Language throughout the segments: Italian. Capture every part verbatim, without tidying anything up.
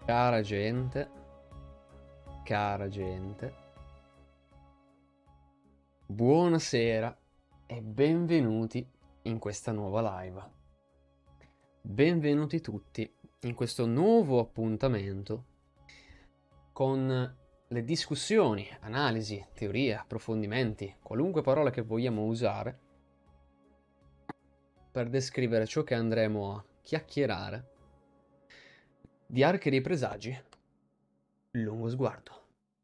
Cara gente, cara gente, buonasera e benvenuti in questa nuova live. Benvenuti tutti in questo nuovo appuntamento con le discussioni, analisi, teorie, approfondimenti, qualunque parola che vogliamo usare per descrivere ciò che andremo a chiacchierare di archi dei presagi, lungo sguardo.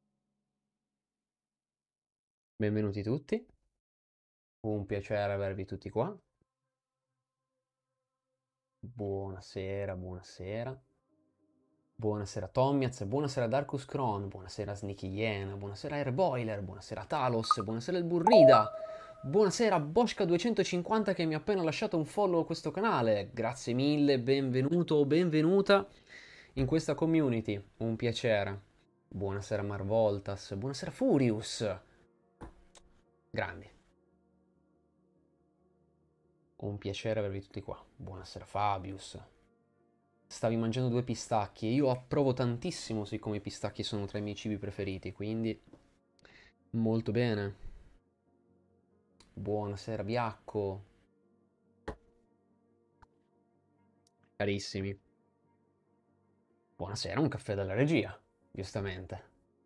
Benvenuti tutti, un piacere avervi tutti qua. Buonasera, buonasera. Buonasera Tommiaz, buonasera Darkus Kron, buonasera Sneaky Iena, buonasera Airboiler, buonasera Talos, buonasera il Burrida, buonasera Boschka duecentocinquanta che mi ha appena lasciato un follow a questo canale. Grazie mille, benvenuto o benvenuta in questa community, un piacere. Buonasera Marvoltas, buonasera Furious. Grandi. Un piacere avervi tutti qua. Buonasera Fabius. Stavi mangiando due pistacchi e io approvo tantissimo siccome i pistacchi sono tra i miei cibi preferiti, quindi molto bene. Buonasera Biacco. Carissimi. Buonasera, un caffè dalla regia, giustamente.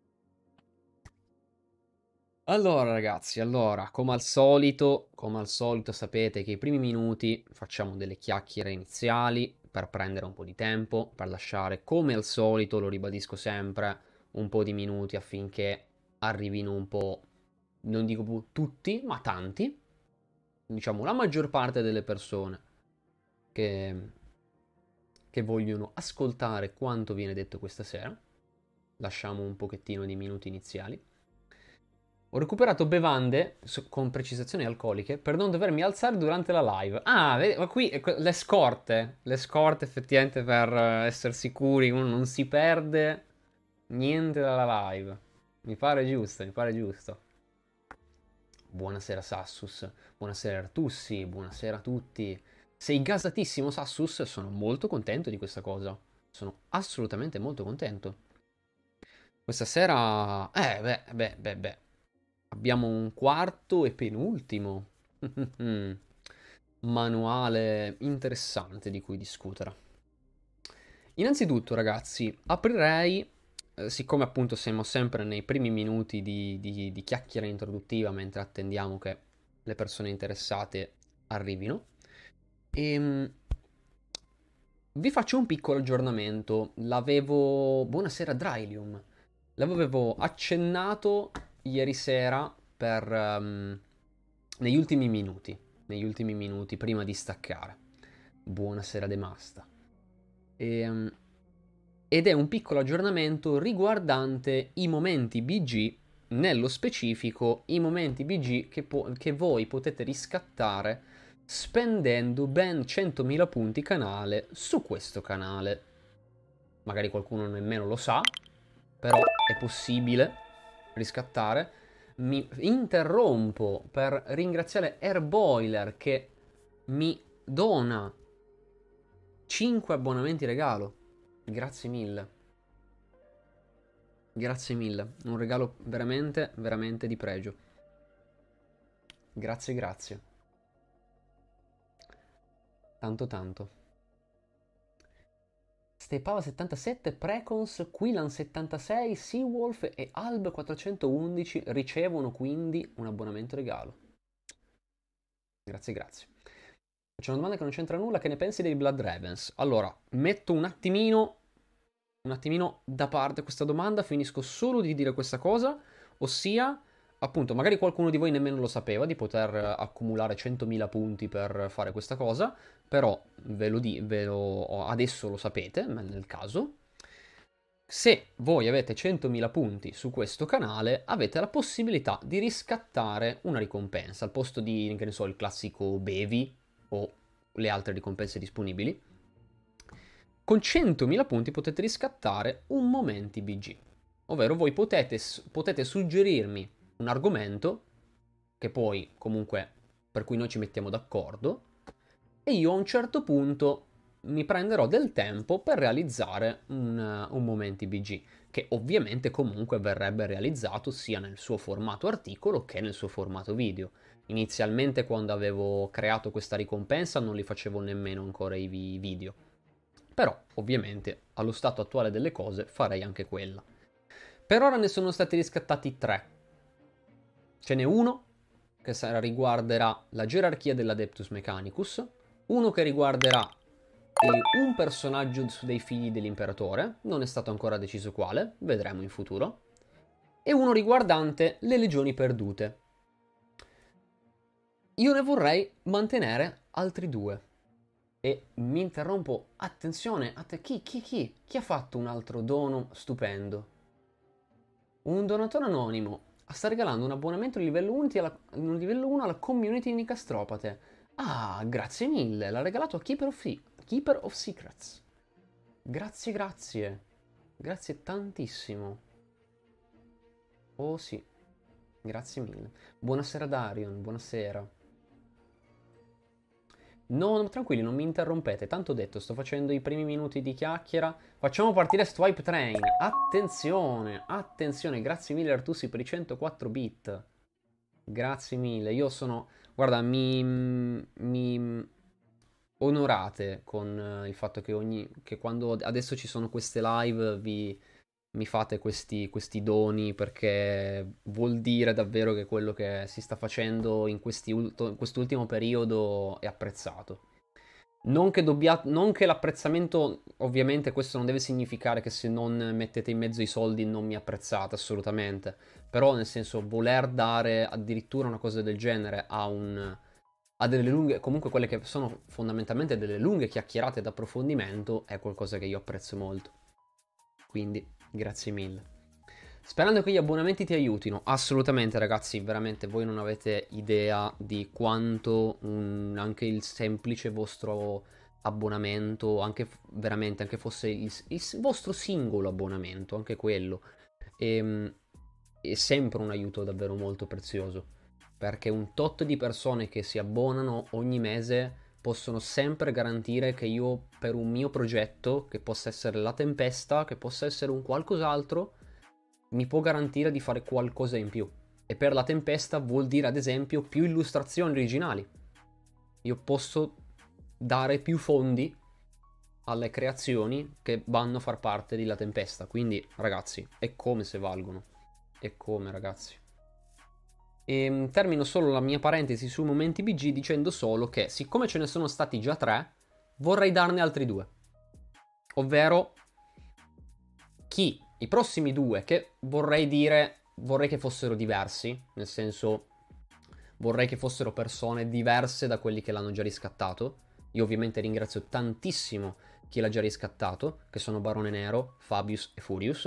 Allora ragazzi, allora, come al solito, come al solito sapete che i primi minuti facciamo delle chiacchiere iniziali per prendere un po' di tempo, per lasciare, come al solito, lo ribadisco sempre, un po' di minuti affinché arrivino un po', non dico tutti, ma tanti, diciamo la maggior parte delle persone che, che vogliono ascoltare quanto viene detto questa sera. Lasciamo un pochettino di minuti iniziali. Ho recuperato bevande con precisazioni alcoliche per non dovermi alzare durante la live. Ah, vedi, ma qui le scorte, le scorte effettivamente per essere sicuri, uno non si perde niente dalla live. Mi pare giusto, mi pare giusto. Buonasera Sassus, buonasera Artussi, buonasera a tutti. Sei gasatissimo Sassus, sono molto contento di questa cosa. Sono assolutamente molto contento. Questa sera... Eh, beh, beh, beh, beh. Abbiamo un quarto e penultimo manuale interessante di cui discutere. Innanzitutto, ragazzi, aprirei, eh, siccome appunto siamo sempre nei primi minuti di, di, di chiacchiera introduttiva mentre attendiamo che le persone interessate arrivino, e vi faccio un piccolo aggiornamento. L'avevo... Buonasera Drylium. L'avevo accennato ieri sera per... um, negli ultimi minuti. Negli ultimi minuti, prima di staccare. Buonasera Demasta. E, um, ed è un piccolo aggiornamento riguardante i momenti B G, nello specifico i momenti B G che, po- che voi potete riscattare spendendo ben centomila punti canale su questo canale. Magari qualcuno nemmeno lo sa, però è possibile riscattare. Mi interrompo per ringraziare Airboiler che mi dona cinque abbonamenti regalo. Grazie mille. Grazie mille. Un regalo veramente, veramente di pregio. Grazie, grazie. Tanto, tanto. Stepava settantasette, Precons, Quilan settantasei, Seawolf e Alb quattrocentoundici ricevono quindi un abbonamento regalo. Grazie, grazie. C'è una domanda che non c'entra nulla, che ne pensi dei Blood Ravens? Allora, metto un attimino, un attimino da parte questa domanda, finisco solo di dire questa cosa, ossia, appunto, magari qualcuno di voi nemmeno lo sapeva di poter accumulare centomila punti per fare questa cosa, però ve lo di, ve lo, adesso lo sapete, nel caso. Se voi avete centomila punti su questo canale, avete la possibilità di riscattare una ricompensa al posto di, che ne so, il classico bevi o le altre ricompense disponibili. Con centomila punti potete riscattare un momenti B G, ovvero voi potete, potete suggerirmi un argomento che poi comunque per cui noi ci mettiamo d'accordo e io a un certo punto mi prenderò del tempo per realizzare un, un Momenti B G, che ovviamente comunque verrebbe realizzato sia nel suo formato articolo che nel suo formato video. Inizialmente, quando avevo creato questa ricompensa, non li facevo nemmeno ancora i video. Però, ovviamente, allo stato attuale delle cose, farei anche quella. Per ora ne sono stati riscattati tre. Ce n'è uno che riguarderà la gerarchia dell'Adeptus Mechanicus, uno che riguarderà un personaggio dei figli dell'imperatore, non è stato ancora deciso quale, vedremo in futuro, e uno riguardante le legioni perdute. Io ne vorrei mantenere altri due. E mi interrompo, attenzione, a te, chi, chi, chi? Chi ha fatto un altro dono stupendo? Un donatore anonimo sta regalando un abbonamento di livello uno alla, livello uno alla community di Nicastropate. Ah, grazie mille, l'ha regalato a Keeper of, Keeper of Secrets. Grazie, grazie. Grazie tantissimo. Oh sì, grazie mille. Buonasera Darion, buonasera. No, no, tranquilli, non mi interrompete. Tanto detto, sto facendo i primi minuti di chiacchiera. Facciamo partire Swipe Train. Attenzione, attenzione. Grazie mille Artusi per i centoquattro bit. Grazie mille. Io sono... Guarda, mi... mi onorate con il fatto che ogni... che quando adesso ci sono queste live vi... mi fate questi, questi doni, perché vuol dire davvero che quello che si sta facendo in, questi ulto, in quest'ultimo periodo è apprezzato. Non che, dobbia, non che l'apprezzamento, ovviamente questo non deve significare che se non mettete in mezzo i soldi non mi apprezzate, assolutamente. Però nel senso, voler dare addirittura una cosa del genere a un... a delle lunghe, comunque quelle che sono fondamentalmente delle lunghe chiacchierate d'approfondimento, è qualcosa che io apprezzo molto. Quindi... grazie mille. Sperando che gli abbonamenti ti aiutino. Assolutamente ragazzi, veramente voi non avete idea di quanto un, anche il semplice vostro abbonamento, anche veramente, anche fosse il, il vostro singolo abbonamento, anche quello, è, è sempre un aiuto davvero molto prezioso. Perché un tot di persone che si abbonano ogni mese possono sempre garantire che io, per un mio progetto, che possa essere la Tempesta, che possa essere un qualcos'altro, mi può garantire di fare qualcosa in più. E per la Tempesta vuol dire, ad esempio, più illustrazioni originali. Io posso dare più fondi alle creazioni che vanno a far parte di La Tempesta. Quindi, ragazzi, è come se valgono. È come, ragazzi. E termino solo la mia parentesi sui momenti B G dicendo solo che, siccome ce ne sono stati già tre, vorrei darne altri due. Ovvero chi, i prossimi due, che vorrei dire, vorrei che fossero diversi, nel senso vorrei che fossero persone diverse da quelli che l'hanno già riscattato. Io ovviamente ringrazio tantissimo chi l'ha già riscattato, che sono Barone Nero, Fabius e Furious.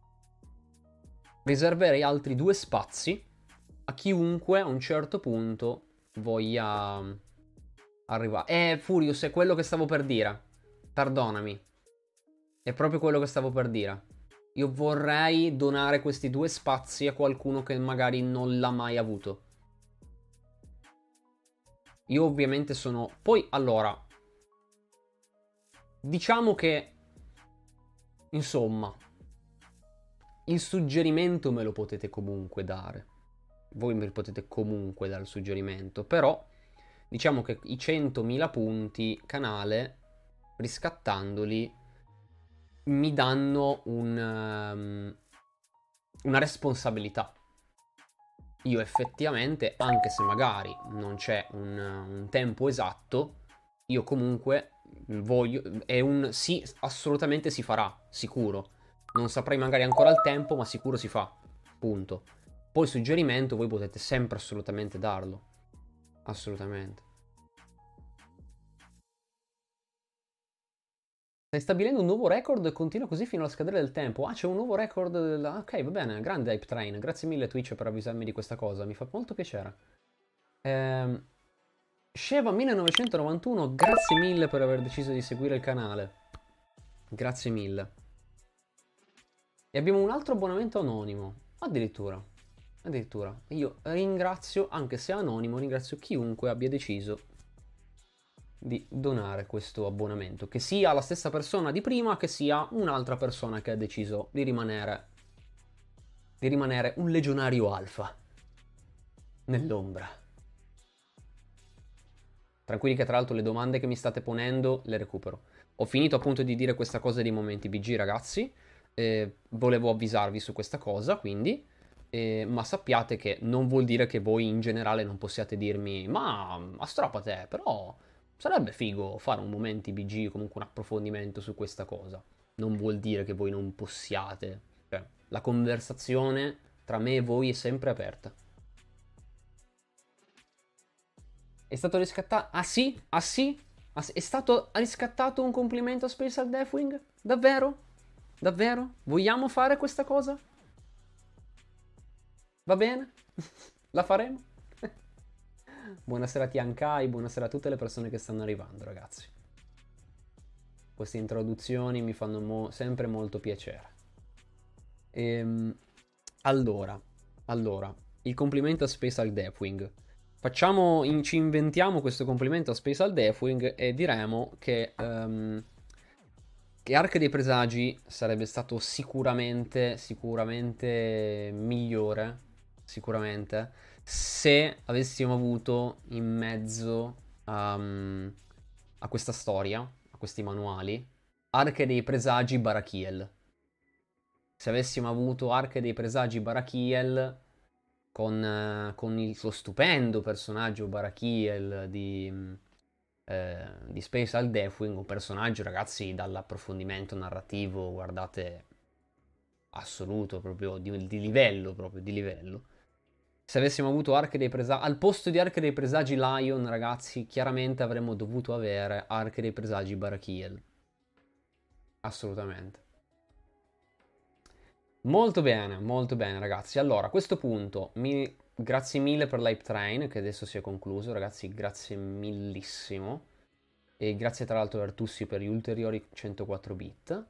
Riserverei altri due spazi a chiunque a un certo punto voglia arrivare. Eh, Furious, è quello che stavo per dire. Perdonami. È proprio quello che stavo per dire. Io vorrei donare questi due spazi a qualcuno che magari non l'ha mai avuto. Io ovviamente sono... Poi, allora... diciamo che... insomma... il suggerimento me lo potete comunque dare. Voi mi potete comunque dare il suggerimento, però diciamo che i centomila punti canale, riscattandoli, mi danno un, um, una responsabilità. Io effettivamente, anche se magari non c'è un, un tempo esatto, io comunque voglio, è un sì, assolutamente si farà, sicuro. Non saprei magari ancora il tempo, ma sicuro si fa, punto. Poi il suggerimento voi potete sempre assolutamente darlo. Assolutamente. Stai stabilendo un nuovo record e continua così fino alla scadere del tempo. Ah, c'è un nuovo record del... Ok, va bene, grande Hype Train. Grazie mille Twitch per avvisarmi di questa cosa, mi fa molto piacere. Ehm... Sheva millenovecentonovantuno, grazie mille per aver deciso di seguire il canale. Grazie mille. E abbiamo un altro abbonamento anonimo. Addirittura. Addirittura. Io ringrazio, anche se anonimo, ringrazio chiunque abbia deciso di donare questo abbonamento, che sia la stessa persona di prima, che sia un'altra persona che ha deciso di rimanere, di rimanere un legionario alfa nell'ombra. Tranquilli che tra l'altro le domande che mi state ponendo le recupero. Ho finito appunto di dire questa cosa dei momenti B G, ragazzi. Eh, volevo avvisarvi su questa cosa, quindi. Eh, ma sappiate che non vuol dire che voi in generale non possiate dirmi ma astropa te, però sarebbe figo fare un momenti B G, comunque un approfondimento su questa cosa. Non vuol dire che voi non possiate. Cioè, la conversazione tra me e voi è sempre aperta. È stato riscattato... Ah sì? Ah sì? Ah, sì? È stato riscattato un complimento a Space al Deathwing? Davvero? Davvero? Vogliamo fare questa cosa? Va bene? La faremo? Buonasera Tiankai, buonasera a tutte le persone che stanno arrivando, ragazzi. Queste introduzioni mi fanno mo- sempre molto piacere. Ehm, allora, allora, il complimento a Space al Deathwing. Facciamo, in, ci inventiamo questo complimento a Space al Deathwing e diremo che, um, che Arca dei Presagi sarebbe stato sicuramente, sicuramente migliore, sicuramente, se avessimo avuto in mezzo um, a questa storia, a questi manuali, Arca dei Presagi Barakiel. Se avessimo avuto Arca dei Presagi Barakiel con, eh, con il suo stupendo personaggio Barakiel di, eh, di Space al Deathwing, un personaggio, ragazzi, dall'approfondimento narrativo, guardate, assoluto, proprio di, di livello, proprio di livello. Se avessimo avuto Arche dei Presagi, al posto di Arche dei Presagi Lion, ragazzi, chiaramente avremmo dovuto avere Arche dei Presagi Barakiel. Assolutamente. Molto bene, molto bene ragazzi. Allora, a questo punto, mi... grazie mille per l'Hype Train che adesso si è concluso, ragazzi, grazie millissimo. E grazie tra l'altro a Artussi per gli ulteriori centoquattro bit.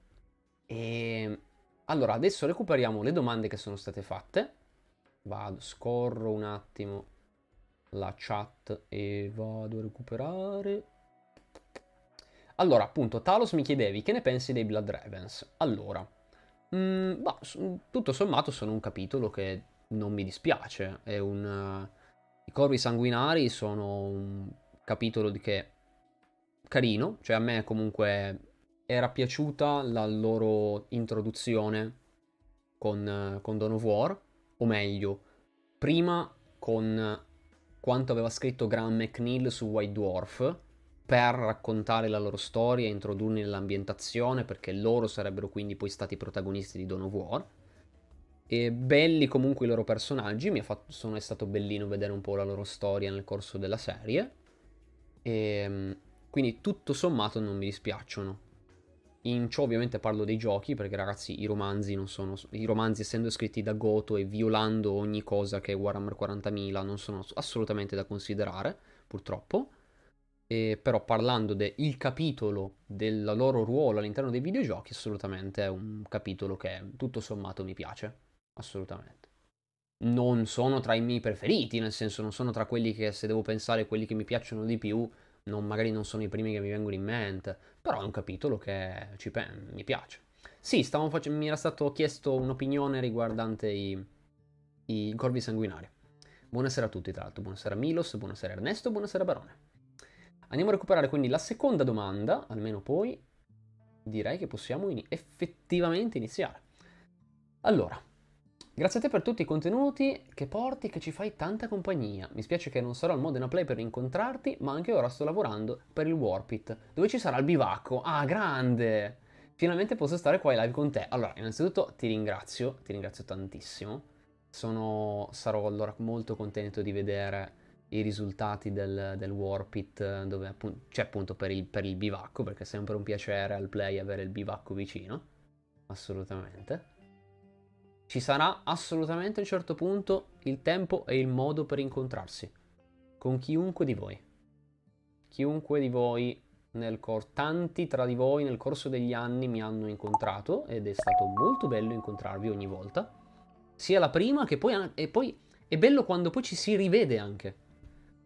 E allora, adesso recuperiamo le domande che sono state fatte. Vado, scorro un attimo la chat e vado a recuperare. Allora, appunto, Talos mi chiedevi che ne pensi dei Blood Ravens. Allora, Mm, bah, tutto sommato sono un capitolo che non mi dispiace. È un, uh, I corvi sanguinari sono un capitolo di che carino. Cioè a me comunque era piaciuta la loro introduzione con, uh, con Dawn of War. O meglio, prima con quanto aveva scritto Graham McNeil su White Dwarf per raccontare la loro storia e introdurli nell'ambientazione, perché loro sarebbero quindi poi stati i protagonisti di Dawn of War. E belli comunque i loro personaggi, mi ha fatto, sono, è stato bellino vedere un po' la loro storia nel corso della serie. E quindi tutto sommato non mi dispiacciono. In ciò ovviamente parlo dei giochi, perché ragazzi i romanzi non sono... I romanzi essendo scritti da Goto e violando ogni cosa che è Warhammer quarantamila non sono assolutamente da considerare, purtroppo. E però parlando del capitolo del loro ruolo all'interno dei videogiochi, assolutamente è un capitolo che tutto sommato mi piace, assolutamente. Non sono tra i miei preferiti, nel senso non sono tra quelli che se devo pensare quelli che mi piacciono di più, non, magari non sono i primi che mi vengono in mente, però è un capitolo che ci pe- mi piace. Sì, stavo face- mi era stato chiesto un'opinione riguardante i, i corvi sanguinari. Buonasera a tutti, tra l'altro, buonasera Milos, buonasera Ernesto, buonasera Barone. Andiamo a recuperare quindi la seconda domanda, almeno poi direi che possiamo in- effettivamente iniziare. Allora, grazie a te per tutti i contenuti che porti, che ci fai tanta compagnia. Mi spiace che non sarò al Modena Play per incontrarti, ma anche ora sto lavorando per il Warpit, dove ci sarà il bivacco. Ah, grande! Finalmente posso stare qua in live con te. Allora, innanzitutto ti ringrazio, ti ringrazio tantissimo. Sono, sarò allora molto contento di vedere i risultati del, del Warpit, dove appunto, c'è appunto per il, per il bivacco, perché è sempre un piacere al play avere il bivacco vicino. Assolutamente. Ci sarà assolutamente a un certo punto il tempo e il modo per incontrarsi con chiunque di voi. Chiunque di voi nel corso, tanti tra di voi nel corso degli anni mi hanno incontrato ed è stato molto bello incontrarvi ogni volta. Sia la prima che poi, e poi è bello quando poi ci si rivede anche.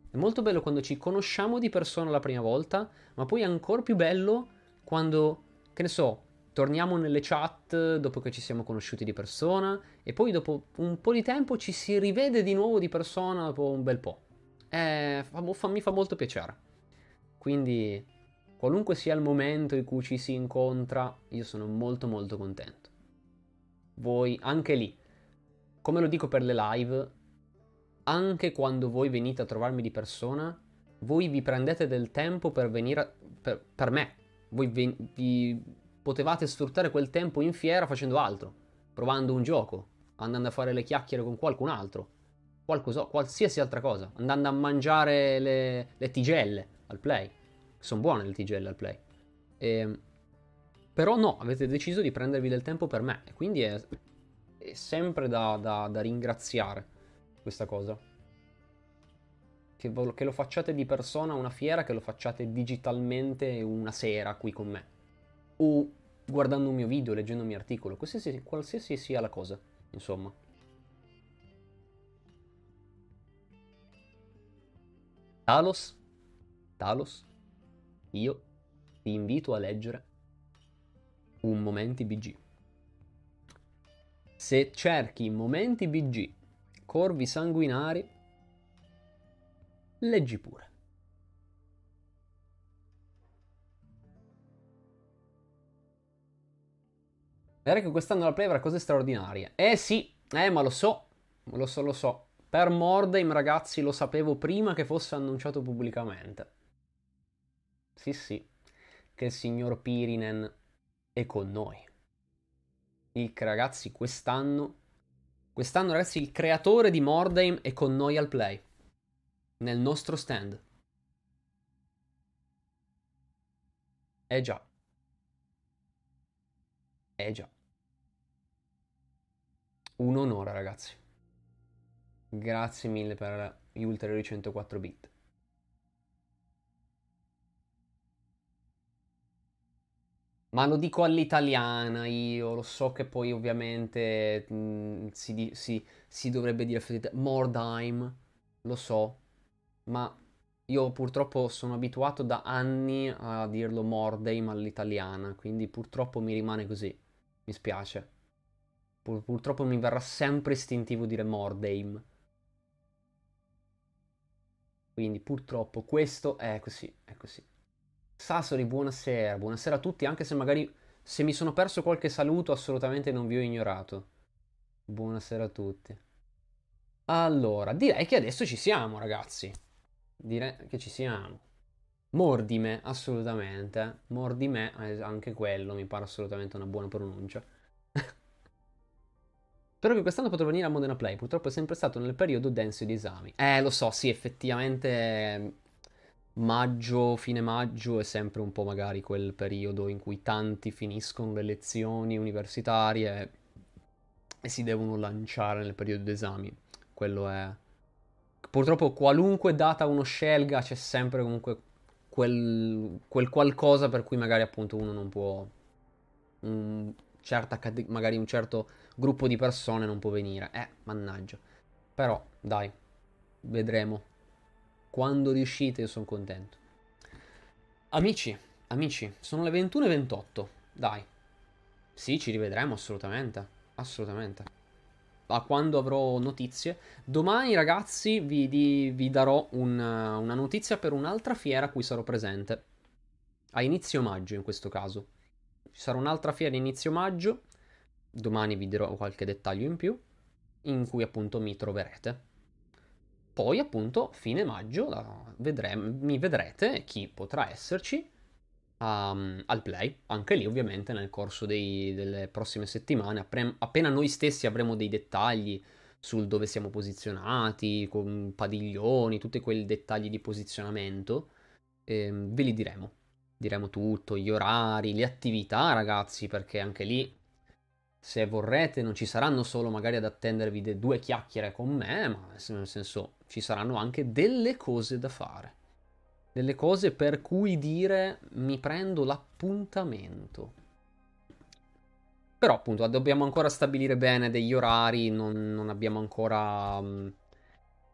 È molto bello quando ci conosciamo di persona la prima volta, ma poi è ancora più bello quando, che ne so, torniamo nelle chat dopo che ci siamo conosciuti di persona e poi dopo un po' di tempo ci si rivede di nuovo di persona dopo un bel po'. Eh, fa- fa- mi fa molto piacere. Quindi, qualunque sia il momento in cui ci si incontra, io sono molto molto contento. Voi, anche lì, come lo dico per le live, anche quando voi venite a trovarmi di persona, voi vi prendete del tempo per venire a, per, per me. Voi vi, vi potevate sfruttare quel tempo in fiera facendo altro, provando un gioco, andando a fare le chiacchiere con qualcun altro, qualcosa, qualsiasi altra cosa, andando a mangiare le, le tigelle al play. Sono buone le tigelle al play. E, però no, avete deciso di prendervi del tempo per me, e quindi è, è sempre da, da, da ringraziare questa cosa. Che, che lo facciate di persona a una fiera, che lo facciate digitalmente una sera qui con me. O guardando un mio video, leggendo un mio articolo, qualsiasi, qualsiasi sia la cosa, insomma. Talos, Talos, io ti invito a leggere un Momenti B G. Se cerchi Momenti B G, corvi sanguinari, leggi pure. Vedrai che quest'anno la Play avrà cose straordinarie. Eh sì, eh ma lo so, lo so, lo so. Per Mordheim, ragazzi, lo sapevo prima che fosse annunciato pubblicamente. Sì, sì, che il signor Pirinen è con noi. Il, ragazzi, quest'anno, quest'anno, ragazzi, il creatore di Mordheim è con noi al Play. Nel nostro stand. Eh già, eh già. Un onore, ragazzi. Grazie mille per gli ulteriori centoquattro bit. Ma lo dico all'italiana io, lo so che poi ovviamente mh, si, di- si- si dovrebbe dire effettivamente Mordheim, lo so, ma io purtroppo sono abituato da anni a dirlo Mordheim all'italiana, quindi purtroppo mi rimane così, mi spiace. Pur- purtroppo mi verrà sempre istintivo dire Mordheim, quindi purtroppo questo è così, è così. Sassoli, buonasera, buonasera a tutti, anche se magari se mi sono perso qualche saluto assolutamente non vi ho ignorato. Buonasera a tutti. Allora, direi che adesso ci siamo, ragazzi. Direi che ci siamo. Mordime, assolutamente. Mordime, eh, anche quello mi pare assolutamente una buona pronuncia. Spero che quest'anno potrò venire a Modena Play. Purtroppo è sempre stato nel periodo denso di esami. Eh, lo so, sì, effettivamente eh, maggio, fine maggio è sempre un po' magari quel periodo in cui tanti finiscono le lezioni universitarie e si devono lanciare nel periodo d'esami. Quello è... Purtroppo qualunque data uno scelga c'è sempre comunque quel, quel qualcosa per cui magari appunto uno non può... Un certa, cate- magari un certo gruppo di persone non può venire. Eh, mannaggia. Però, dai, vedremo. Quando riuscite io sono contento. Amici, amici, sono le ventuno e ventotto. Dai. Sì, ci rivedremo assolutamente. Assolutamente. A quando avrò notizie. Domani, ragazzi, vi, di- vi darò un- una notizia per un'altra fiera a cui sarò presente. A inizio maggio, in questo caso. Ci sarà un'altra fiera a inizio maggio. Domani vi dirò qualche dettaglio in più. In cui appunto mi troverete. Poi, appunto, fine maggio la- vedremo- mi vedrete chi potrà esserci um, al play. Anche lì, ovviamente, nel corso dei- delle prossime settimane, appre- appena noi stessi avremo dei dettagli sul dove siamo posizionati, con padiglioni, tutti quei dettagli di posizionamento, ehm, ve li diremo. Diremo tutto, gli orari, le attività, ragazzi, perché anche lì, se vorrete, non ci saranno solo magari ad attendervi de- due chiacchiere con me, ma nel senso ci saranno anche delle cose da fare. Delle cose per cui dire mi prendo l'appuntamento. Però appunto dobbiamo ancora stabilire bene degli orari, non, non abbiamo ancora... mh,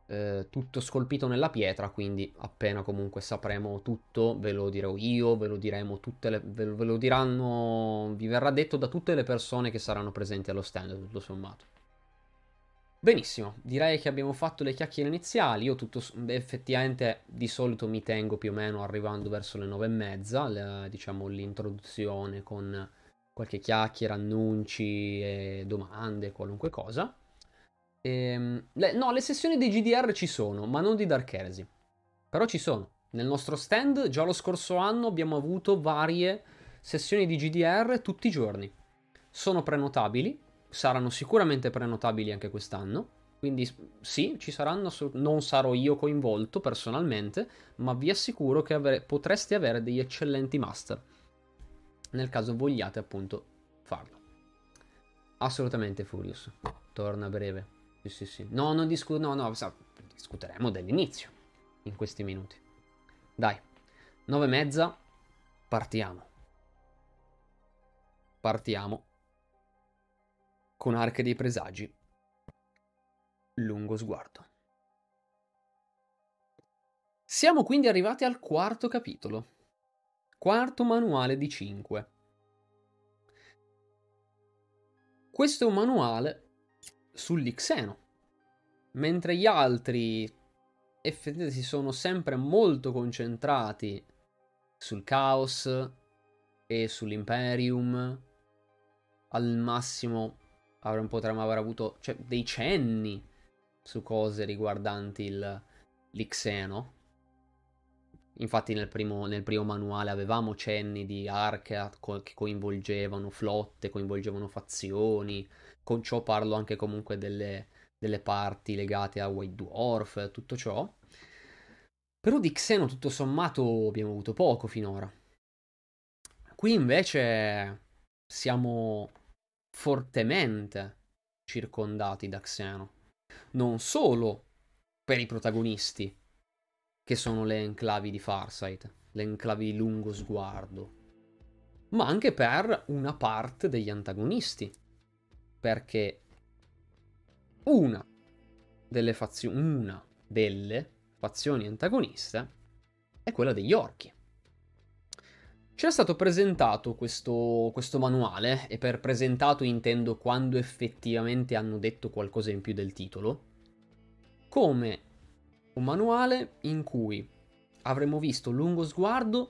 eh, tutto scolpito nella pietra, quindi appena comunque sapremo tutto, ve lo dirò io, ve lo diremo tutte le, ve, lo ve lo diranno, vi verrà detto da tutte le persone che saranno presenti allo stand, tutto sommato. Benissimo, direi che abbiamo fatto le chiacchiere iniziali. Io tutto effettivamente di solito mi tengo più o meno arrivando verso le nove e mezza, la- diciamo l'introduzione con qualche chiacchiera, annunci e domande, qualunque cosa. Ehm, le- no, le sessioni di G D R ci sono, ma non di Dark Heresy. Però ci sono. Nel nostro stand, già lo scorso anno abbiamo avuto varie sessioni di G D R tutti i giorni. Sono prenotabili, saranno sicuramente prenotabili anche quest'anno. Quindi sì, ci saranno, non sarò io coinvolto personalmente, ma vi assicuro che avere, potreste avere degli eccellenti master, nel caso vogliate appunto farlo. Assolutamente Furious, torna a breve. Sì, sì, sì. No, non discu- no, no, sa- discuteremo dell'inizio in questi minuti. Dai, nove e mezza, partiamo. Partiamo con Arche dei Presagi. Lungo sguardo. Siamo quindi arrivati al quarto capitolo. Quarto manuale di cinque. Questo è un manuale sull'Ixeno, mentre gli altri effettivamente si sono sempre molto concentrati sul Chaos e sull'Imperium. Al massimo avremmo, potremmo aver avuto, cioè, dei cenni su cose riguardanti il, l'Ixeno. Infatti nel primo, nel primo manuale avevamo cenni di Arca co- che coinvolgevano flotte, coinvolgevano fazioni. Con ciò parlo anche comunque delle, delle parti legate a White Dwarf, tutto ciò. Però di Xeno tutto sommato abbiamo avuto poco finora. Qui invece siamo fortemente circondati da Xeno. Non solo per i protagonisti, che sono le enclavi di Farsight, le enclavi di lungo sguardo, ma anche per una parte degli antagonisti. Perché una delle fazioni, una delle fazioni antagoniste è quella degli orchi. Ci è stato presentato questo, questo manuale, e per presentato intendo quando effettivamente hanno detto qualcosa in più del titolo, come un manuale in cui avremmo visto Lungo Sguardo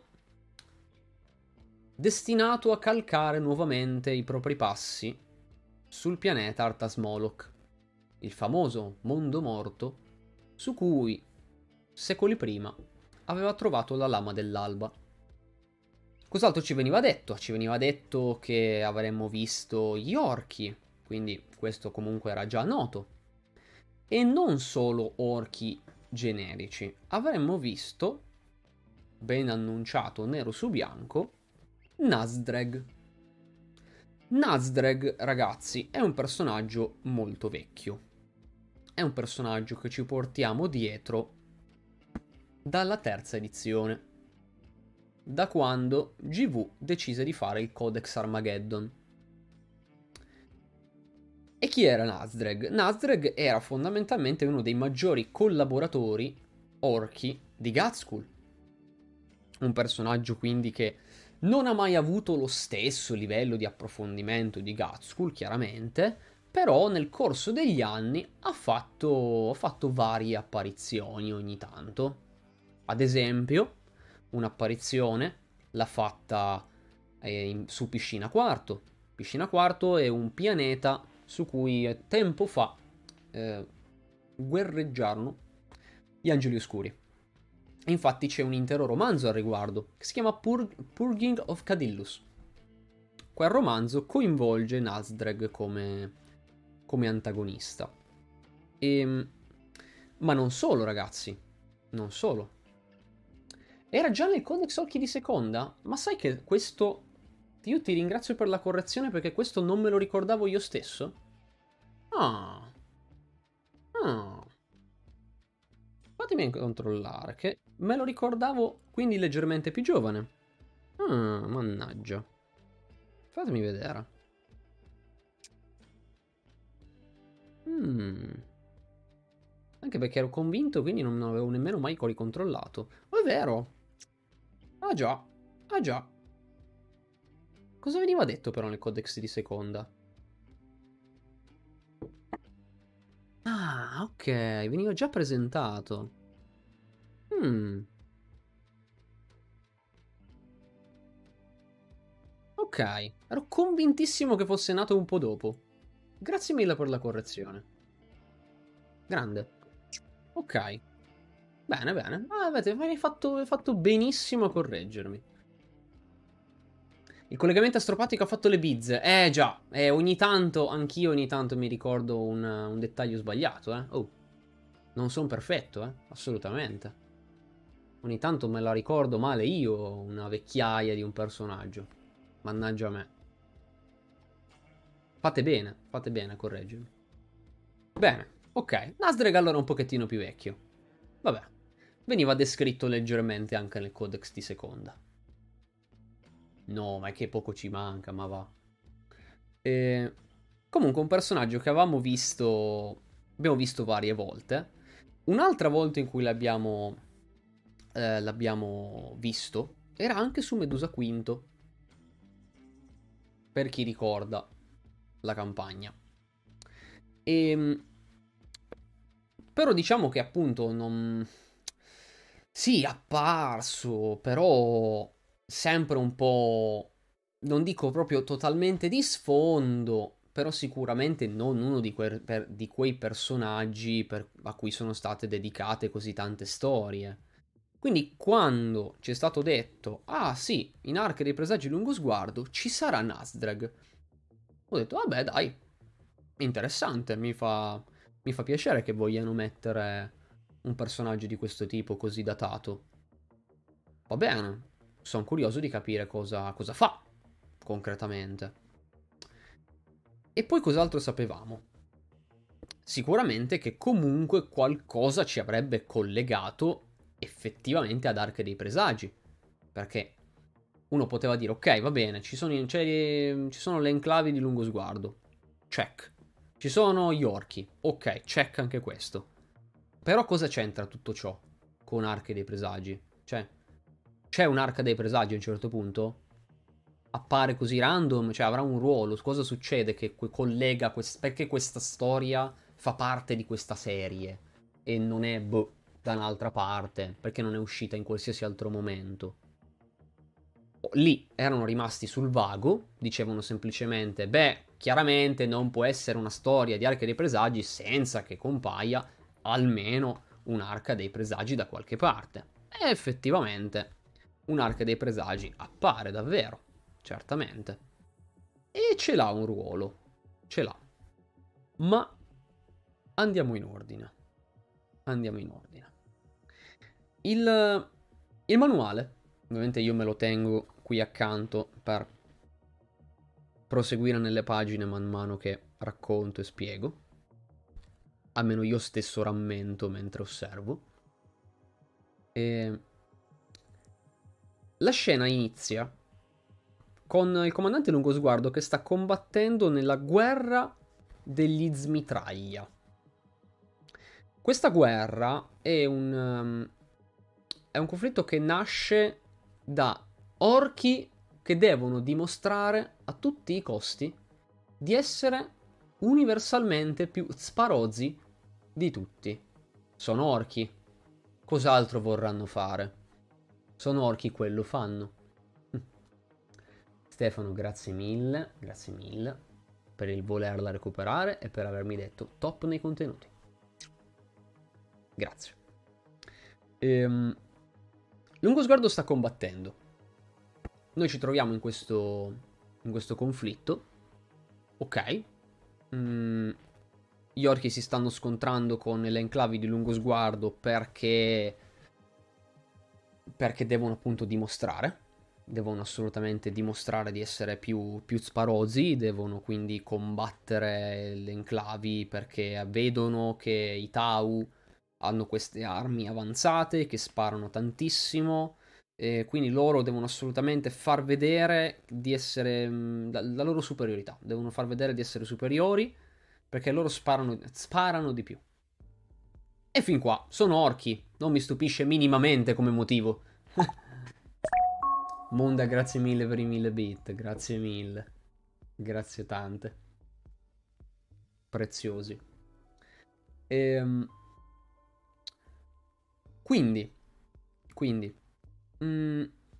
destinato a calcare nuovamente i propri passi sul pianeta Arthas Moloch, il famoso mondo morto su cui, secoli prima, aveva trovato la lama dell'alba. Cos'altro ci veniva detto? Ci veniva detto che avremmo visto gli orchi, quindi questo comunque era già noto. E non solo orchi generici, avremmo visto, ben annunciato nero su bianco, Nazdreg. Nazdreg, ragazzi, è un personaggio molto vecchio. È un personaggio che ci portiamo dietro dalla terza edizione, da quando G V decise di fare il Codex Armageddon. E chi era Nazdreg? Nazdreg era fondamentalmente uno dei maggiori collaboratori orchi di Gazkul. Un personaggio quindi che non ha mai avuto lo stesso livello di approfondimento di Gazkul, chiaramente, però nel corso degli anni ha fatto, ha fatto varie apparizioni ogni tanto. Ad esempio, un'apparizione l'ha fatta eh, in- su Piscina Quarto. Piscina Quarto è un pianeta su cui eh, tempo fa eh, guerreggiarono gli Angeli Oscuri. E infatti c'è un intero romanzo al riguardo, che si chiama Pur- Purging of Cadillus. Quel romanzo coinvolge Nazdreg come, come antagonista. E, ma non solo, ragazzi. Non solo. Era già nel Codex Orchi di seconda? Ma sai che questo... Io ti ringrazio per la correzione perché questo non me lo ricordavo io stesso? Ah. Ah. Fatemi controllare, che me lo ricordavo quindi leggermente più giovane. Ah, mannaggia. Fatemi vedere. Mm. Anche perché ero convinto, quindi non avevo nemmeno mai ricontrollato. Ma è vero. Ah già. Ah già. Cosa veniva detto però nel codex di seconda? Ah, ok, veniva già presentato. Hmm, ok. Ero convintissimo che fosse nato un po' dopo. Grazie mille per la correzione. Grande. Ok. Bene, bene. Ah, avete hai fatto, hai fatto benissimo a correggermi. Il collegamento astropatico ha fatto le bizze. Eh già, eh, ogni tanto, anch'io ogni tanto mi ricordo un, un dettaglio sbagliato, eh. Oh, non sono perfetto, eh. Assolutamente. Ogni tanto me la ricordo male io, una vecchiaia di un personaggio. Mannaggia a me. Fate bene, fate bene a correggermi. Bene, ok. Nasdreg allora è un pochettino più vecchio. Vabbè. Veniva descritto leggermente anche nel codex di seconda. No, ma è che poco ci manca, ma va. E... Comunque un personaggio che avevamo visto... Abbiamo visto varie volte. Un'altra volta in cui l'abbiamo... Eh, l'abbiamo visto era anche su Medusa Quinto. Per chi ricorda la campagna. E... Però diciamo che appunto non... Sì, è apparso, però sempre un po'... Non dico proprio totalmente di sfondo, però sicuramente non uno di, que- per- di quei personaggi per- a cui sono state dedicate così tante storie. Quindi quando ci è stato detto, ah sì, in Arca dei Presagi Lungo Sguardo ci sarà Nasdrag, ho detto, vabbè dai, interessante, mi fa, mi fa piacere che vogliano mettere un personaggio di questo tipo così datato. Va bene, sono curioso di capire cosa, cosa fa concretamente. E poi cos'altro sapevamo? Sicuramente che comunque qualcosa ci avrebbe collegato effettivamente ad Arca dei Presagi. Perché uno poteva dire, ok, va bene, ci sono, ci sono le enclavi di lungo sguardo. Check. Ci sono gli orchi. Ok, check anche questo. Però cosa c'entra tutto ciò con Arca dei Presagi? Cioè, c'è un'Arca dei Presagi a un certo punto? Appare così random? Cioè, avrà un ruolo? Cosa succede che collega... Quest- perché questa storia fa parte di questa serie? E non è, boh, da un'altra parte? Perché non è uscita in qualsiasi altro momento? Lì erano rimasti sul vago, dicevano semplicemente, beh, chiaramente non può essere una storia di Arca dei Presagi senza che compaia almeno un'Arca dei Presagi da qualche parte. E effettivamente un'Arca dei Presagi appare davvero, certamente. E ce l'ha un ruolo, ce l'ha. Ma andiamo in ordine. Andiamo in ordine. Il, il manuale, ovviamente io me lo tengo qui accanto per proseguire nelle pagine man mano che racconto e spiego. Almeno io stesso rammento mentre osservo. E la scena inizia con il comandante Lungosguardo che sta combattendo nella guerra degli Zmitraglia. Questa guerra è un, um, è un conflitto che nasce da orchi che devono dimostrare a tutti i costi di essere universalmente più sparozzi di tutti. Sono orchi. Cos'altro vorranno fare? Sono orchi, quello fanno. Stefano, grazie mille, grazie mille per il volerla recuperare e per avermi detto top nei contenuti. Grazie. Ehm, Lungo Sguardo sta combattendo. Noi ci troviamo in questo, in questo conflitto. Ok. Mm, gli orchi si stanno scontrando con le enclavi di Lungo Sguardo perché perché devono appunto dimostrare, devono assolutamente dimostrare di essere più, più sparosi, devono quindi combattere le enclavi perché vedono che i Tau hanno queste armi avanzate che sparano tantissimo e quindi loro devono assolutamente far vedere di essere mh, la, la loro superiorità, devono far vedere di essere superiori perché loro sparano, sparano di più. E fin qua, sono orchi, non mi stupisce minimamente come motivo. Monda, grazie mille per i mille bit, grazie mille. Grazie tante. Preziosi. Ehm, quindi, quindi, mm,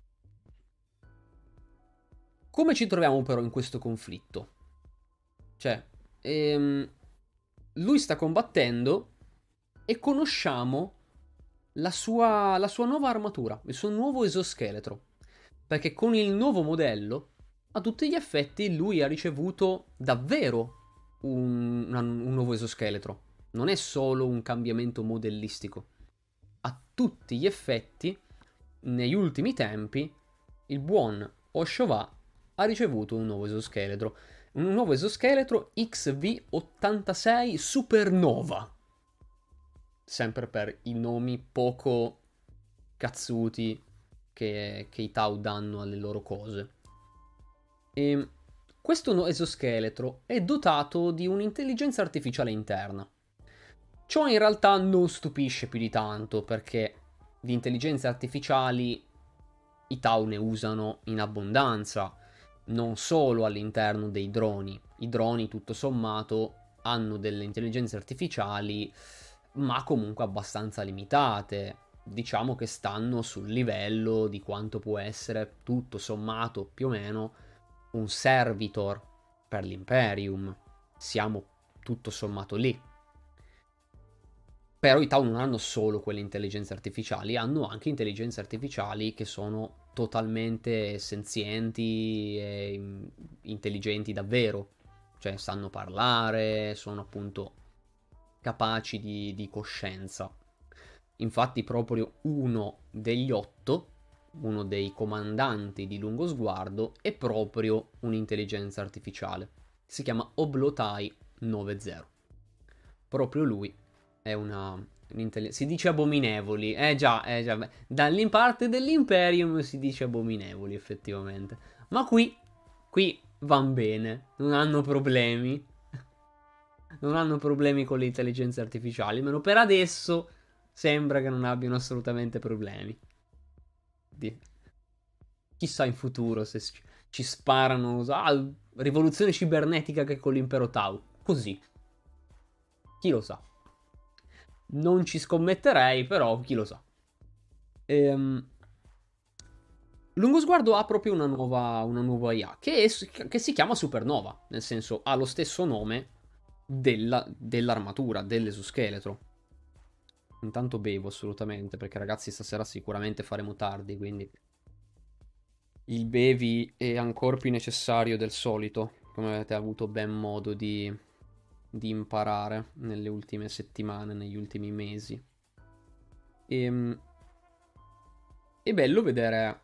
come ci troviamo però in questo conflitto? Cioè, ehm, lui sta combattendo e conosciamo la sua, la sua nuova armatura, il suo nuovo esoscheletro. Perché con il nuovo modello, a tutti gli effetti, lui ha ricevuto davvero un, una- un nuovo esoscheletro. Non è solo un cambiamento modellistico. A tutti gli effetti, negli ultimi tempi, il buon Oshova ha ricevuto un nuovo esoscheletro. Un nuovo esoscheletro X V ottantasei Supernova. Sempre per i nomi poco cazzuti che, che i Tau danno alle loro cose. E questo esoscheletro è dotato di un'intelligenza artificiale interna. Ciò in realtà non stupisce più di tanto perché di intelligenze artificiali i Tau ne usano in abbondanza, non solo all'interno dei droni. I droni, tutto sommato, hanno delle intelligenze artificiali, ma comunque abbastanza limitate. Diciamo che stanno sul livello di quanto può essere, tutto sommato, più o meno, un servitor per l'Imperium. Siamo tutto sommato lì. Però i Tau non hanno solo quelle intelligenze artificiali, hanno anche intelligenze artificiali che sono totalmente senzienti e mm, intelligenti davvero. Cioè sanno parlare, sono appunto capaci di, di coscienza. Infatti proprio uno degli otto, uno dei comandanti di Lungo Sguardo, è proprio un'intelligenza artificiale. Si chiama Oblotai novanta. Proprio lui è una... Si dice abominevoli. Eh già, eh già. Dall'in parte dell'Imperium si dice abominevoli, effettivamente. Ma qui, qui van bene. Non hanno problemi. Non hanno problemi con le intelligenze artificiali. Almeno per adesso sembra che non abbiano assolutamente problemi. Di... Chissà in futuro se ci sparano. Ah, rivoluzione cibernetica che con l'impero Tau. Così. Chi lo sa. Non ci scommetterei, però chi lo sa. Ehm, Lungo Sguardo ha proprio una nuova, una nuova I A che, è, che si chiama Supernova, nel senso ha lo stesso nome della, dell'armatura, dell'esoscheletro. Intanto bevo assolutamente, perché ragazzi stasera sicuramente faremo tardi, quindi il bevi è ancora più necessario del solito, come avete avuto ben modo di, di imparare nelle ultime settimane, negli ultimi mesi. E, è bello vedere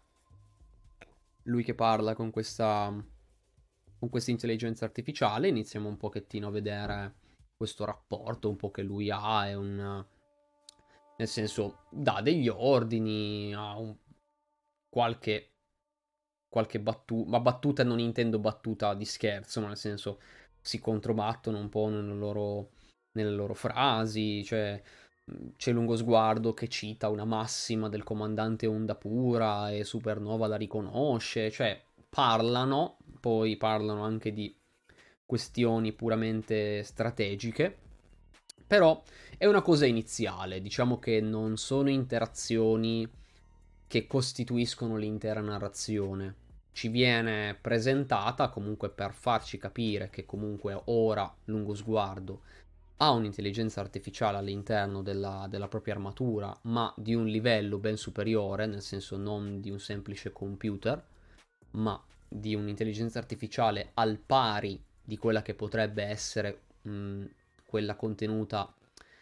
lui che parla con questa, con questa intelligenza artificiale. Iniziamo un pochettino a vedere questo rapporto un po' che lui ha, è un... nel senso, dà degli ordini, ha un... qualche... qualche battuta, ma battuta non intendo battuta di scherzo, ma nel senso si controbattono un po' nelle loro, nelle loro frasi, cioè c'è Lungo Sguardo che cita una massima del comandante Onda Pura e Supernova la riconosce, cioè parlano, poi parlano anche di questioni puramente strategiche, però è una cosa iniziale, diciamo che non sono interazioni che costituiscono l'intera narrazione. Ci viene presentata comunque per farci capire che comunque ora Lungo Sguardo ha un'intelligenza artificiale all'interno della, della propria armatura, ma di un livello ben superiore, nel senso non di un semplice computer, ma di un'intelligenza artificiale al pari di quella che potrebbe essere mh, quella contenuta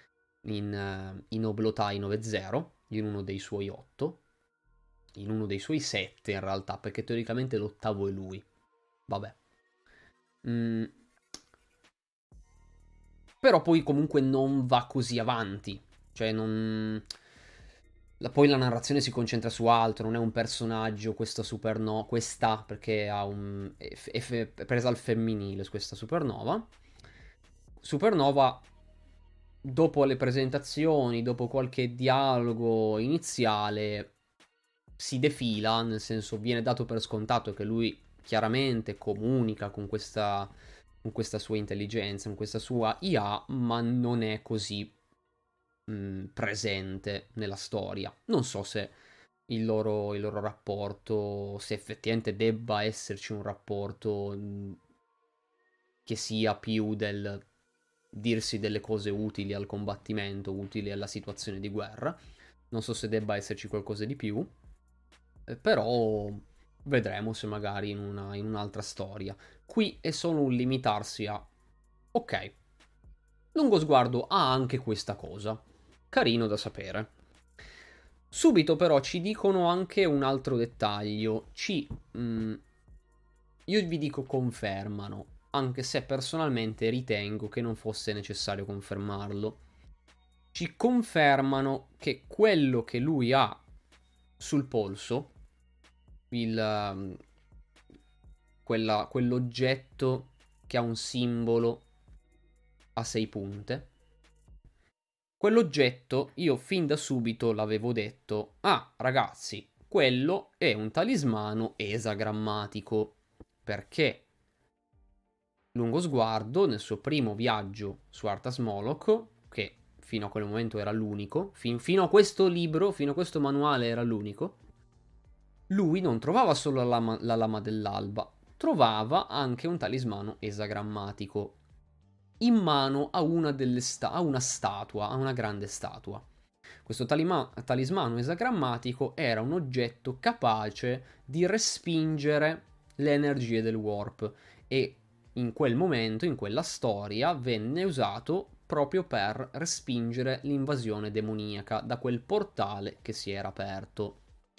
in, uh, in Oblotai novanta, in uno dei suoi otto, in uno dei suoi sette in realtà, perché teoricamente l'ottavo è lui. Vabbè. Mm, però poi comunque non va così avanti. Cioè non... La, poi la narrazione si concentra su altro, non è un personaggio, questa supernova, questa perché ha un... è, è, è presa al femminile questa supernova. Supernova dopo le presentazioni, dopo qualche dialogo iniziale, si defila, nel senso viene dato per scontato che lui chiaramente comunica con questa, con questa sua intelligenza, con questa sua I A, ma non è così mh, presente nella storia. Non so se il loro, il loro rapporto, se effettivamente debba esserci un rapporto mh, che sia più del dirsi delle cose utili al combattimento, utili alla situazione di guerra. Non so se debba esserci qualcosa di più, eh, però vedremo se magari in, una, in un'altra storia. Qui è solo un limitarsi a... Ok, Lungo Sguardo ha anche questa cosa. Carino da sapere. Subito però ci dicono anche un altro dettaglio. Ci... mm, io vi dico confermano, anche se personalmente ritengo che non fosse necessario confermarlo. Ci confermano che quello che lui ha sul polso, il, um, quella- quell'oggetto che ha un simbolo a sei punte, quell'oggetto io fin da subito l'avevo detto, ah ragazzi, quello è un talismano esagrammatico, perché Lungo Sguardo nel suo primo viaggio su Arthas Moloch, che fino a quel momento era l'unico, fin- fino a questo libro, fino a questo manuale era l'unico, lui non trovava solo la lama, la lama dell'alba, trovava anche un talismano esagrammatico in mano a una, delle sta- a una statua, a una grande statua. Questo talima- talismano esagrammatico era un oggetto capace di respingere le energie del warp e in quel momento, in quella storia, venne usato proprio per respingere l'invasione demoniaca da quel portale che si era aperto.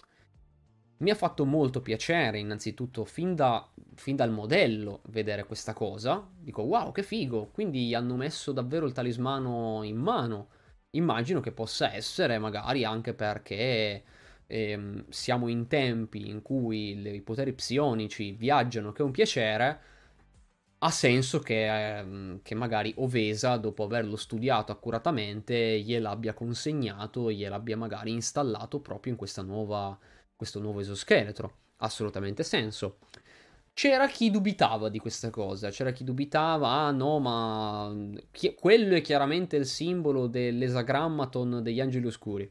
Mi ha fatto molto piacere, innanzitutto, fin, da, fin dal modello, vedere questa cosa. Dico, wow, che figo! Quindi hanno messo davvero il talismano in mano. Immagino che possa essere, magari anche perché ehm, siamo in tempi in cui le- i poteri psionici viaggiano, che è un piacere. Ha senso che, ehm, che magari Ovesa, dopo averlo studiato accuratamente, gliel'abbia consegnato e gliel'abbia magari installato proprio in questa nuova, questo nuovo esoscheletro. Assolutamente senso. C'era chi dubitava di questa cosa, c'era chi dubitava, ah no, ma chi- quello è chiaramente il simbolo dell'esagrammaton degli angeli oscuri.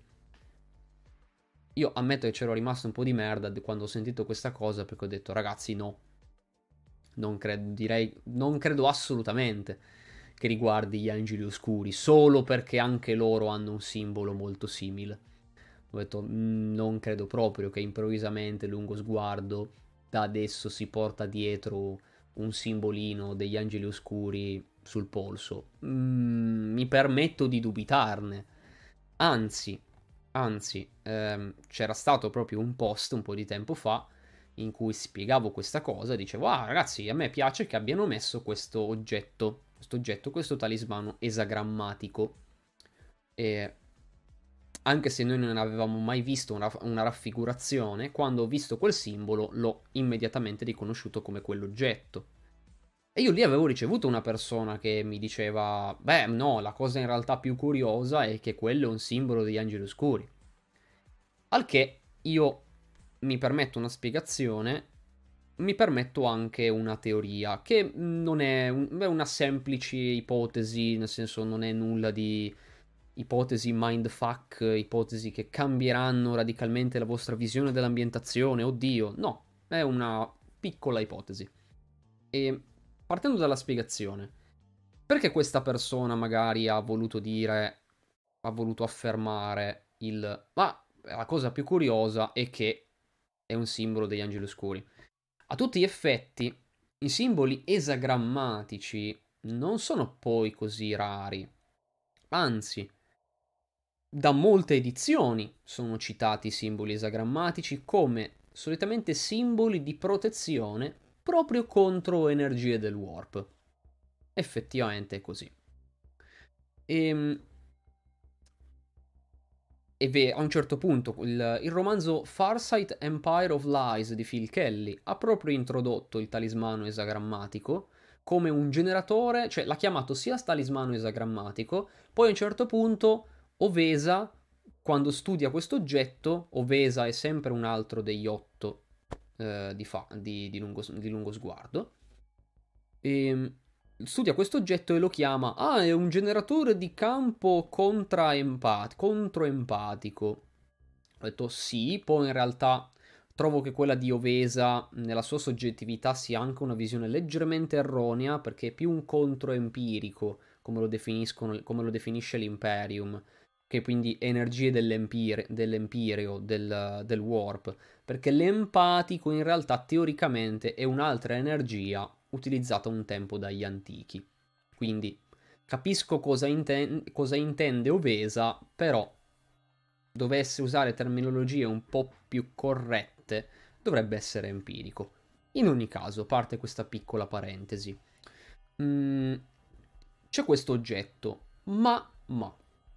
Io ammetto che c'ero rimasto un po' di merda quando ho sentito questa cosa perché ho detto, ragazzi, no, non credo, direi, non credo assolutamente che riguardi gli angeli oscuri, solo perché anche loro hanno un simbolo molto simile. Ho detto, "Mm, non credo proprio che improvvisamente Lungo Sguardo da adesso si porta dietro un simbolino degli angeli oscuri sul polso. Mm, mi permetto di dubitarne. Anzi, anzi, ehm, c'era stato proprio un post un po' di tempo fa in cui spiegavo questa cosa, dicevo, ah ragazzi, a me piace che abbiano messo questo oggetto, questo oggetto, questo talismano esagrammatico. E anche se noi non avevamo mai visto una, una raffigurazione, quando ho visto quel simbolo l'ho immediatamente riconosciuto come quell'oggetto. E io lì avevo ricevuto una persona che mi diceva, beh no, la cosa in realtà più curiosa è che quello è un simbolo degli angeli oscuri. Al che io mi permetto una spiegazione, mi permetto anche una teoria, che non è, un- è una semplice ipotesi, nel senso non è nulla di ipotesi mindfuck, ipotesi che cambieranno radicalmente la vostra visione dell'ambientazione, oddio, no, è una piccola ipotesi. E partendo dalla spiegazione, perché questa persona magari ha voluto dire, ha voluto affermare il... Ma la cosa più curiosa è che è un simbolo degli angeli oscuri. A tutti gli effetti, i simboli esagrammatici non sono poi così rari. Anzi, da molte edizioni sono citati i simboli esagrammatici come solitamente simboli di protezione proprio contro energie del warp. Effettivamente è così. E, e ve- a un certo punto il, il romanzo Farsight Empire of Lies di Phil Kelly ha proprio introdotto il talismano esagrammatico come un generatore, cioè l'ha chiamato sia talismano esagrammatico, poi a un certo punto Ovesa, quando studia questo oggetto, Ovesa è sempre un altro degli otto eh, di, fa- di, di lungo, di lungo sguardo, e studia questo oggetto e lo chiama, ah, è un generatore di campo contra-empat- controempatico. Ho detto sì, poi in realtà trovo che quella di Ovesa, nella sua soggettività, sia anche una visione leggermente erronea, perché è più un controempirico, come lo definiscono, come lo definisce l'Imperium, che quindi energie dell'empire, dell'empireo, del, del warp, perché l'empatico in realtà teoricamente è un'altra energia utilizzata un tempo dagli antichi. Quindi capisco cosa, inten- cosa intende Ovesa, però dovesse usare terminologie un po' più corrette, dovrebbe essere empirico. In ogni caso, parte questa piccola parentesi. Mm, c'è questo oggetto, ma, ma,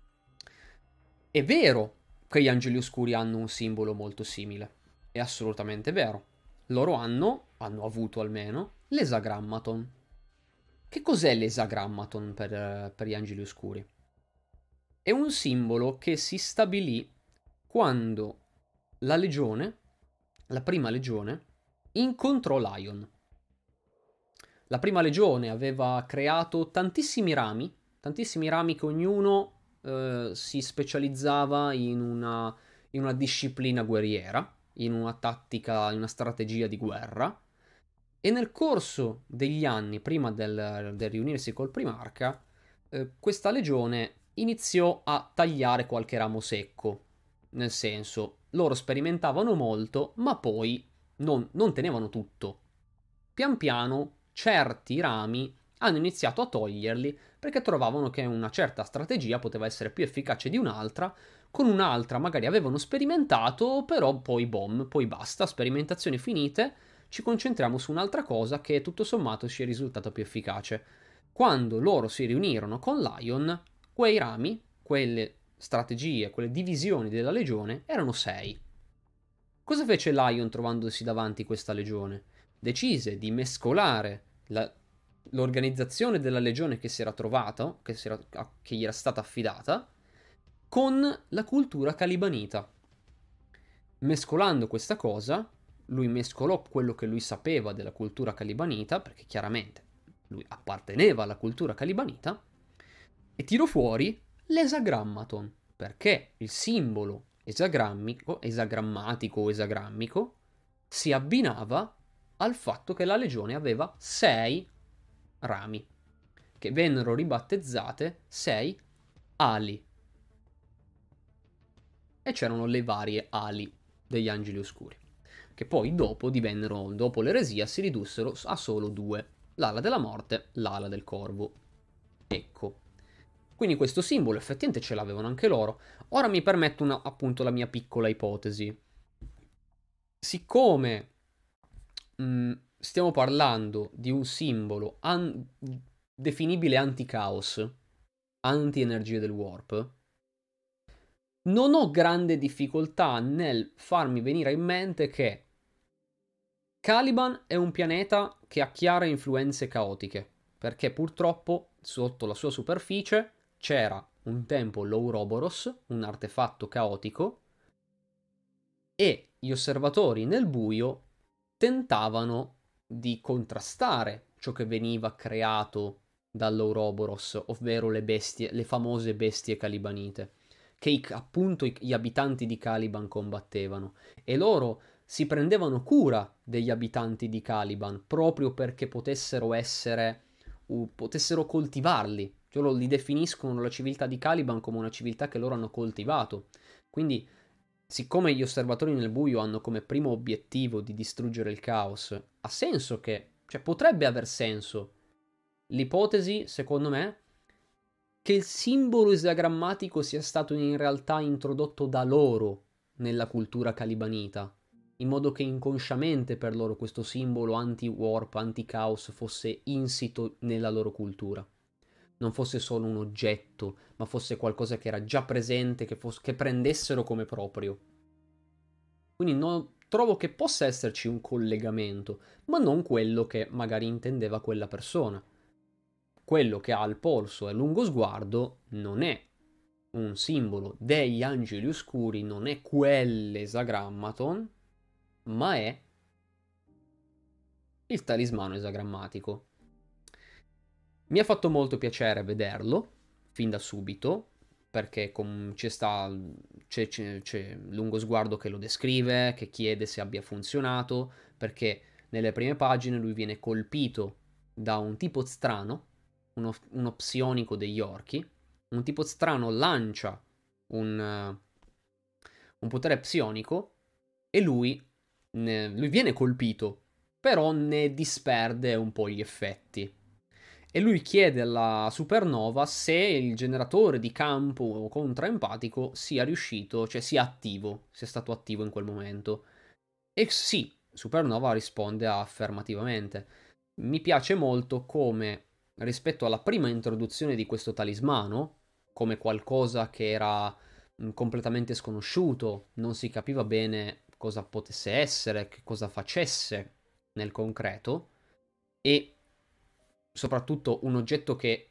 è vero che gli angeli oscuri hanno un simbolo molto simile. È assolutamente vero. Loro hanno, hanno avuto almeno, l'esagrammaton. Che cos'è l'esagrammaton per, per gli angeli oscuri? È un simbolo che si stabilì quando la legione, la prima legione, incontrò Lion. La prima legione aveva creato tantissimi rami, tantissimi rami che ognuno eh, si specializzava in una, in una disciplina guerriera, in una tattica, in una strategia di guerra. E nel corso degli anni, prima del, del riunirsi col primarca, eh, questa legione iniziò a tagliare qualche ramo secco. Nel senso, loro sperimentavano molto, ma poi non, non tenevano tutto. Pian piano, certi rami hanno iniziato a toglierli perché trovavano che una certa strategia poteva essere più efficace di un'altra. Con un'altra magari avevano sperimentato, però poi bom, poi basta, sperimentazioni finite, ci concentriamo su un'altra cosa che tutto sommato ci è risultata più efficace. Quando loro si riunirono con Lion, quei rami, quelle strategie, quelle divisioni della legione erano sei. Cosa fece Lion trovandosi davanti questa legione? Decise di mescolare la- l'organizzazione della legione che si era trovata, che, si era- che gli era stata affidata, con la cultura calibanita. Mescolando questa cosa, lui mescolò quello che lui sapeva della cultura calibanita, perché chiaramente lui apparteneva alla cultura calibanita, e tirò fuori l'esagrammaton, perché il simbolo esagrammico, esagrammatico o esagrammico si abbinava al fatto che la legione aveva sei rami, che vennero ribattezzate sei ali. E c'erano le varie ali degli angeli oscuri, che poi dopo divennero, dopo l'eresia, si ridussero a solo due, l'ala della morte, l'ala del corvo. Ecco. Quindi questo simbolo effettivamente ce l'avevano anche loro. Ora mi permetto una, appunto la mia piccola ipotesi. Siccome mh, stiamo parlando di un simbolo an- definibile anti-caos, anti-energie del warp, non ho grande difficoltà nel farmi venire in mente che Caliban è un pianeta che ha chiare influenze caotiche, perché purtroppo sotto la sua superficie c'era un tempo l'Ouroboros, un artefatto caotico, e gli osservatori nel buio tentavano di contrastare ciò che veniva creato dall'Ouroboros, ovvero le bestie, le famose bestie calibanite, che i- appunto gli abitanti di Caliban combattevano, e loro si prendevano cura degli abitanti di Caliban proprio perché potessero essere, uh, potessero coltivarli. Cioè loro li definiscono la civiltà di Caliban come una civiltà che loro hanno coltivato. Quindi, siccome gli osservatori nel buio hanno come primo obiettivo di distruggere il caos, ha senso che, cioè potrebbe aver senso. L'ipotesi, secondo me, che il simbolo esagrammatico sia stato in realtà introdotto da loro nella cultura calibanita, in modo che inconsciamente per loro questo simbolo anti-warp, anti-caos fosse insito nella loro cultura. Non fosse solo un oggetto, ma fosse qualcosa che era già presente, che, fosse, che prendessero come proprio. Quindi no, trovo che possa esserci un collegamento, ma non quello che magari intendeva quella persona. Quello che ha al polso e lungo sguardo non è un simbolo degli angeli oscuri, non è quell'esagrammaton, ma è il talismano esagrammatico. Mi ha fatto molto piacere vederlo, fin da subito, perché com- c'è, sta, c'è, c'è, c'è lungo sguardo che lo descrive, che chiede se abbia funzionato, perché nelle prime pagine lui viene colpito da un tipo strano, uno, uno psionico degli orchi, un tipo strano lancia un, uh, un potere psionico e lui, ne, lui viene colpito, però ne disperde un po' gli effetti. E lui chiede alla supernova se il generatore di campo contraempatico sia riuscito, cioè sia attivo, sia stato attivo in quel momento. E sì, supernova risponde affermativamente. Mi piace molto come, rispetto alla prima introduzione di questo talismano, come qualcosa che era mh, completamente sconosciuto, non si capiva bene cosa potesse essere, che cosa facesse nel concreto, e soprattutto un oggetto che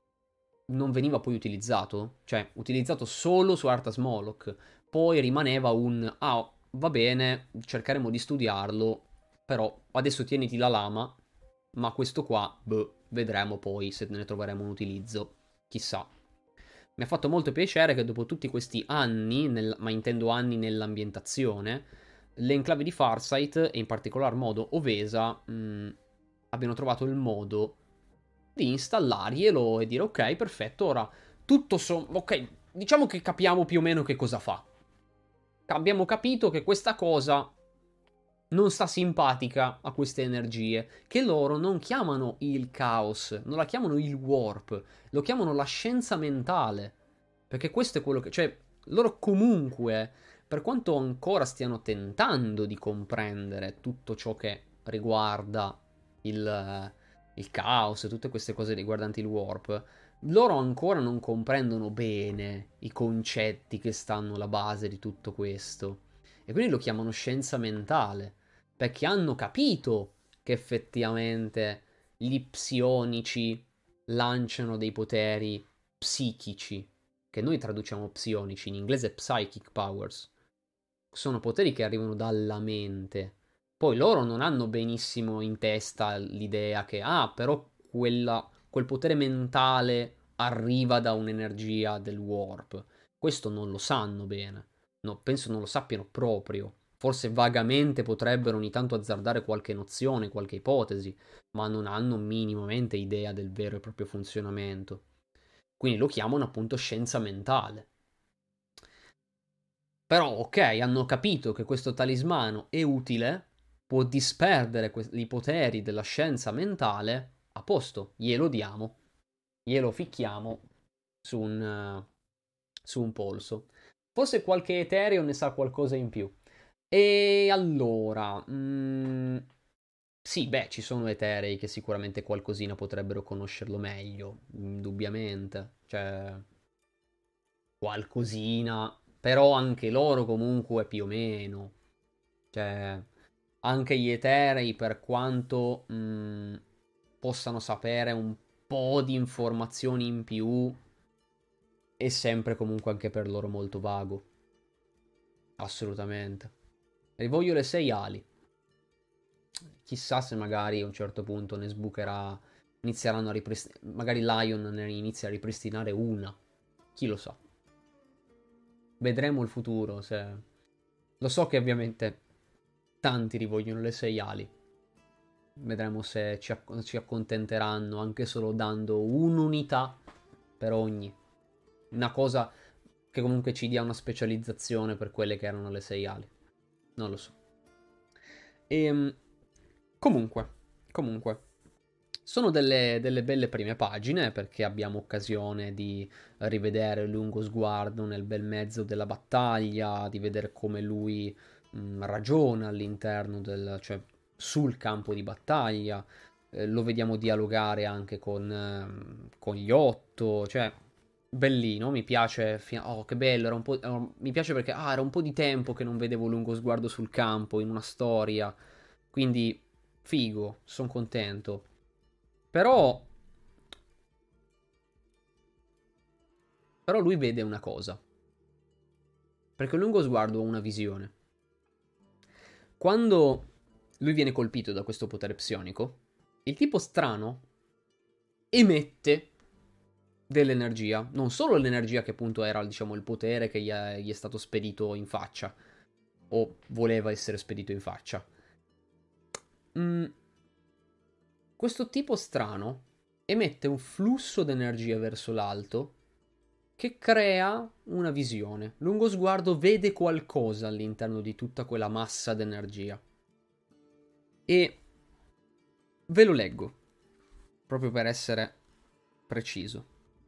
non veniva poi utilizzato, cioè utilizzato solo su Arthas Moloch, poi rimaneva un ah, va bene, cercheremo di studiarlo, però adesso tieniti la lama, ma questo qua, boh, vedremo poi se ne troveremo un utilizzo, chissà. Mi ha fatto molto piacere che dopo tutti questi anni, nel, ma intendo anni nell'ambientazione, le enclavi di Farsight, e in particolar modo Ovesa, mh, abbiano trovato il modo di installarglielo e dire ok, perfetto, ora tutto so... ok, diciamo che capiamo più o meno che cosa fa. Abbiamo capito che questa cosa non sta simpatica a queste energie, che loro non chiamano il caos, non la chiamano il warp, lo chiamano la scienza mentale. Perché questo è quello che... cioè, loro comunque, per quanto ancora stiano tentando di comprendere tutto ciò che riguarda il, il caos e tutte queste cose riguardanti il warp, loro ancora non comprendono bene i concetti che stanno alla base di tutto questo. E quindi lo chiamano scienza mentale, perché hanno capito che effettivamente gli psionici lanciano dei poteri psichici, che noi traduciamo psionici, in inglese psychic powers. Sono poteri che arrivano dalla mente. Poi loro non hanno benissimo in testa l'idea che, ah, però quella, quel potere mentale arriva da un'energia del warp. Questo non lo sanno bene. No, penso non lo sappiano proprio. Forse vagamente potrebbero ogni tanto azzardare qualche nozione, qualche ipotesi, ma non hanno minimamente idea del vero e proprio funzionamento. Quindi lo chiamano appunto scienza mentale. Però, ok, hanno capito che questo talismano è utile, può disperdere que- i poteri della scienza mentale, a posto, glielo diamo, glielo ficchiamo su un, eh, su un polso. Forse qualche etereo ne sa qualcosa in più. E allora, mm, sì, beh, ci sono eterei che sicuramente qualcosina potrebbero conoscerlo meglio, indubbiamente. Cioè, qualcosina, però anche loro comunque più o meno. Cioè, anche gli eterei, per quanto mh, possano sapere un po' di informazioni in più, è sempre comunque anche per loro molto vago. Assolutamente. Rivoglio le sei ali. Chissà se magari a un certo punto ne sbucherà, inizieranno a ripristinare, magari Lion ne inizia a ripristinare una. Chi lo sa. Vedremo il futuro se... Lo so che ovviamente tanti rivogliono le sei ali. Vedremo se ci, acc- ci accontenteranno anche solo dando un'unità per ogni. Una cosa che comunque ci dia una specializzazione per quelle che erano le sei ali. Non lo so. E comunque, comunque, sono delle, delle belle prime pagine perché abbiamo occasione di rivedere lungo sguardo nel bel mezzo della battaglia, di vedere come lui mh, ragiona all'interno del, cioè sul campo di battaglia. Eh, lo vediamo dialogare anche con, ehm, con gli otto, cioè bellino, mi piace. fi- Oh, che bello, era un po', era- mi piace perché ah, era un po' di tempo che non vedevo Lungo Sguardo sul campo in una storia. Quindi, figo, sono contento. Però, però lui vede una cosa. Perché Lungo Sguardo ha una visione. Quando lui viene colpito da questo potere psionico, il tipo strano emette dell'energia. Non solo l'energia che appunto era, diciamo, il potere che gli è, gli è stato spedito in faccia. O voleva essere spedito in faccia. Mm, questo tipo strano emette un flusso d'energia verso l'alto che crea una visione. Lungo Sguardo vede qualcosa all'interno di tutta quella massa d'energia. E ve lo leggo, proprio per essere preciso.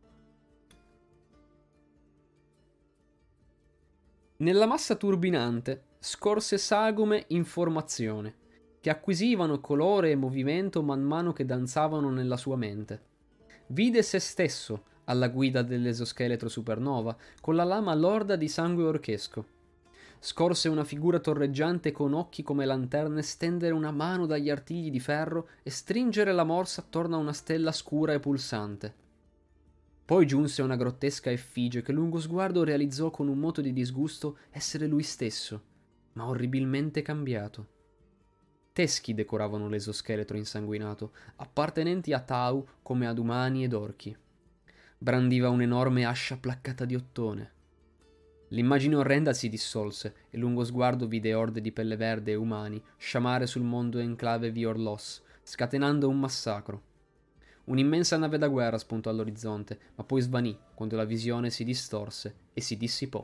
Nella massa turbinante scorse sagome in formazione, che acquisivano colore e movimento man mano che danzavano nella sua mente. Vide se stesso alla guida dell'esoscheletro supernova, con la lama lorda di sangue orchesco. Scorse una figura torreggiante con occhi come lanterne stendere una mano dagli artigli di ferro e stringere la morsa attorno a una stella scura e pulsante. Poi giunse una grottesca effigie che lungo sguardo realizzò con un moto di disgusto essere lui stesso, ma orribilmente cambiato. Teschi decoravano l'esoscheletro insanguinato, appartenenti a Tau come ad umani ed orchi. Brandiva un'enorme ascia placcata di ottone. L'immagine orrenda si dissolse e lungo sguardo vide orde di pelle verde e umani sciamare sul mondo enclave Viorlos, scatenando un massacro. Un'immensa nave da guerra spuntò all'orizzonte, ma poi svanì quando la visione si distorse e si dissipò.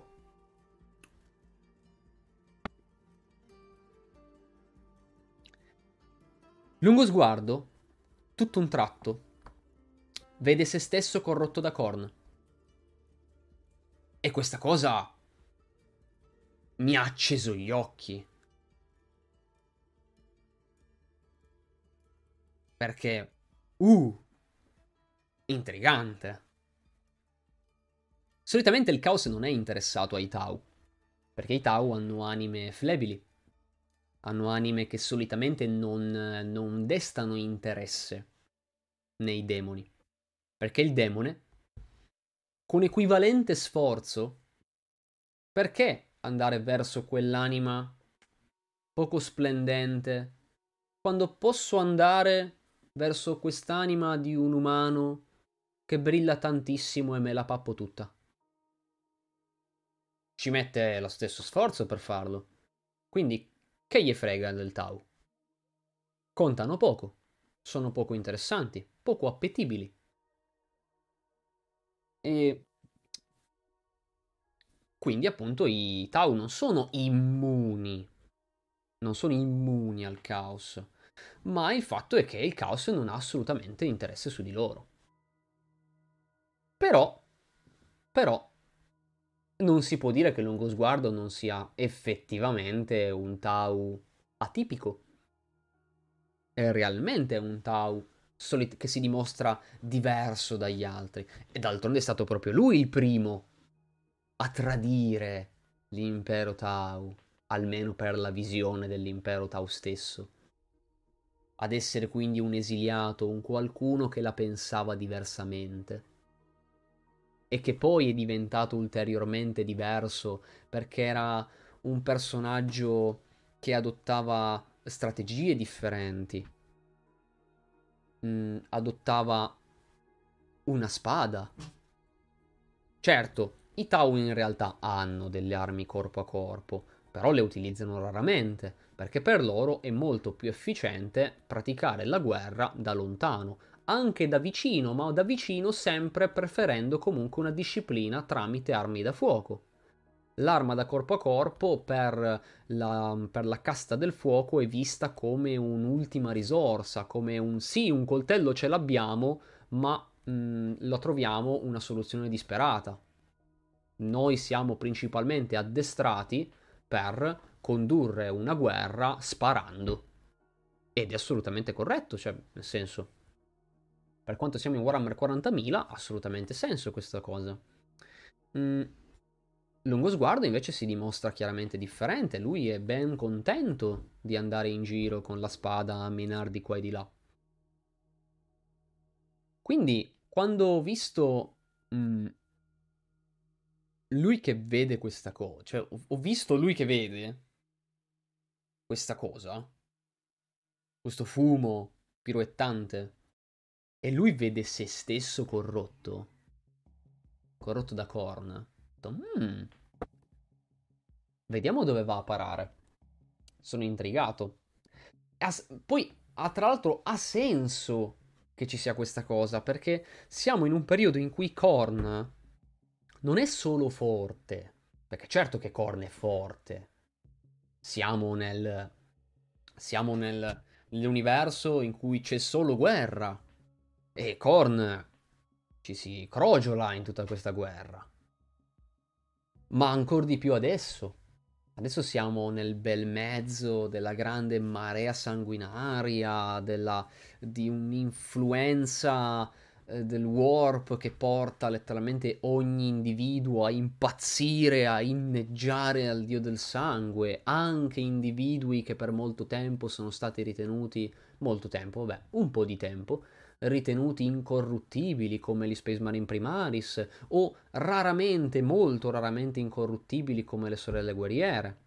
Lungo sguardo, tutto un tratto, vede se stesso corrotto da Korn. E questa cosa mi ha acceso gli occhi. Perché, uh, intrigante. Solitamente il caos non è interessato ai Tau, perché i Tau hanno anime flebili, hanno anime che solitamente non, non destano interesse nei demoni, perché il demone, con equivalente sforzo, perché andare verso quell'anima poco splendente, quando posso andare verso quest'anima di un umano che brilla tantissimo e me la pappo tutta? Ci mette lo stesso sforzo per farlo. Quindi, che gli frega del Tau? Contano poco, sono poco interessanti, poco appetibili. E quindi, appunto, i Tau non sono immuni, non sono immuni al caos, ma il fatto è che il caos non ha assolutamente interesse su di loro. Però, però, non si può dire che Lungo Sguardo non sia effettivamente un Tau atipico. È realmente un Tau solit- che si dimostra diverso dagli altri. E d'altronde è stato proprio lui il primo a tradire l'impero Tau, almeno per la visione dell'impero Tau stesso. Ad essere quindi un esiliato, un qualcuno che la pensava diversamente. E che poi è diventato ulteriormente diverso perché era un personaggio che adottava strategie differenti, mm, adottava una spada. Certo, i Tau in realtà hanno delle armi corpo a corpo, però le utilizzano raramente, perché per loro è molto più efficiente praticare la guerra da lontano, anche da vicino, ma da vicino sempre preferendo comunque una disciplina tramite armi da fuoco. L'arma da corpo a corpo per la, per la casta del fuoco è vista come un'ultima risorsa, come un sì, un coltello ce l'abbiamo, ma mh, lo troviamo una soluzione disperata. Noi siamo principalmente addestrati per condurre una guerra sparando. Ed è assolutamente corretto, cioè, nel senso, Per quanto siamo in Warhammer quarantamila, assolutamente senso questa cosa. Mm. Lungo Sguardo invece si dimostra chiaramente differente. Lui è ben contento di andare in giro con la spada a menare di qua e di là. Quindi, quando ho visto mm, lui che vede questa cosa, cioè ho, ho visto lui che vede questa cosa, questo fumo piroettante, e lui vede se stesso corrotto, corrotto da Korn. Ho detto, "Mm, vediamo dove va a parare. Sono intrigato. Ha s- poi, ha, tra l'altro, ha senso che ci sia questa cosa, perché siamo in un periodo in cui Korn non è solo forte, perché certo che Korn è forte. Siamo nel... Siamo nel, nell'universo in cui c'è solo guerra. E Korn ci si crogiola in tutta questa guerra. Ma ancora di più adesso. Adesso siamo nel bel mezzo della grande marea sanguinaria, della, di un'influenza eh, del warp che porta letteralmente ogni individuo a impazzire, a inneggiare al dio del sangue, anche individui che per molto tempo sono stati ritenuti, molto tempo, vabbè, un po' di tempo, ritenuti incorruttibili come gli Space Marine Primaris o raramente, molto raramente incorruttibili come le sorelle guerriere.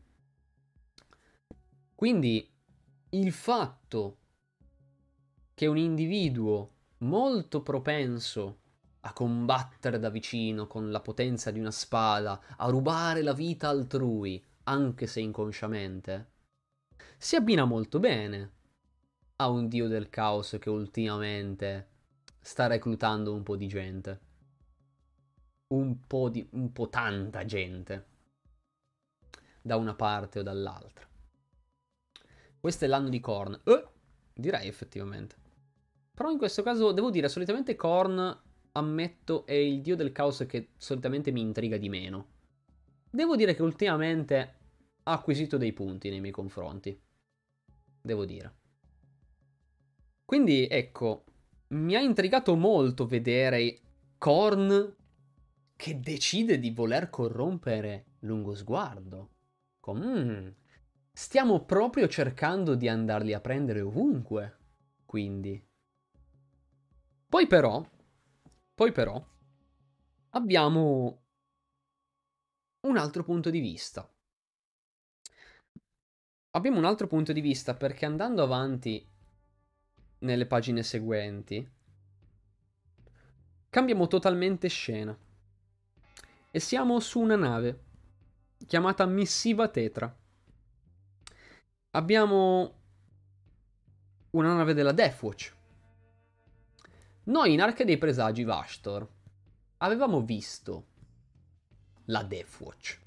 Quindi il fatto che un individuo molto propenso a combattere da vicino con la potenza di una spada, a rubare la vita altrui, anche se inconsciamente, si abbina molto bene a un dio del caos che ultimamente sta reclutando un po' di gente. Un po' di... un po' tanta gente. Da una parte o dall'altra. Questo è l'anno di Korn. Eh, direi effettivamente. Però in questo caso devo dire, solitamente Korn, ammetto, è il dio del caos che solitamente mi intriga di meno. Devo dire che ultimamente ha acquisito dei punti nei miei confronti. Devo dire. Quindi, ecco, mi ha intrigato molto vedere Korn che decide di voler corrompere Lungo Sguardo. Com- mm, stiamo proprio cercando di andarli a prendere ovunque. Quindi. Poi però, poi però, abbiamo un altro punto di vista. Abbiamo un altro punto di vista perché andando avanti nelle pagine seguenti, cambiamo totalmente scena. E siamo su una nave chiamata Missiva Tetra. Abbiamo una nave della Deathwatch. Noi in Arca dei Presagi Vashtor avevamo visto la Deathwatch.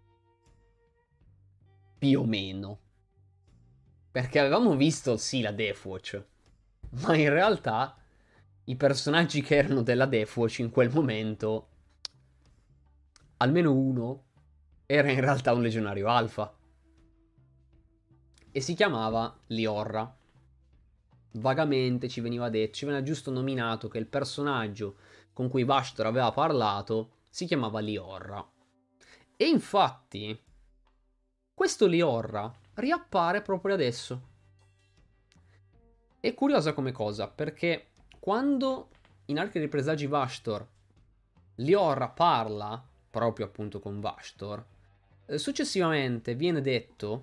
Più o meno. Perché avevamo visto, sì, la Deathwatch. Ma in realtà i personaggi che erano della Deathwatch in quel momento, almeno uno, era in realtà un legionario alfa. E si chiamava Liorra. Vagamente ci veniva detto, ci veniva giusto nominato che il personaggio con cui Vashtor aveva parlato si chiamava Liorra. E infatti, questo Liorra riappare proprio adesso. È curiosa come cosa, perché quando in Arca dei Presagi Vashtor Liorra parla proprio appunto con Vashtor, eh, successivamente viene detto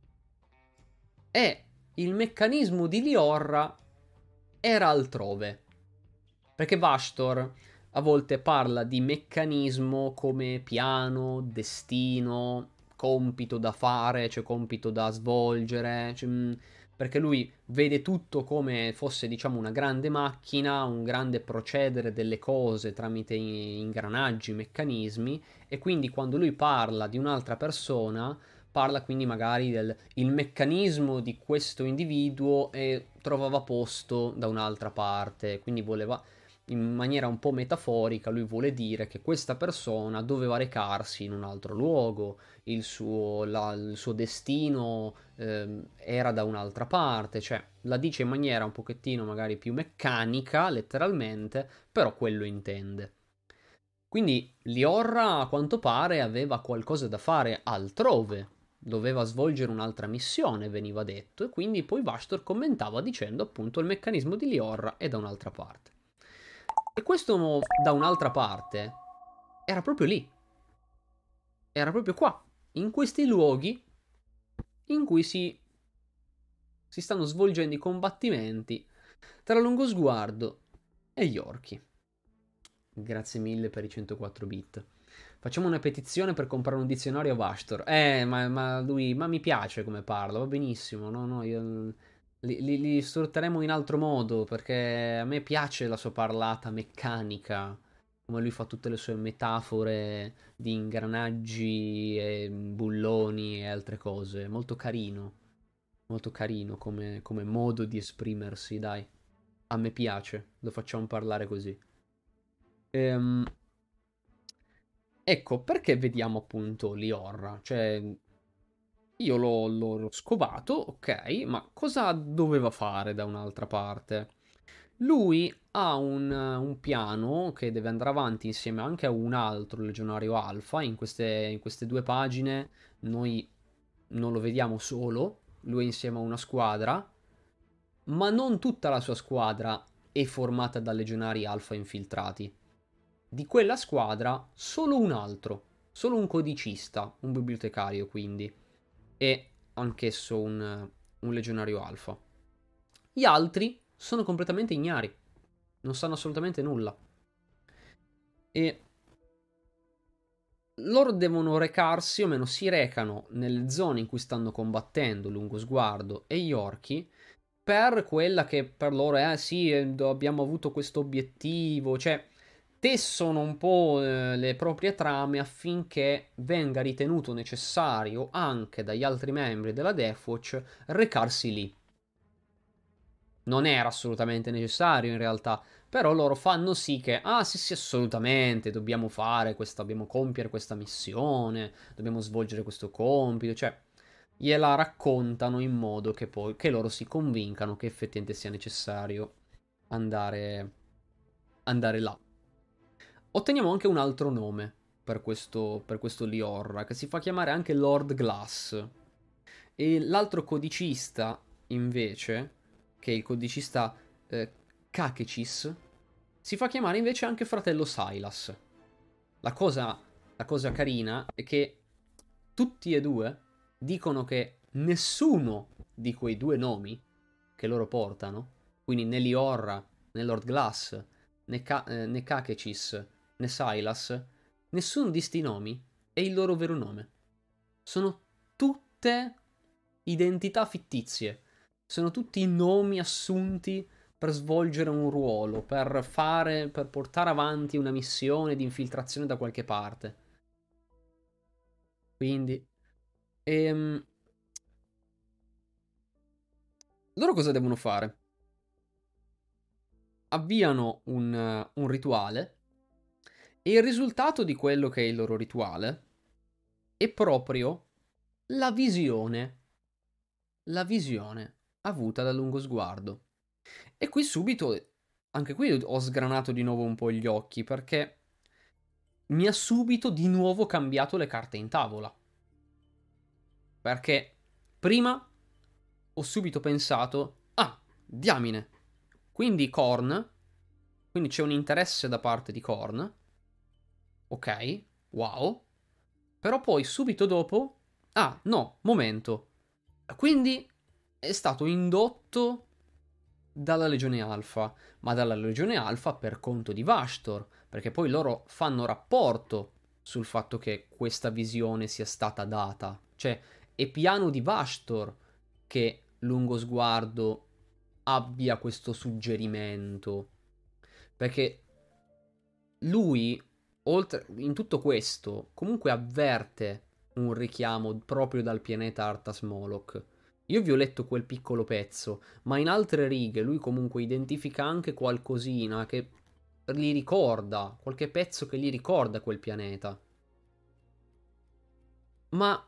e il meccanismo di Liorra era altrove. Perché Vashtor a volte parla di meccanismo come piano, destino, compito da fare, cioè compito da svolgere, cioè, mh, perché lui vede tutto come fosse, diciamo, una grande macchina, un grande procedere delle cose tramite ingranaggi, meccanismi, e quindi quando lui parla di un'altra persona, parla quindi magari del il meccanismo di questo individuo e trovava posto da un'altra parte, quindi voleva in maniera un po' metaforica lui vuole dire che questa persona doveva recarsi in un altro luogo, il suo, la- il suo destino ehm, era da un'altra parte, cioè la dice in maniera un pochettino magari più meccanica, letteralmente, però quello intende. Quindi Liorra a quanto pare aveva qualcosa da fare altrove, doveva svolgere un'altra missione, veniva detto, e quindi poi Vastor commentava dicendo appunto il meccanismo di Liorra è da un'altra parte. E questo da un'altra parte era proprio lì, era proprio qua, in questi luoghi in cui si, si stanno svolgendo i combattimenti tra Lungosguardo e gli orchi. Grazie mille per i centoquattro bit. Facciamo una petizione per comprare un dizionario a Vastor. Eh, ma, ma lui, ma mi piace come parla, va benissimo. No, no, io, li, li, li sfrutteremo in altro modo perché a me piace la sua parlata meccanica. Come lui fa tutte le sue metafore di ingranaggi e bulloni e altre cose. Molto carino. Molto carino come, come modo di esprimersi, dai. A me piace, lo facciamo parlare così. Ehm, ecco, perché vediamo appunto Liorra? Cioè, io l'ho, l'ho- l'ho scovato, ok, ma cosa doveva fare da un'altra parte? Lui ha un, un piano che deve andare avanti insieme anche a un altro legionario alfa. In queste, in queste due pagine noi non lo vediamo solo, lui è insieme a una squadra, ma non tutta la sua squadra è formata da legionari alfa infiltrati. Di quella squadra solo un altro, solo un codicista, un bibliotecario quindi, e anch'esso un, un legionario alfa. Gli altri sono completamente ignari, non sanno assolutamente nulla. E loro devono recarsi, o meno si recano, nelle zone in cui stanno combattendo Lungosguardo e gli orchi, per quella che per loro è, eh, sì, eh, abbiamo avuto questo obiettivo, cioè tessono un po' eh, le proprie trame affinché venga ritenuto necessario anche dagli altri membri della Deathwatch recarsi lì. Non era assolutamente necessario in realtà, però loro fanno sì che, ah sì sì assolutamente, dobbiamo fare questa, dobbiamo compiere questa missione, dobbiamo svolgere questo compito, cioè gliela raccontano in modo che poi che loro si convincano che effettivamente sia necessario andare, andare là. Otteniamo anche un altro nome per questo, per questo Liorra, che si fa chiamare anche Lord Glass. E l'altro codicista, invece, che è il codicista eh, Kakecis, si fa chiamare invece anche fratello Silas. La cosa, la cosa carina è che tutti e due dicono che nessuno di quei due nomi che loro portano, quindi né Liorra, né Lord Glass, né, Ka- eh, né Kakecis, né Silas, nessuno di sti nomi è il loro vero nome. Sono tutte identità fittizie. Sono tutti nomi assunti per svolgere un ruolo, per fare, per portare avanti una missione di infiltrazione da qualche parte. Quindi, ehm, loro cosa devono fare? Avviano un, un rituale e il risultato di quello che è il loro rituale è proprio la visione, la visione avuta da Lungosguardo. E qui subito, anche qui ho sgranato di nuovo un po' gli occhi perché mi ha subito di nuovo cambiato le carte in tavola. Perché prima ho subito pensato, ah, diamine. Quindi Korn, quindi c'è un interesse da parte di Korn. Ok, wow. Però poi subito dopo, ah, no, momento. Quindi è stato indotto dalla Legione Alfa, ma dalla Legione Alfa per conto di Vastor, perché poi loro fanno rapporto sul fatto che questa visione sia stata data. Cioè, è piano di Vastor che Lungosguardo abbia questo suggerimento. Perché lui, oltre in tutto questo, comunque avverte un richiamo proprio dal pianeta Arthas Moloch. Io vi ho letto quel piccolo pezzo, ma in altre righe lui comunque identifica anche qualcosina che gli ricorda, qualche pezzo che gli ricorda quel pianeta. Ma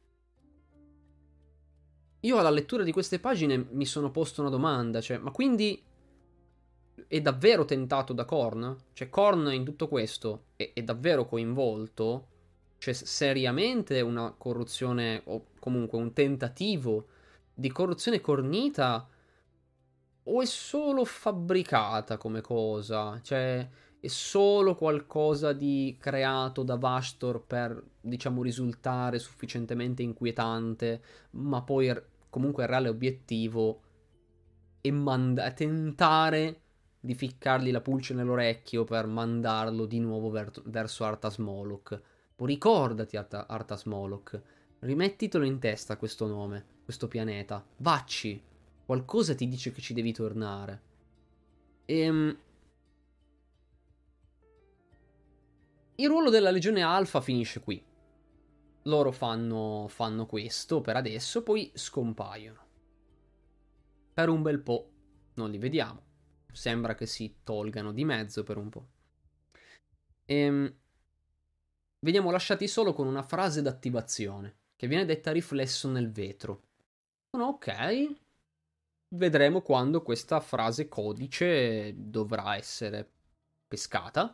io alla lettura di queste pagine mi sono posto una domanda, cioè, ma quindi è davvero tentato da Korn? Cioè, Korn in tutto questo è, è davvero coinvolto? C'è seriamente una corruzione o comunque un tentativo di corruzione cornita o è solo fabbricata come cosa? Cioè, è solo qualcosa di creato da Vastor per, diciamo, risultare sufficientemente inquietante, ma poi r- comunque il reale obiettivo è mand- tentare di ficcargli la pulce nell'orecchio per mandarlo di nuovo ver- verso Arthas Moloch. Poi ricordati Arta- Arthas Moloch, rimettitelo in testa questo nome, questo pianeta. Vacci, qualcosa ti dice che ci devi tornare. Ehm, il ruolo della Legione Alfa finisce qui. Loro fanno, fanno questo per adesso, poi scompaiono. Per un bel po' non li vediamo. Sembra che si tolgano di mezzo per un po'. Ehm, veniamo lasciati solo con una frase d'attivazione, che viene detta riflesso nel vetro. Ok, vedremo quando questa frase codice dovrà essere pescata.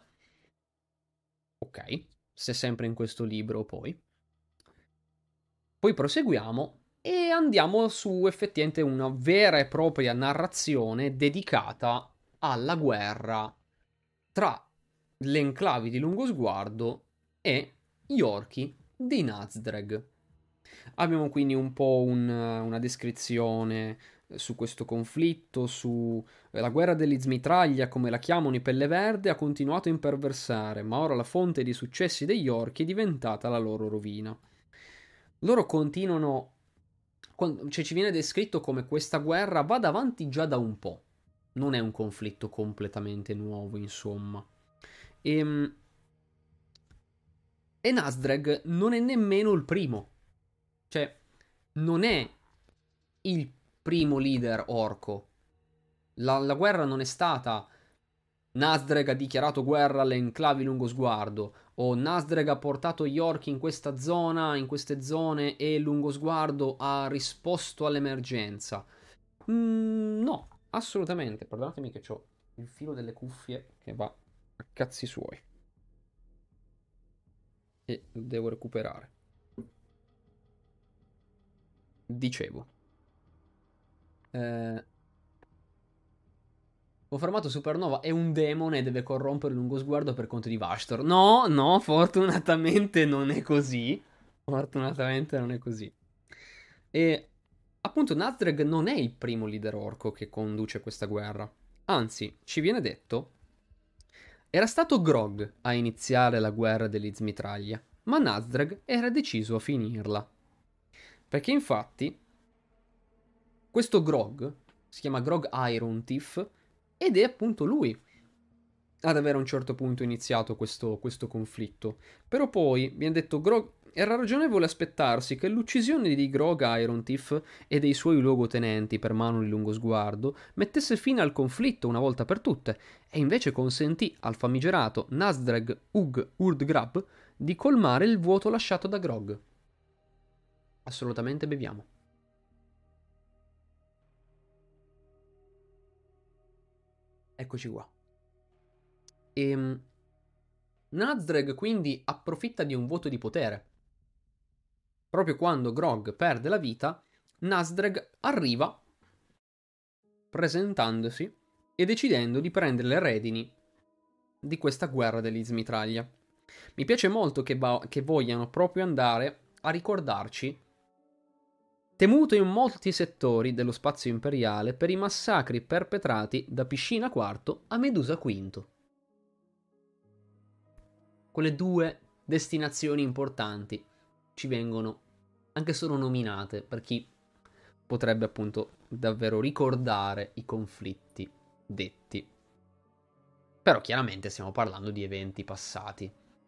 Ok, se sempre in questo libro poi. Poi proseguiamo e andiamo su effettivamente una vera e propria narrazione dedicata alla guerra tra le enclavi di Lungo Sguardo e gli orchi di Nazdreg. Abbiamo quindi un po' un, una descrizione su questo conflitto, su la guerra dell'Izmitraglia, come la chiamano i Pelle Verde, ha continuato a imperversare, ma ora la fonte dei successi degli orchi è diventata la loro rovina. Loro continuano, cioè ci viene descritto come questa guerra vada avanti già da un po'. Non è un conflitto completamente nuovo, insomma. E, e Nasdreg non è nemmeno il primo. Cioè, non è il primo leader orco. La, la guerra non è stata Nasdreg ha dichiarato guerra alle enclavi lungo sguardo o Nasdreg ha portato gli orchi in questa zona, in queste zone e lungo sguardo ha risposto all'emergenza. Mm, no, assolutamente. Perdonatemi che ho il filo delle cuffie che va a cazzi suoi e devo recuperare. Dicevo, eh, ho fermato Supernova è un demone e deve corrompere lungo sguardo per conto di Vashtor. No, no, fortunatamente non è così. Fortunatamente non è così. E appunto Nazdreg non è il primo leader orco che conduce questa guerra. Anzi, ci viene detto, era stato Grog a iniziare la guerra dell'Izmitraglia, ma Nazdreg era deciso a finirla. Perché infatti questo Grog si chiama Grog Irontiff ed è appunto lui ad avere a un certo punto iniziato questo, questo conflitto. Però poi viene detto Grog era ragionevole aspettarsi che l'uccisione di Grog Irontiff e dei suoi luogotenenti per mano di lungo sguardo mettesse fine al conflitto una volta per tutte e invece consentì al famigerato Nasdreg Ug Urdgrab di colmare il vuoto lasciato da Grog. Assolutamente beviamo. Eccoci qua. E Nazdreg quindi approfitta di un vuoto di potere. Proprio quando Grog perde la vita, Nazdreg arriva presentandosi e decidendo di prendere le redini di questa guerra dell'Izmitraglia. Mi piace molto che, va- che vogliano proprio andare a ricordarci, temuto in molti settori dello spazio imperiale per i massacri perpetrati da Piscina quarto a Medusa quinto. Quelle due destinazioni importanti ci vengono anche solo nominate per chi potrebbe appunto davvero ricordare i conflitti detti. Però chiaramente stiamo parlando di eventi passati.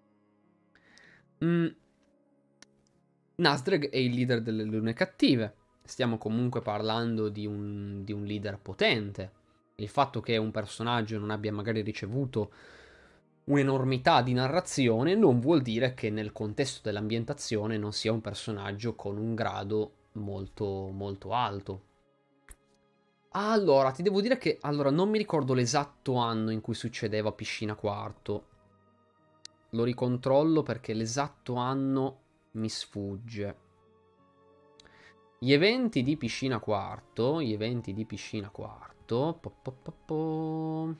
Mm, Nasdreg è il leader delle lune cattive. Stiamo comunque parlando di un, di un leader potente. Il fatto che un personaggio non abbia magari ricevuto un'enormità di narrazione non vuol dire che nel contesto dell'ambientazione non sia un personaggio con un grado molto molto alto. Allora, ti devo dire che allora non mi ricordo l'esatto anno in cui succedeva Piscina Quarto. Lo ricontrollo perché l'esatto anno mi sfugge. Gli eventi di Piscina Quarto, gli eventi di Piscina Quarto, po, po, po, po.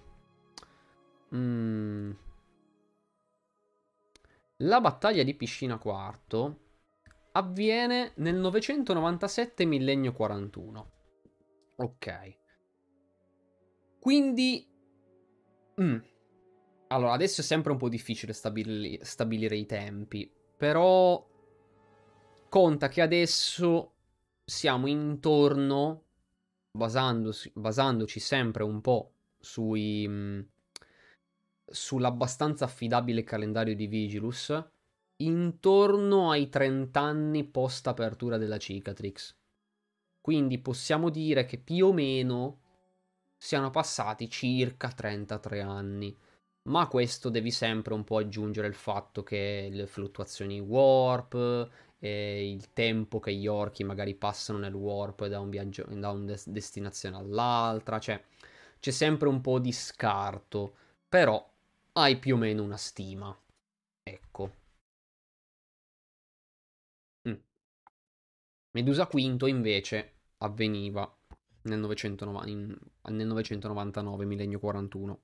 Mm. La battaglia di Piscina Quarto avviene nel novecentonovantasette Millennio quarantuno. Ok. Quindi... mm. Allora, adesso è sempre un po' difficile stabili- stabilire i tempi, però conta che adesso siamo intorno, basandosi- basandoci sempre un po' sui, mh, sull'abbastanza affidabile calendario di Vigilus, intorno ai trenta anni post apertura della Cicatrix. Quindi possiamo dire che più o meno siano passati circa trentatré anni. Ma a questo devi sempre un po' aggiungere il fatto che le fluttuazioni warp, e il tempo che gli orchi magari passano nel warp da un viaggio, da una des- destinazione all'altra, cioè c'è sempre un po' di scarto, però hai più o meno una stima. Ecco. Mm. Medusa V invece avveniva nel, novecentonovantanove, in- nel novecentonovantanove, millennio quarantuno.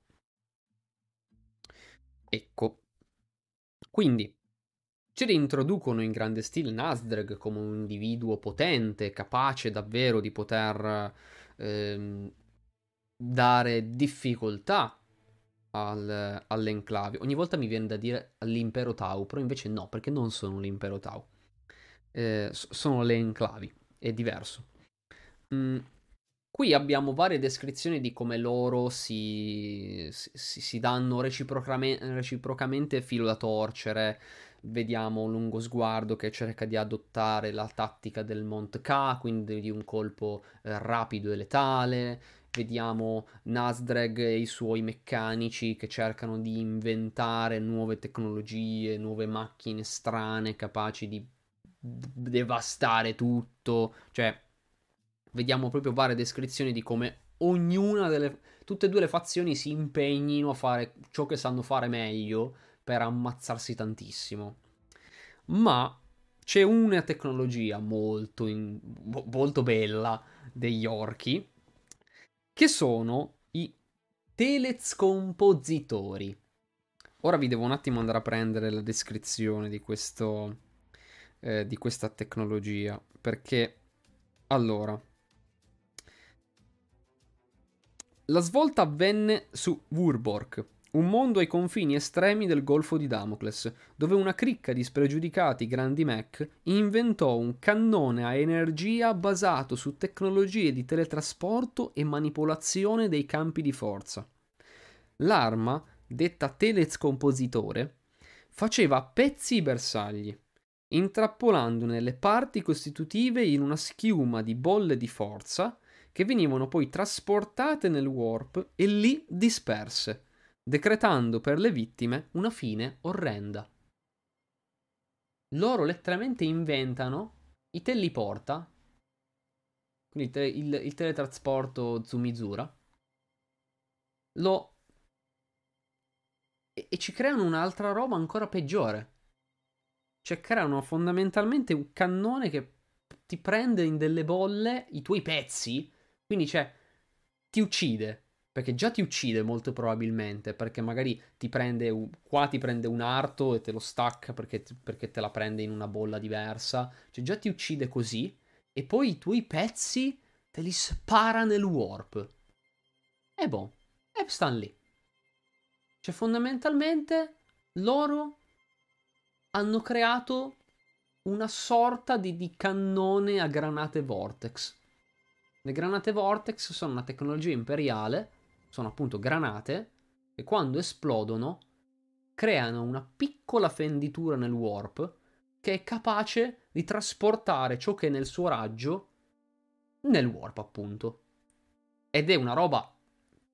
Ecco. Quindi ci reintroducono in grande stile Nasdreg come un individuo potente, capace davvero di poter ehm, dare difficoltà al, all'enclave. Ogni volta mi viene da dire all'impero Tau, però invece no, perché non sono l'impero Tau. Eh, s- sono le enclavi, è diverso. Mm, Qui abbiamo varie descrizioni di come loro si, si, si danno reciprocamente, reciprocamente filo da torcere. Vediamo un lungo sguardo che cerca di adottare la tattica del Mont K, quindi di un colpo eh, rapido e letale. Vediamo Nasdreg e i suoi meccanici che cercano di inventare nuove tecnologie, nuove macchine strane capaci di devastare tutto. Cioè, vediamo proprio varie descrizioni di come ognuna delle... tutte e due le fazioni si impegnino a fare ciò che sanno fare meglio per ammazzarsi tantissimo. Ma c'è una tecnologia molto, in- mo- molto bella degli orchi, che sono i telescompositori. Ora vi devo un attimo andare a prendere la descrizione di questo, eh, di questa tecnologia, perché allora, la svolta avvenne su Wurborg, un mondo ai confini estremi del Golfo di Damocles, dove una cricca di spregiudicati grandi mech inventò un cannone a energia basato su tecnologie di teletrasporto e manipolazione dei campi di forza. L'arma, detta telescompositore, faceva a pezzi i bersagli, intrappolandone le parti costitutive in una schiuma di bolle di forza che venivano poi trasportate nel warp e lì disperse, decretando per le vittime una fine orrenda. Loro letteralmente inventano i teleporta, quindi il, te- il- il teletrasporto Zumizura, lo, e, e ci creano un'altra roba ancora peggiore. Cioè creano fondamentalmente un cannone che ti prende in delle bolle i tuoi pezzi, quindi cioè ti uccide. Perché già ti uccide molto probabilmente, perché magari ti prende, un- qua ti prende un arto e te lo stacca perché, perché te la prende in una bolla diversa. Cioè già ti uccide così, e poi i tuoi pezzi te li spara nel warp. E boh, e stanno lì. Cioè fondamentalmente loro hanno creato una sorta di, di cannone a granate Vortex. Le granate Vortex sono una tecnologia imperiale, sono appunto granate che quando esplodono creano una piccola fenditura nel warp che è capace di trasportare ciò che è nel suo raggio nel warp, appunto. Ed è una roba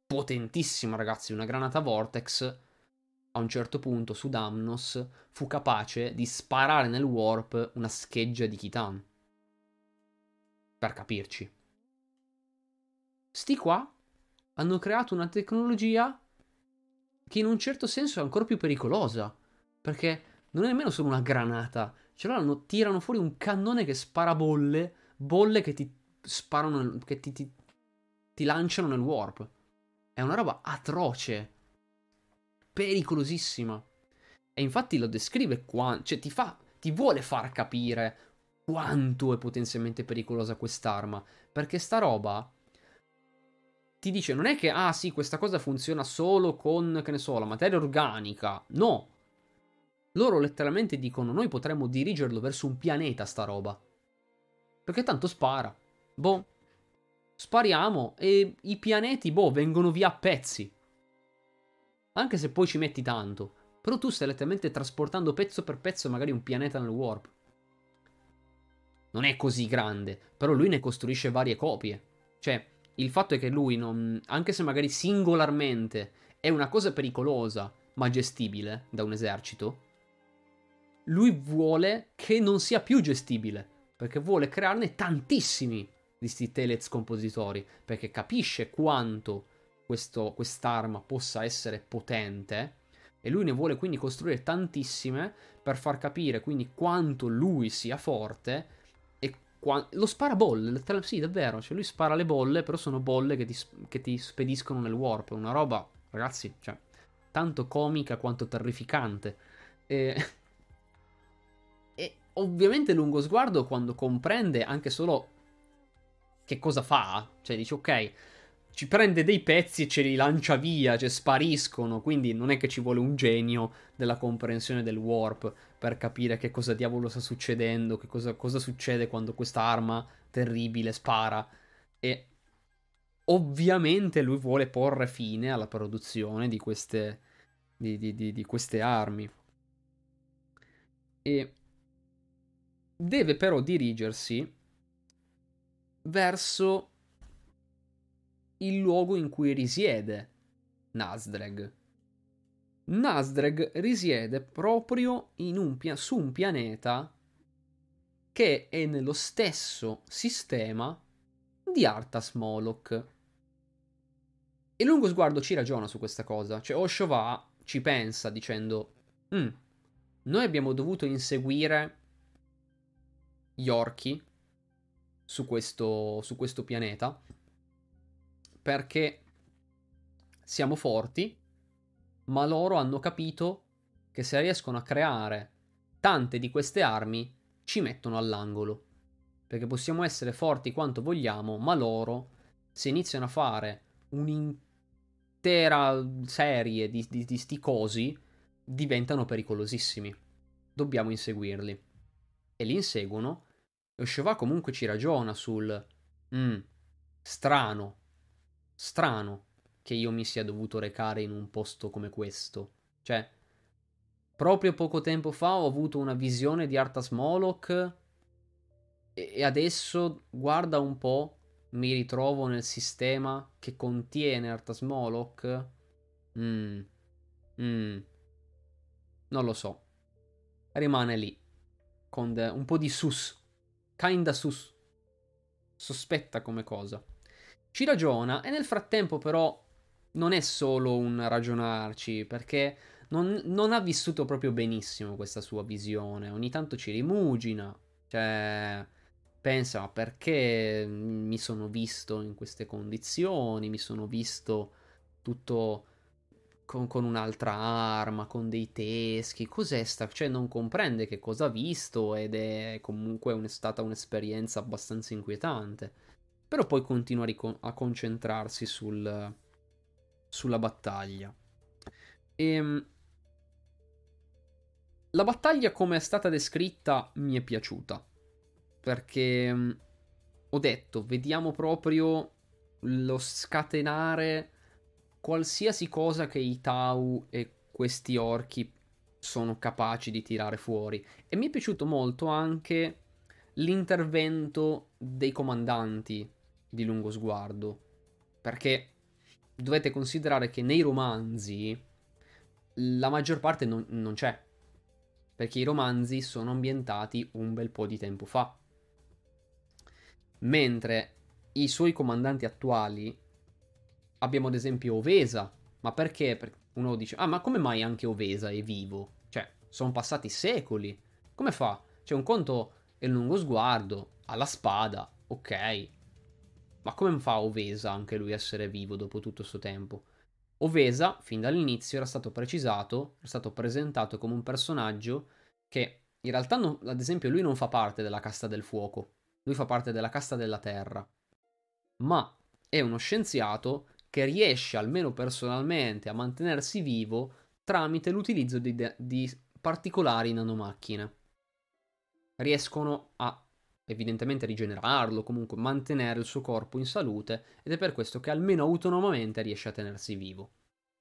potentissima, ragazzi. Una granata Vortex, a un certo punto, su Damnos, fu capace di sparare nel warp una scheggia di Khitan. Per capirci. Sti qua hanno creato una tecnologia che in un certo senso è ancora più pericolosa. Perché non è nemmeno solo una granata. Cioè loro tirano fuori un cannone che spara bolle. Bolle che ti sparano, che ti, ti, ti lanciano nel warp. È una roba atroce. Pericolosissima. E infatti lo descrive qua. Cioè ti fa. Ti vuole far capire quanto è potenzialmente pericolosa quest'arma. Perché sta roba ti dice, non è che, ah sì, questa cosa funziona solo con, che ne so, la materia organica. No. Loro letteralmente dicono, noi potremmo dirigerlo verso un pianeta, sta roba. Perché tanto spara. Boh. Spariamo e i pianeti, boh, vengono via a pezzi. Anche se poi ci metti tanto. Però tu stai letteralmente trasportando pezzo per pezzo magari un pianeta nel warp. Non è così grande, però lui ne costruisce varie copie. Cioè, il fatto è che lui non, anche se magari singolarmente è una cosa pericolosa, ma gestibile da un esercito, lui vuole che non sia più gestibile, perché vuole crearne tantissimi di sti Telez compositori, perché capisce quanto questo, quest'arma possa essere potente e lui ne vuole quindi costruire tantissime per far capire quindi quanto lui sia forte e qua- lo spara bolle, letteralmente, sì, davvero, cioè lui spara le bolle, però sono bolle che ti, che ti spediscono nel warp, una roba, ragazzi, cioè, tanto comica quanto terrificante. E, e ovviamente Lungo Sguardo quando comprende anche solo che cosa fa, cioè dice ok, ci prende dei pezzi e ce li lancia via, cioè spariscono, quindi non è che ci vuole un genio della comprensione del warp per capire che cosa diavolo sta succedendo, che cosa, cosa succede quando questa arma terribile spara. E ovviamente lui vuole porre fine alla produzione di queste, di, di, di, di queste armi. E deve però dirigersi verso il luogo in cui risiede Nasdreg. Nasdreg risiede proprio in un pia- su un pianeta che è nello stesso sistema di Arthas Moloch. E Lungo Sguardo ci ragiona su questa cosa. Cioè, Osho va, ci pensa dicendo: "Mm, noi abbiamo dovuto inseguire gli orchi su questo, su questo pianeta perché siamo forti, ma loro hanno capito che se riescono a creare tante di queste armi, ci mettono all'angolo. Perché possiamo essere forti quanto vogliamo, ma loro, se iniziano a fare un'intera serie di, di, di sti cosi, diventano pericolosissimi. Dobbiamo inseguirli. E li inseguono. E Oshova comunque ci ragiona sul mm, strano, strano che io mi sia dovuto recare in un posto come questo. Cioè, proprio poco tempo fa ho avuto una visione di Arthas Moloch e, e adesso, guarda un po', mi ritrovo nel sistema che contiene Arthas Moloch. Mm, mm, non lo so. Rimane lì, con de- un po' di sus. Kinda sus. Sospetta come cosa. Ci ragiona e nel frattempo però non è solo un ragionarci, perché non, non ha vissuto proprio benissimo questa sua visione. Ogni tanto ci rimugina, cioè pensa, ma perché mi sono visto in queste condizioni, mi sono visto tutto con, con un'altra arma, con dei teschi, cos'è sta? Cioè non comprende che cosa ha visto ed è comunque un- è stata un'esperienza abbastanza inquietante. Però poi continua a, ricon- a concentrarsi sul, sulla battaglia. E la battaglia come è stata descritta mi è piaciuta. Perché mh, ho detto, vediamo proprio lo scatenare qualsiasi cosa che i Tau e questi orchi sono capaci di tirare fuori. E mi è piaciuto molto anche l'intervento dei comandanti di Lungo Sguardo. Perché dovete considerare che nei romanzi la maggior parte non, non c'è, perché i romanzi sono ambientati un bel po' di tempo fa. Mentre i suoi comandanti attuali abbiamo ad esempio Ovesa. Ma perché? Perché uno dice, ah, ma come mai anche Ovesa è vivo? Cioè, sono passati secoli. Come fa? Cioè, un conto è il lungo sguardo, ha la spada, ok. Ma come fa Ovesa anche lui a essere vivo dopo tutto questo tempo? Ovesa, fin dall'inizio, era stato precisato, era stato presentato come un personaggio che in realtà, non- ad esempio, lui non fa parte della casta del fuoco, lui fa parte della casta della terra, ma è uno scienziato che riesce, almeno personalmente, a mantenersi vivo tramite l'utilizzo di, de- di particolari nanomacchine. Riescono a evidentemente rigenerarlo, comunque mantenere il suo corpo in salute, ed è per questo che almeno autonomamente riesce a tenersi vivo.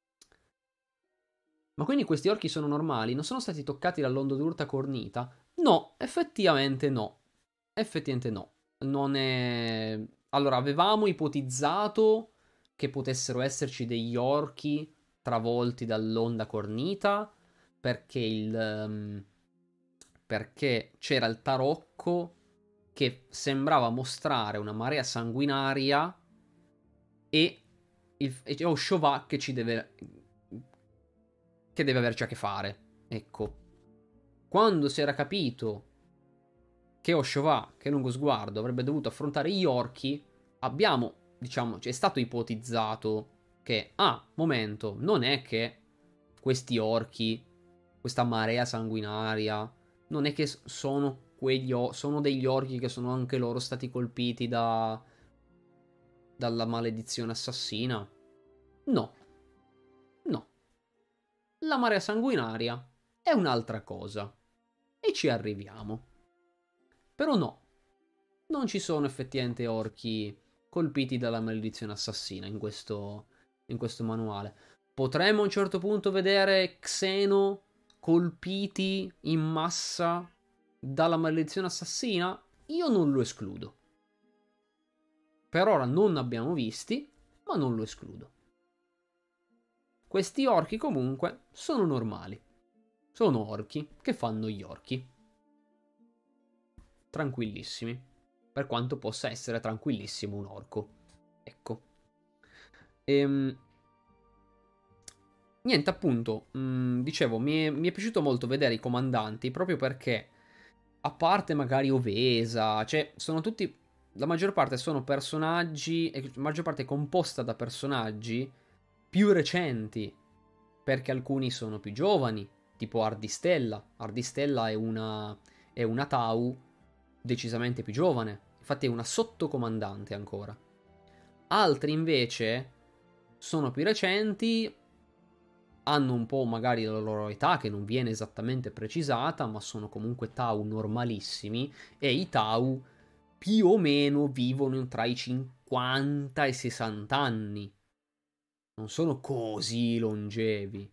Ma quindi questi orchi sono normali? Non sono stati toccati dall'ondo d'urta cornita? No, effettivamente no. Effettivamente no. Non è... Allora, avevamo ipotizzato che potessero esserci degli orchi travolti dall'onda cornita perché il... ehm, perché c'era il tarocco che sembrava mostrare una marea sanguinaria e, il, e Oshova che ci deve che deve averci a che fare. Ecco. Quando si era capito che Oshova, che lungo sguardo, avrebbe dovuto affrontare gli orchi, abbiamo, diciamo, cioè è stato ipotizzato che, ah, momento, non è che questi orchi, questa marea sanguinaria, non è che sono quegli o- sono degli orchi che sono anche loro stati colpiti da dalla maledizione assassina? No, no. La marea sanguinaria è un'altra cosa. E ci arriviamo. Però no, non ci sono effettivamente orchi colpiti dalla maledizione assassina in questo, in questo manuale. Potremmo a un certo punto vedere Xeno colpiti in massa dalla maledizione assassina? Io non lo escludo. Per ora non ne abbiamo visti, ma non lo escludo. Questi orchi comunque sono normali. Sono orchi che fanno gli orchi. Tranquillissimi. Per quanto possa essere tranquillissimo un orco. Ecco. Ehm, Niente, appunto, mh, dicevo, mi è, mi è piaciuto molto vedere i comandanti proprio perché, a parte magari Ovesa, cioè, sono tutti, la maggior parte sono personaggi, e la maggior parte è composta da personaggi più recenti, perché alcuni sono più giovani, tipo Ardistella. Ardistella è una, è una Tau decisamente più giovane, infatti è una sottocomandante ancora. Altri invece sono più recenti, hanno un po' magari la loro età che non viene esattamente precisata, ma sono comunque Tau normalissimi e i Tau più o meno vivono tra i cinquanta e i sessanta anni. Non sono così longevi.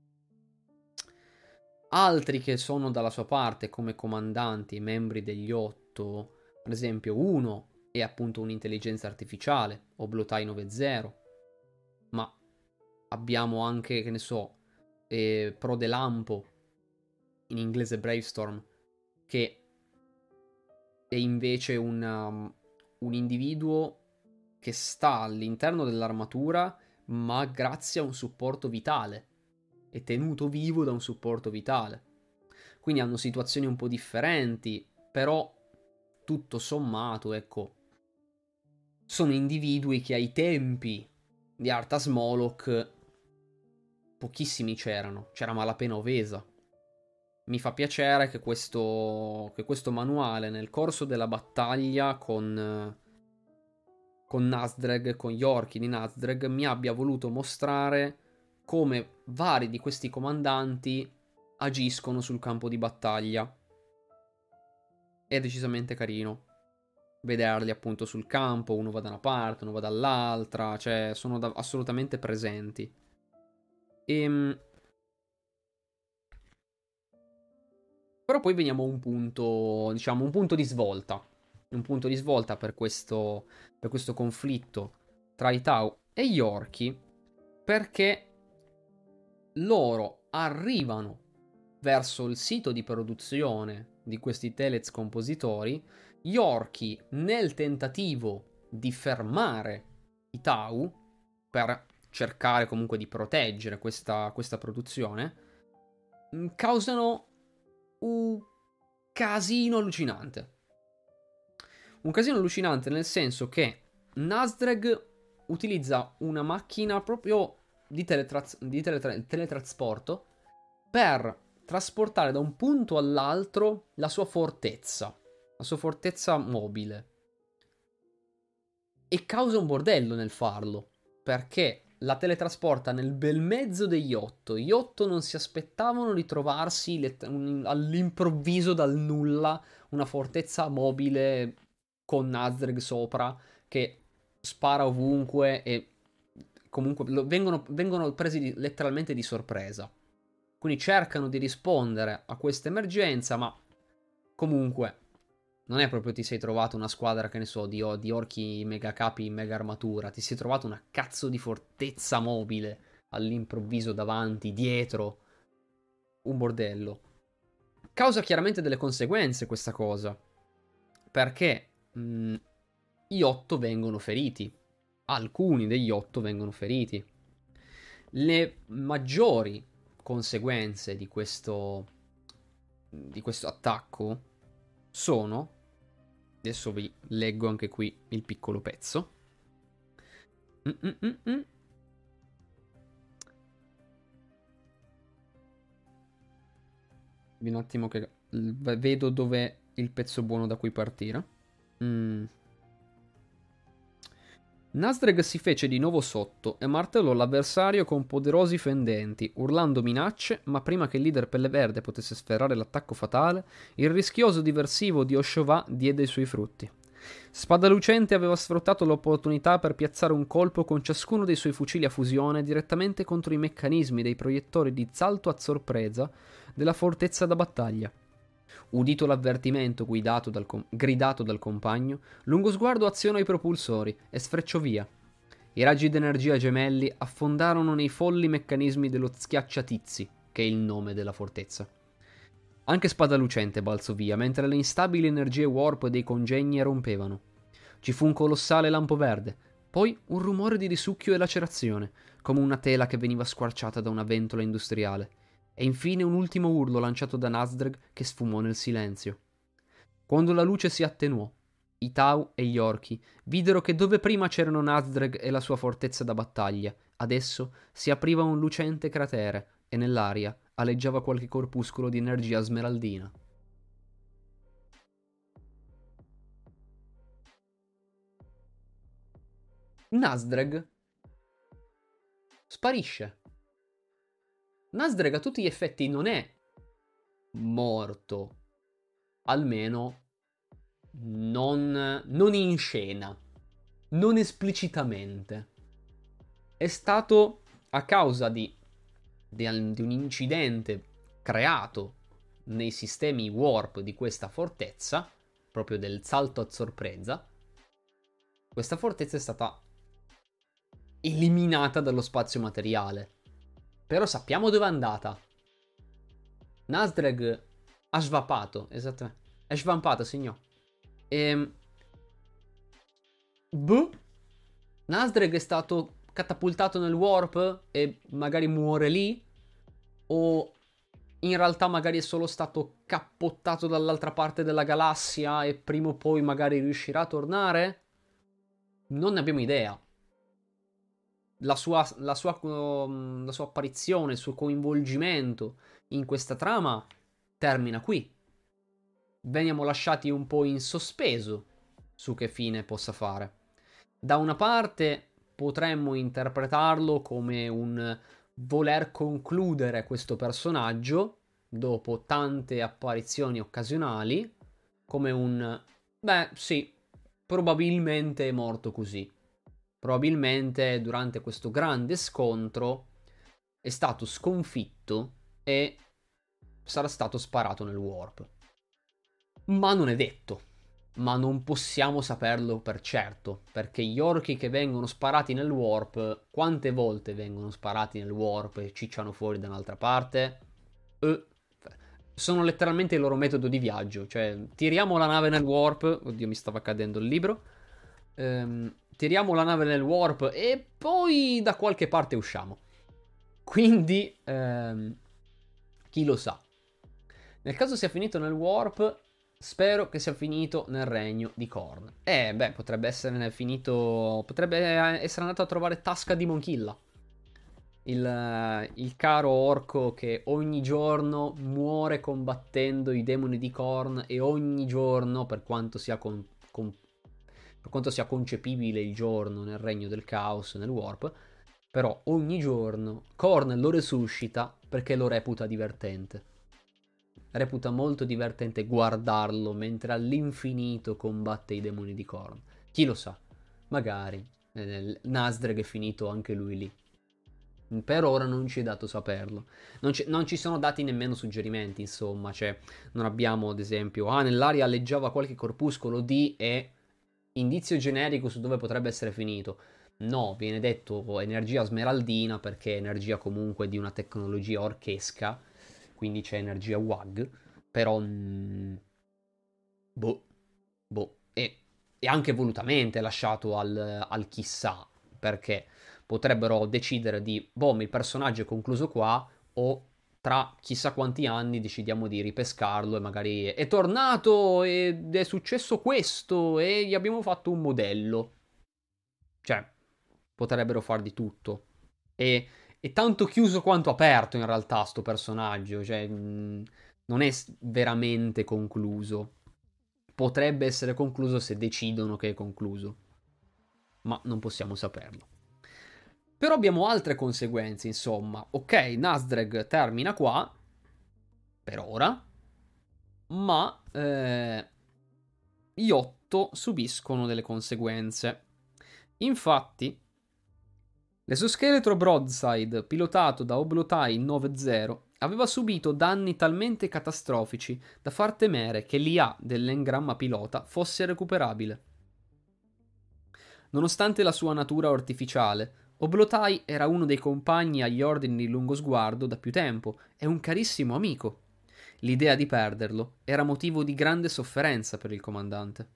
Altri che sono dalla sua parte come comandanti e membri degli otto, per esempio uno è appunto un'intelligenza artificiale, Oblotai novanta, ma abbiamo anche, che ne so, eh, Prode Lampo, in inglese Bravestorm, che è invece un, um, un individuo che sta all'interno dell'armatura, ma grazie a un supporto vitale. È tenuto vivo da un supporto vitale. Quindi hanno situazioni un po' differenti, però tutto sommato, ecco, sono individui che ai tempi di Arthas Moloch pochissimi c'erano. C'era malapena Ovesa. Mi fa piacere che questo, che questo manuale nel corso della battaglia con, con Nazdreg, con gli orchi di Nazdreg, mi abbia voluto mostrare come vari di questi comandanti agiscono sul campo di battaglia. È decisamente carino vederli appunto sul campo, uno va da una parte, uno va dall'altra, cioè sono da- assolutamente presenti. Ehm, Però poi veniamo a un punto, diciamo, un punto di svolta. Un punto di svolta per questo, per questo conflitto tra i Tau e gli orchi. perché loro arrivano verso il sito di produzione di questi Telez compositori, gli orchi, nel tentativo di fermare i Tau, per cercare comunque di proteggere questa, questa produzione, causano un casino allucinante. Un casino allucinante nel senso che Nazdreg utilizza una macchina proprio di, teletra- di teletra- teletrasporto per trasportare da un punto all'altro la sua fortezza, la sua fortezza mobile. E causa un bordello nel farlo, perché la teletrasporta nel bel mezzo degli otto. Gli otto non si aspettavano di trovarsi let- un- all'improvviso dal nulla una fortezza mobile con Nazdreg sopra che spara ovunque e comunque lo- vengono, vengono presi di- letteralmente di sorpresa. Quindi cercano di rispondere a questa emergenza, ma comunque non è proprio ti sei trovato una squadra, che ne so, di, di orchi mega capi, mega armatura. Ti sei trovato una cazzo di fortezza mobile all'improvviso davanti, dietro. Un bordello. Causa chiaramente delle conseguenze questa cosa. Perché mh, gli otto vengono feriti. Alcuni degli otto vengono feriti. Le maggiori conseguenze di questo di questo attacco sono, adesso vi leggo anche qui il piccolo pezzo. Mm-mm-mm-mm. Un attimo che vedo dove il pezzo buono da cui partire. Mm. Nazdreg si fece di nuovo sotto e martellò l'avversario con poderosi fendenti, urlando minacce, ma prima che il leader Pelle Verde potesse sferrare l'attacco fatale, il rischioso diversivo di Oshova diede i suoi frutti. Spada Lucente aveva sfruttato l'opportunità per piazzare un colpo con ciascuno dei suoi fucili a fusione direttamente contro i meccanismi dei proiettori di salto a sorpresa della fortezza da battaglia. Udito l'avvertimento guidato dal com- gridato dal compagno, Lungo Sguardo azionò i propulsori e sfrecciò via. I raggi d'energia gemelli affondarono nei folli meccanismi dello Schiacciatizzi, che è il nome della fortezza. Anche Spada Lucente balzò via, mentre le instabili energie warp dei congegni rompevano. Ci fu un colossale lampo verde, poi un rumore di risucchio e lacerazione, come una tela che veniva squarciata da una ventola industriale, e infine un ultimo urlo lanciato da Nazdreg che sfumò nel silenzio. Quando la luce si attenuò, i Tau e gli orchi videro che dove prima c'erano Nazdreg e la sua fortezza da battaglia, adesso si apriva un lucente cratere e nell'aria aleggiava qualche corpuscolo di energia smeraldina. Nazdreg sparisce. Nazdreg a tutti gli effetti non è morto, almeno non, non in scena, non esplicitamente. È stato a causa di, di, di un incidente creato nei sistemi warp di questa fortezza, proprio del salto a sorpresa. Questa fortezza è stata eliminata dallo spazio materiale. Però sappiamo dove è andata. Nazdreg ha svapato, esattamente. È svampato, signor. E... Boh. Nazdreg è stato catapultato nel warp e magari muore lì? O in realtà magari è solo stato cappottato dall'altra parte della galassia e prima o poi magari riuscirà a tornare? Non ne abbiamo idea. La sua, la sua, um, la sua apparizione, il suo coinvolgimento in questa trama termina qui. Veniamo lasciati un po' in sospeso su che fine possa fare. Da una parte potremmo interpretarlo come un voler concludere questo personaggio dopo tante apparizioni occasionali, come un beh, sì, probabilmente è morto così. Probabilmente durante questo grande scontro è stato sconfitto e sarà stato sparato nel warp. Ma non è detto. ma non possiamo saperlo per certo, perché gli orchi che vengono sparati nel warp, quante volte vengono sparati nel warp e cicciano fuori da un'altra parte? Eh, sono letteralmente il loro metodo di viaggio, cioè tiriamo la nave nel warp, oddio mi stava cadendo il libro, ehm, tiriamo la nave nel warp e poi da qualche parte usciamo. Quindi, ehm, chi lo sa. Nel caso sia finito nel warp, spero che sia finito nel regno di Khorne. Eh, beh, potrebbe essere finito. Potrebbe essere andato a trovare Tasca di Monchilla. Il, il caro orco che ogni giorno muore combattendo i demoni di Khorne. E ogni giorno, per quanto sia, con, con, per quanto sia concepibile il giorno nel regno del caos, nel warp, però ogni giorno Khorne lo resuscita perché lo reputa divertente. Reputa molto divertente guardarlo mentre all'infinito combatte i demoni di Khorne. Chi lo sa? Magari eh, Nazdreg è finito anche lui lì. Per ora non ci è dato saperlo. Non, non ci sono dati nemmeno suggerimenti, insomma. Cioè, non abbiamo, ad esempio, ah, nell'aria alleggiava qualche corpuscolo di e indizio generico su dove potrebbe essere finito. No, viene detto energia smeraldina perché è energia comunque di una tecnologia orchesca, quindi c'è energia W A G, però mh, boh, boh, e, e anche volutamente lasciato al, al chissà, perché potrebbero decidere di, boh, il personaggio è concluso qua, o tra chissà quanti anni decidiamo di ripescarlo e magari è tornato ed è successo questo e gli abbiamo fatto un modello. Cioè, potrebbero far di tutto. E è tanto chiuso quanto aperto in realtà sto personaggio, cioè mh, non è veramente concluso. Potrebbe essere concluso se decidono che è concluso, ma non possiamo saperlo. Però abbiamo altre conseguenze, insomma. Ok, Nazdreg termina qua, per ora, ma eh, gli otto subiscono delle conseguenze. Infatti, l'esoscheletro Broadside, pilotato da Oblotai nove zero, aveva subito danni talmente catastrofici da far temere che l'I A dell'engramma pilota fosse recuperabile. Nonostante la sua natura artificiale, Oblotai era uno dei compagni agli ordini di Lungo Sguardo da più tempo e un carissimo amico. L'idea di perderlo era motivo di grande sofferenza per il comandante.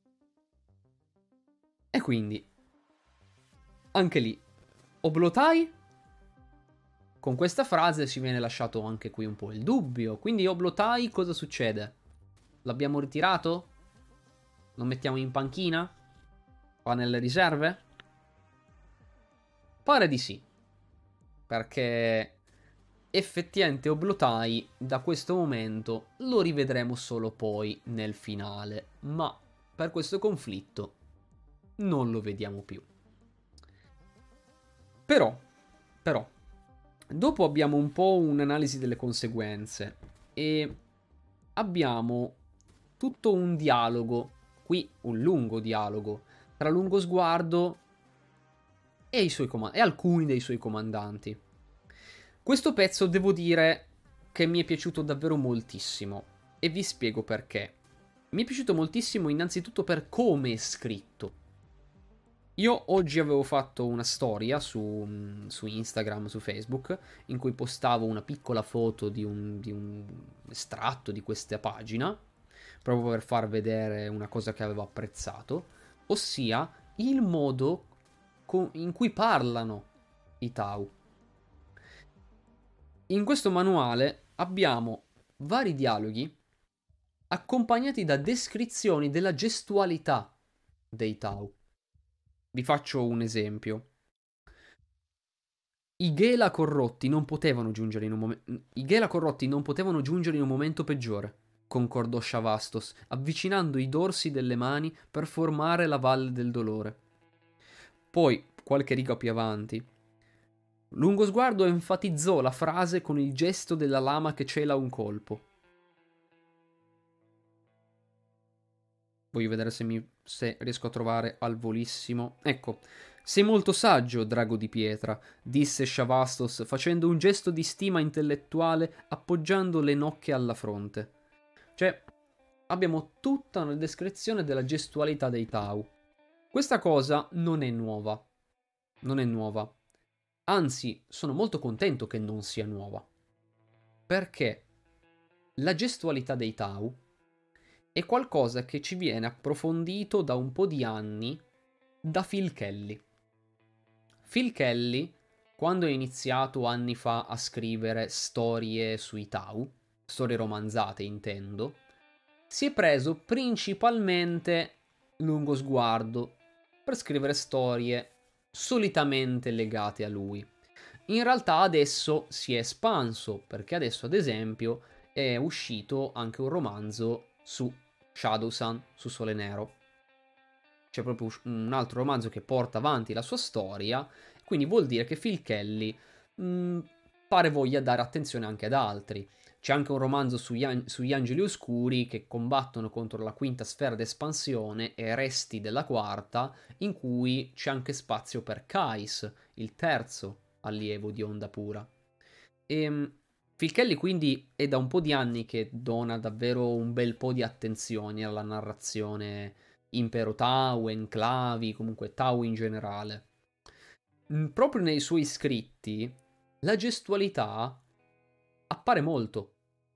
E quindi, anche lì, Oblotai? Con questa frase ci viene lasciato anche qui un po' il dubbio. Quindi Oblotai cosa succede? L'abbiamo ritirato? Lo mettiamo in panchina? Va nelle riserve? Pare di sì. Perché effettivamente Oblotai da questo momento lo rivedremo solo poi nel finale. Ma per questo conflitto non lo vediamo più. Però, però, dopo abbiamo un po' un'analisi delle conseguenze e abbiamo tutto un dialogo, qui un lungo dialogo, tra Lungo Sguardo e, i suoi comand- e alcuni dei suoi comandanti. Questo pezzo devo dire che mi è piaciuto davvero moltissimo e vi spiego perché. Mi è piaciuto moltissimo innanzitutto per come è scritto. Io oggi avevo fatto una storia su, su Instagram, su Facebook, in cui postavo una piccola foto di un, di un estratto di questa pagina, proprio per far vedere una cosa che avevo apprezzato, ossia il modo co- in cui parlano i Tau. In questo manuale abbiamo vari dialoghi accompagnati da descrizioni della gestualità dei Tau. Vi faccio un esempio. I Gela corrotti non potevano giungere in un momento. I Gela corrotti non potevano giungere in un momento peggiore, concordò Shavastos, avvicinando i dorsi delle mani per formare la valle del dolore. Poi, qualche riga più avanti, Lungo Sguardo enfatizzò la frase con il gesto della lama che cela un colpo. Voglio vedere se, mi, se riesco a trovare al volissimo. Ecco. Sei molto saggio, drago di pietra, disse Shavastos facendo un gesto di stima intellettuale appoggiando le nocche alla fronte. Cioè, abbiamo tutta una descrizione della gestualità dei Tau. Questa cosa non è nuova. Non è nuova. Anzi, sono molto contento che non sia nuova. Perché la gestualità dei Tau è qualcosa che ci viene approfondito da un po' di anni da Phil Kelly. Phil Kelly, quando ha iniziato anni fa a scrivere storie sui Tau, storie romanzate intendo, si è preso principalmente Lungo Sguardo per scrivere storie solitamente legate a lui. In realtà adesso si è espanso, perché adesso ad esempio è uscito anche un romanzo su Shadowsun, su Sole Nero. C'è proprio un altro romanzo che porta avanti la sua storia, quindi vuol dire che Phil Kelly mh, pare voglia dare attenzione anche ad altri. C'è anche un romanzo sugli, an- sugli angeli oscuri che combattono contro la quinta sfera d'espansione e resti della quarta, in cui c'è anche spazio per Kais, il terzo allievo di Onda Pura. E Phil Kelly quindi è da un po' di anni che dona davvero un bel po' di attenzione alla narrazione Impero Tau, Enclavi, comunque Tau in generale. Mm, Proprio nei suoi scritti la gestualità appare molto.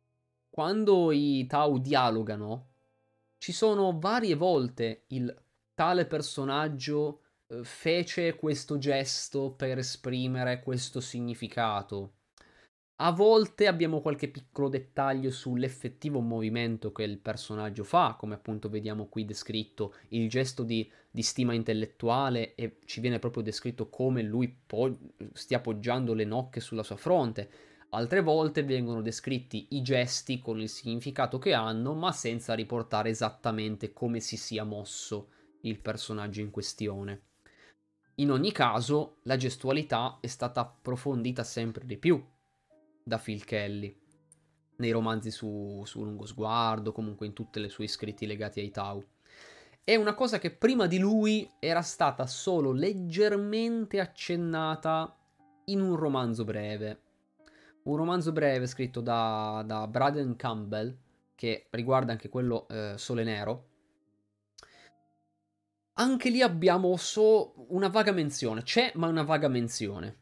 Quando i Tau dialogano, ci sono varie volte il tale personaggio eh, fece questo gesto per esprimere questo significato. A volte abbiamo qualche piccolo dettaglio sull'effettivo movimento che il personaggio fa, come appunto vediamo qui descritto, il gesto di, di stima intellettuale e ci viene proprio descritto come lui po- stia appoggiando le nocche sulla sua fronte. Altre volte vengono descritti i gesti con il significato che hanno, ma senza riportare esattamente come si sia mosso il personaggio in questione. In ogni caso, la gestualità è stata approfondita sempre di più da Phil Kelly, nei romanzi su, su Lungo Sguardo, comunque in tutti i suoi scritti legati ai Tau. È una cosa che prima di lui era stata solo leggermente accennata in un romanzo breve. Un romanzo breve scritto da, da Braden Campbell, che riguarda anche quello eh, Sole Nero. Anche lì abbiamo so una vaga menzione, c'è ma una vaga menzione.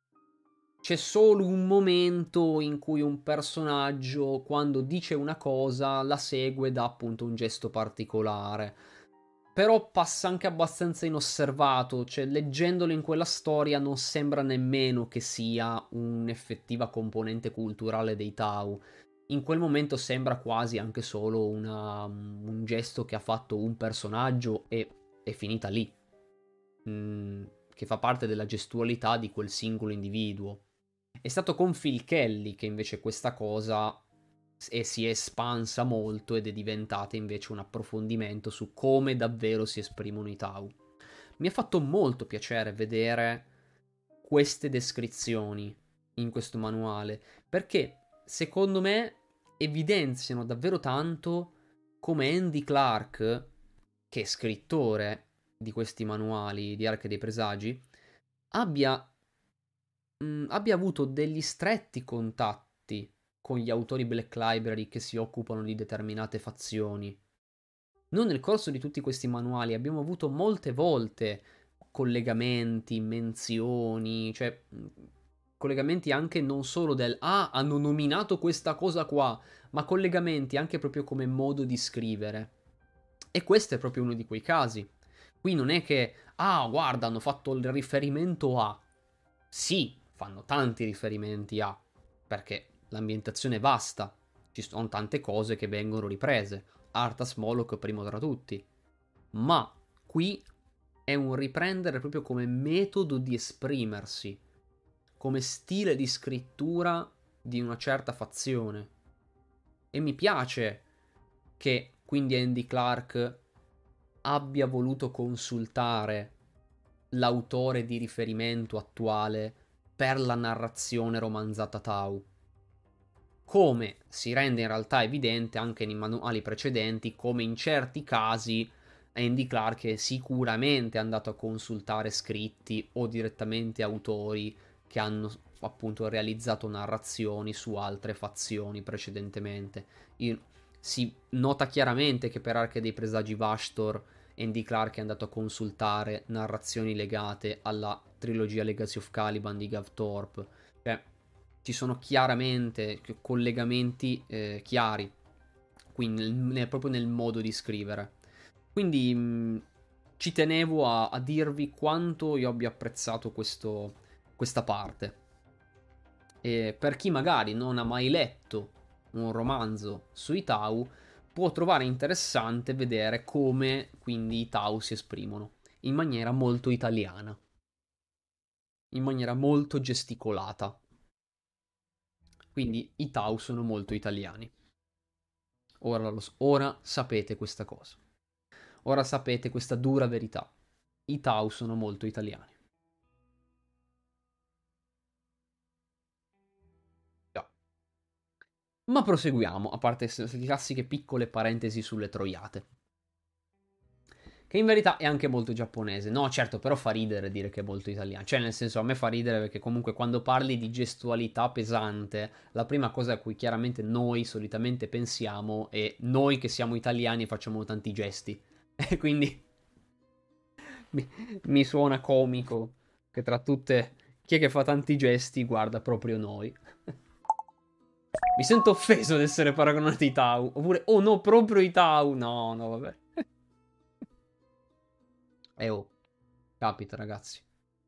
C'è solo un momento in cui un personaggio, quando dice una cosa, la segue da appunto un gesto particolare. Però passa anche abbastanza inosservato, cioè leggendolo in quella storia non sembra nemmeno che sia un'effettiva componente culturale dei Tau. In quel momento sembra quasi anche solo una, un gesto che ha fatto un personaggio e è finita lì. Mm, che fa parte della gestualità di quel singolo individuo. È stato con Phil Kelly che invece questa cosa e si è espansa molto ed è diventata invece un approfondimento su come davvero si esprimono i Tau. Mi ha fatto molto piacere vedere queste descrizioni in questo manuale, perché secondo me evidenziano davvero tanto come Andy Clark, che è scrittore di questi manuali di Arca dei Presagi, abbia mh, abbia avuto degli stretti contatti con gli autori Black Library che si occupano di determinate fazioni. Noi nel corso di tutti questi manuali abbiamo avuto molte volte collegamenti, menzioni, cioè mh, collegamenti anche non solo del ah, hanno nominato questa cosa qua, ma collegamenti anche proprio come modo di scrivere. E questo è proprio uno di quei casi. Qui non è che, ah, guarda, hanno fatto il riferimento a. Sì, fanno tanti riferimenti a, perché l'ambientazione è vasta, ci sono tante cose che vengono riprese, Arthas Moloch primo tra tutti, ma qui è un riprendere proprio come metodo di esprimersi, come stile di scrittura di una certa fazione. E mi piace che quindi Andy Clark abbia voluto consultare l'autore di riferimento attuale per la narrazione romanzata Tau. Come si rende in realtà evidente anche nei manuali precedenti, come in certi casi Andy Clark è sicuramente andato a consultare scritti o direttamente autori che hanno appunto realizzato narrazioni su altre fazioni precedentemente. Io, si nota chiaramente che per Arca dei Presagi Vashtor Andy Clark è andato a consultare narrazioni legate alla trilogia Legacy of Caliban di Gav Thorpe. Cioè, ci sono chiaramente collegamenti eh, chiari, quindi nel, proprio nel modo di scrivere. Quindi mh, ci tenevo a, a dirvi quanto io abbia apprezzato questo, questa parte. E per chi magari non ha mai letto un romanzo sui Tau, può trovare interessante vedere come quindi i Tau si esprimono in maniera molto italiana, in maniera molto gesticolata. Quindi i Tau sono molto italiani. Ora, lo, ora sapete questa cosa. Ora sapete questa dura verità. I Tau sono molto italiani. Già. Ma proseguiamo, a parte le classiche piccole parentesi sulle troiate. Che in verità è anche molto giapponese. No, certo, però fa ridere dire che è molto italiano. Cioè, nel senso, a me fa ridere perché comunque quando parli di gestualità pesante, la prima cosa a cui chiaramente noi solitamente pensiamo è noi che siamo italiani e facciamo tanti gesti. E quindi mi, mi suona comico che tra tutte chi è che fa tanti gesti guarda proprio noi. Mi sento offeso ad essere paragonati ai Tau. Oppure, oh no, proprio i Tau. No, no, vabbè. E oh, capita ragazzi.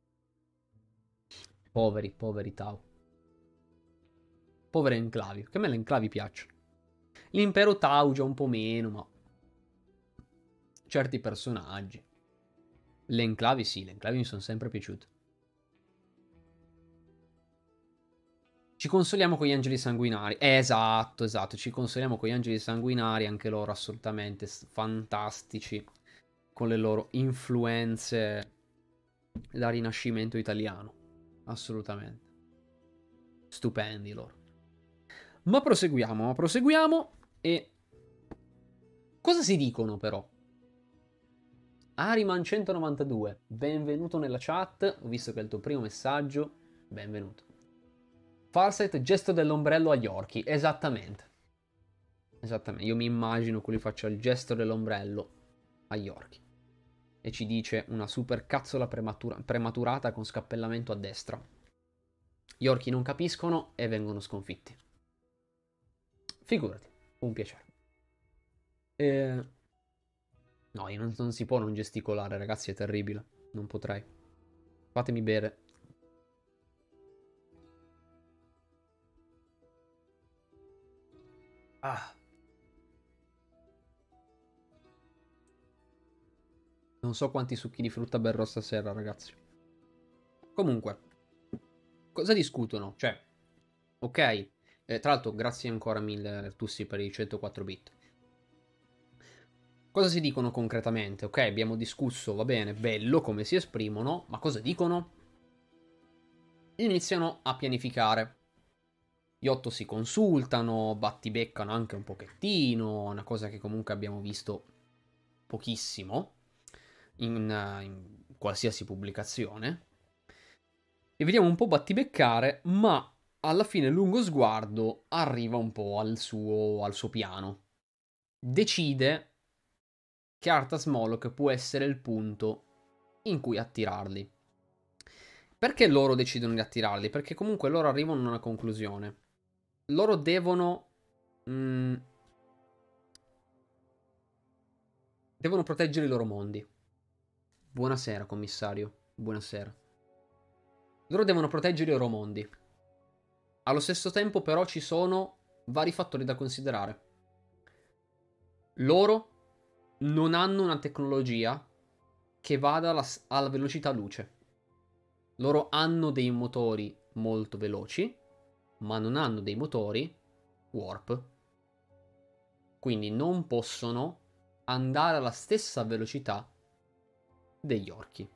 Poveri, poveri Tau. Povere enclavi, che a me le enclavi piacciono. L'impero Tau già un po' meno, ma certi personaggi. Le enclavi sì, le enclavi mi sono sempre piaciute. Ci consoliamo con gli angeli sanguinari. Eh, esatto, esatto, ci consoliamo con gli angeli sanguinari, anche loro assolutamente fantastici, con le loro influenze da rinascimento italiano. Assolutamente. Stupendi loro. Ma proseguiamo, ma proseguiamo e... Cosa si dicono però? Ariman centonovantadue, benvenuto nella chat, ho visto che è il tuo primo messaggio, benvenuto. Farsight, gesto dell'ombrello agli orchi, esattamente. Esattamente, io mi immagino che lui faccia il gesto dell'ombrello agli orchi. E ci dice una super cazzola prematura- prematurata con scappellamento a destra. Gli orchi non capiscono e vengono sconfitti. Figurati, un piacere. E... No, non, non si può non gesticolare, ragazzi, è terribile. Non potrei. Fatemi bere. Ah. Non so quanti succhi di frutta berrò stasera, ragazzi. Comunque, cosa discutono? Cioè, ok. Eh, tra l'altro, grazie ancora mille, Tussi, per i centoquattro bit. Cosa si dicono concretamente? Ok, abbiamo discusso, va bene, bello come si esprimono, ma cosa dicono? Iniziano a pianificare. Gli otto si consultano, battibeccano anche un pochettino, una cosa che comunque abbiamo visto pochissimo in, eh, in qualsiasi pubblicazione. E vediamo un po' battibeccare, ma alla fine lungo sguardo arriva un po' al suo, al suo piano. Decide che Arthas Moloch può essere il punto in cui attirarli. Perché loro decidono di attirarli? Perché comunque loro arrivano a una conclusione. Loro devono... Mm, devono proteggere i loro mondi. Buonasera, commissario. Buonasera. Loro devono proteggere i loro mondi. Allo stesso tempo, però, ci sono vari fattori da considerare. Loro non hanno una tecnologia che vada alla, alla velocità luce. Loro hanno dei motori molto veloci, ma non hanno dei motori warp. Quindi non possono andare alla stessa velocità degli orchi.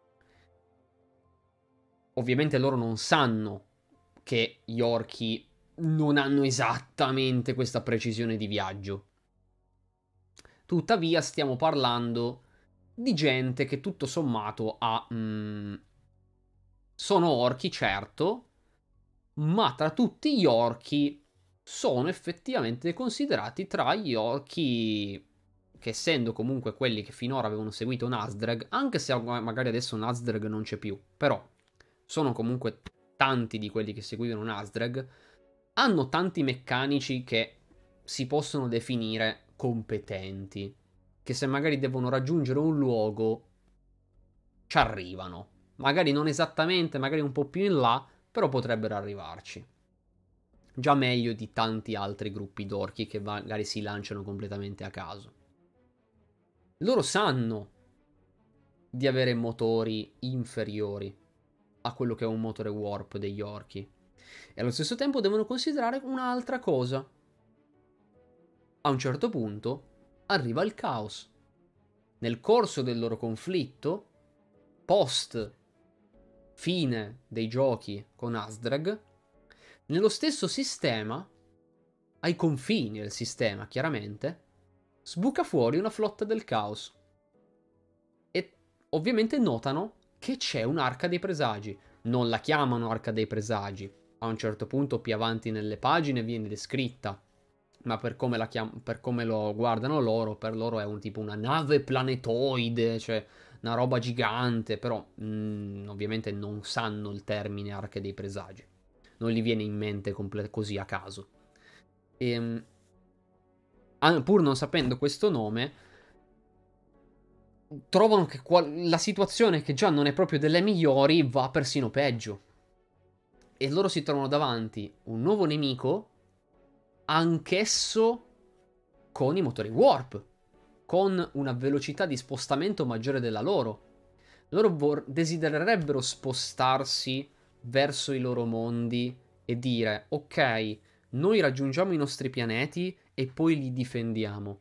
Ovviamente loro non sanno che gli orchi non hanno esattamente questa precisione di viaggio. Tuttavia stiamo parlando di gente che tutto sommato ha... Mm, sono orchi, certo, ma tra tutti gli orchi sono effettivamente considerati tra gli orchi che, essendo comunque quelli che finora avevano seguito Nazdrag, anche se magari adesso Nazdrag non c'è più, però sono comunque tanti di quelli che seguivano Nazdrag, hanno tanti meccanici che si possono definire competenti, che se magari devono raggiungere un luogo ci arrivano. Magari non esattamente, magari un po' più in là, però potrebbero arrivarci. Già meglio di tanti altri gruppi d'orchi che magari si lanciano completamente a caso. Loro sanno di avere motori inferiori a quello che è un motore warp degli orchi. E allo stesso tempo devono considerare un'altra cosa. A un certo punto arriva il caos. Nel corso del loro conflitto, post fine dei giochi con Asdrag, nello stesso sistema, ai confini del sistema chiaramente, sbuca fuori una flotta del caos. E ovviamente notano che c'è un'arca dei presagi. Non la chiamano arca dei presagi. A un certo punto più avanti nelle pagine viene descritta. Ma per come, la chiam- per come lo guardano loro, per loro è un tipo una nave planetoide, cioè una roba gigante, però mm, ovviamente non sanno il termine arca dei presagi. Non gli viene in mente comple- così a caso. E, pur non sapendo questo nome, trovano che qual- la situazione, che già non è proprio delle migliori, va persino peggio. E loro si trovano davanti un nuovo nemico, anch'esso con i motori warp, con una velocità di spostamento maggiore della loro. Loro vor- desidererebbero spostarsi verso i loro mondi e dire: ok, noi raggiungiamo i nostri pianeti e poi li difendiamo.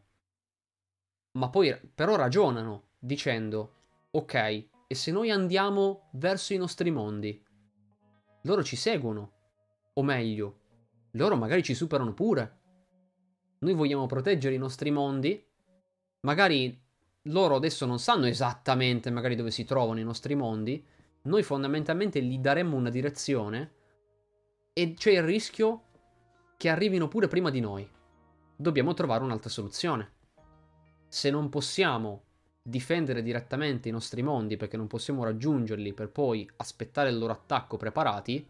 Ma poi però ragionano dicendo: ok, e se noi andiamo verso i nostri mondi? Loro ci seguono. O meglio, loro magari ci superano pure. Noi vogliamo proteggere i nostri mondi. Magari loro adesso non sanno esattamente magari dove si trovano i nostri mondi. Noi fondamentalmente gli daremmo una direzione e c'è il rischio che arrivino pure prima di noi. Dobbiamo trovare un'altra soluzione. Se non possiamo difendere direttamente i nostri mondi perché non possiamo raggiungerli per poi aspettare il loro attacco preparati,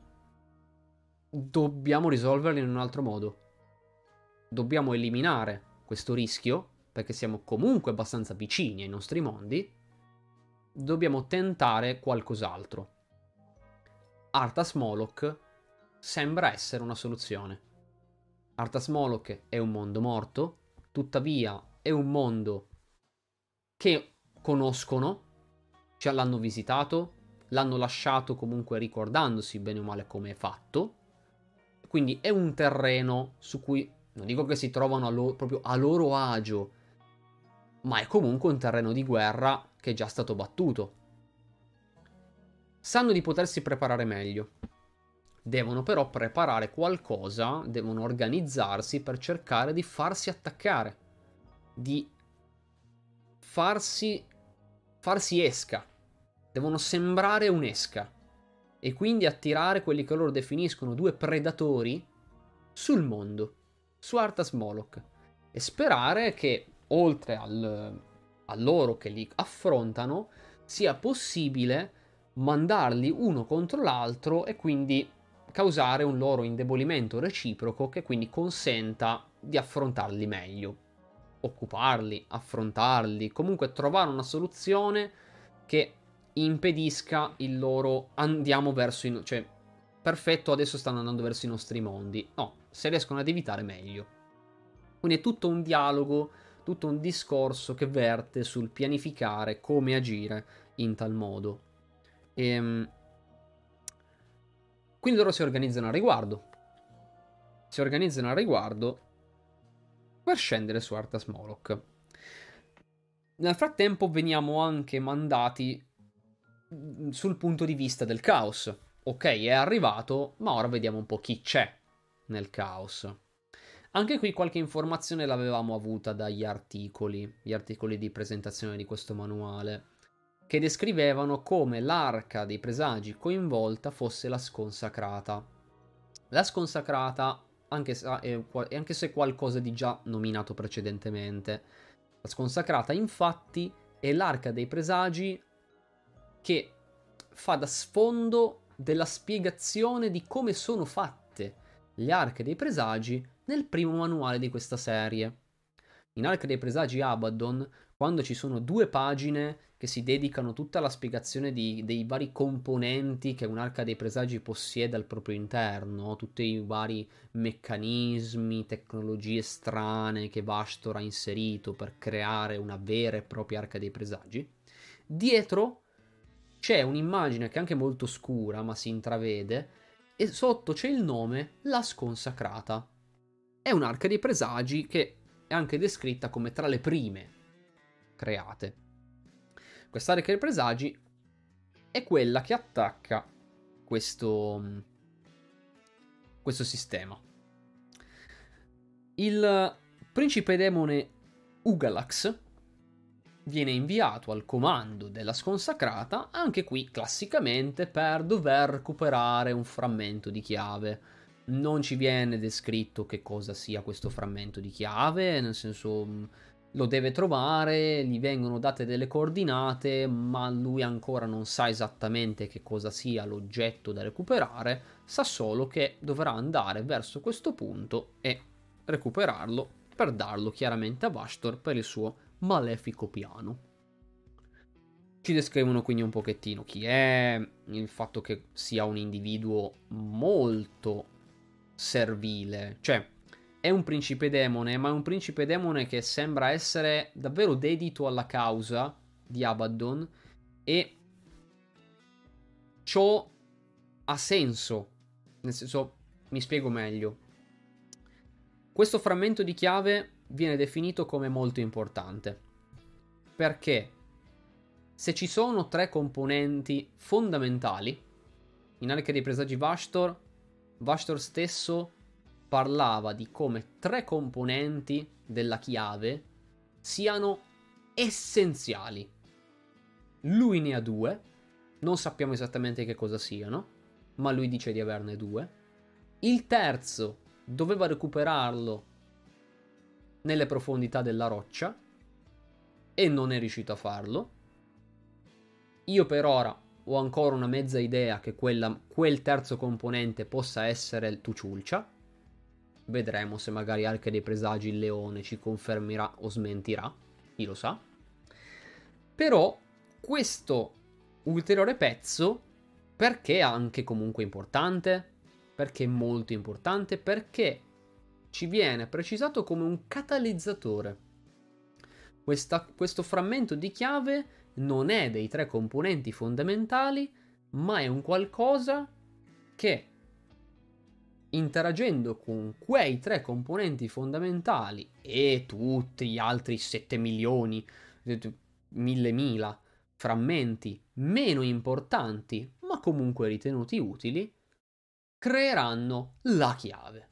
dobbiamo risolverli in un altro modo. Dobbiamo eliminare questo rischio perché siamo comunque abbastanza vicini ai nostri mondi. Dobbiamo tentare qualcos'altro. Arthas Moloch sembra essere una soluzione. Arthas Moloch è un mondo morto, tuttavia è un mondo che conoscono, cioè l'hanno visitato, l'hanno lasciato comunque ricordandosi bene o male come è fatto. Quindi è un terreno su cui non dico che si trovano a lo- proprio a loro agio, ma è comunque un terreno di guerra che è già stato battuto. Sanno di potersi preparare meglio. Devono però preparare qualcosa, devono organizzarsi per cercare di farsi attaccare, di farsi farsi esca. Devono sembrare un'esca e quindi attirare quelli che loro definiscono due predatori sul mondo, su Arthas Moloch, e sperare che oltre al, a loro che li affrontano sia possibile mandarli uno contro l'altro e quindi causare un loro indebolimento reciproco che quindi consenta di affrontarli meglio, occuparli, affrontarli, comunque trovare una soluzione che impedisca il loro andiamo verso i... cioè, perfetto, adesso stanno andando verso i nostri mondi. No, se riescono ad evitare meglio. Quindi è tutto un dialogo, tutto un discorso che verte sul pianificare come agire in tal modo. E, quindi loro si organizzano a riguardo. Si organizzano a riguardo per scendere su Arthas Moloch. Nel frattempo veniamo anche mandati sul punto di vista del caos. Ok, è arrivato, ma ora vediamo un po' chi c'è nel caos. Anche qui qualche informazione l'avevamo avuta dagli articoli, gli articoli di presentazione di questo manuale, che descrivevano come l'arca dei presagi coinvolta fosse la sconsacrata. La sconsacrata anche se, è, anche se qualcosa di già nominato precedentemente. La sconsacrata, infatti, è l'arca dei presagi che fa da sfondo della spiegazione di come sono fatte le arche dei presagi nel primo manuale di questa serie. In Arca dei Presagi Abaddon, quando ci sono due pagine che si dedicano tutta alla spiegazione di, dei vari componenti che un'Arca dei Presagi possiede al proprio interno, tutti i vari meccanismi, tecnologie strane che Vashtor ha inserito per creare una vera e propria Arca dei Presagi, dietro c'è un'immagine che è anche molto scura, ma si intravede, e sotto c'è il nome La Sconsacrata. È un'Arca dei Presagi che è anche descritta come tra le prime create. Quest'Arca dei Presagi è quella che attacca questo, questo sistema. Il principe demone Ugalax viene inviato al comando della sconsacrata, anche qui classicamente per dover recuperare un frammento di chiave. Non ci viene descritto che cosa sia questo frammento di chiave, nel senso lo deve trovare, gli vengono date delle coordinate, ma lui ancora non sa esattamente che cosa sia l'oggetto da recuperare, sa solo che dovrà andare verso questo punto e recuperarlo per darlo chiaramente a Vashtor per il suo malefico piano. Ci descrivono quindi un pochettino chi è, il fatto che sia un individuo molto servile, cioè è un principe demone, ma è un principe demone che sembra essere davvero dedito alla causa di Abaddon, e ciò ha senso, nel senso, mi spiego meglio. Questo frammento di chiave viene definito come molto importante, perché se ci sono tre componenti fondamentali, in Arca dei Presagi Vashtor, Vashtor stesso parlava di come tre componenti della chiave siano essenziali. Lui ne ha due, non sappiamo esattamente che cosa siano, ma lui dice di averne due. Il terzo doveva recuperarlo nelle profondità della roccia e non è riuscito a farlo. Io per ora ho ancora una mezza idea che quella, quel terzo componente possa essere il Tuciulcia. Vedremo se magari Arca dei Presagi il leone ci confermerà o smentirà, chi lo sa. Però questo ulteriore pezzo, perché è anche comunque importante? Perché è molto importante? Perché ci viene precisato come un catalizzatore. Questa, questo frammento di chiave non è dei tre componenti fondamentali, ma è un qualcosa che, interagendo con quei tre componenti fondamentali e tutti gli altri sette milioni, mille mila frammenti meno importanti, ma comunque ritenuti utili, creeranno la chiave.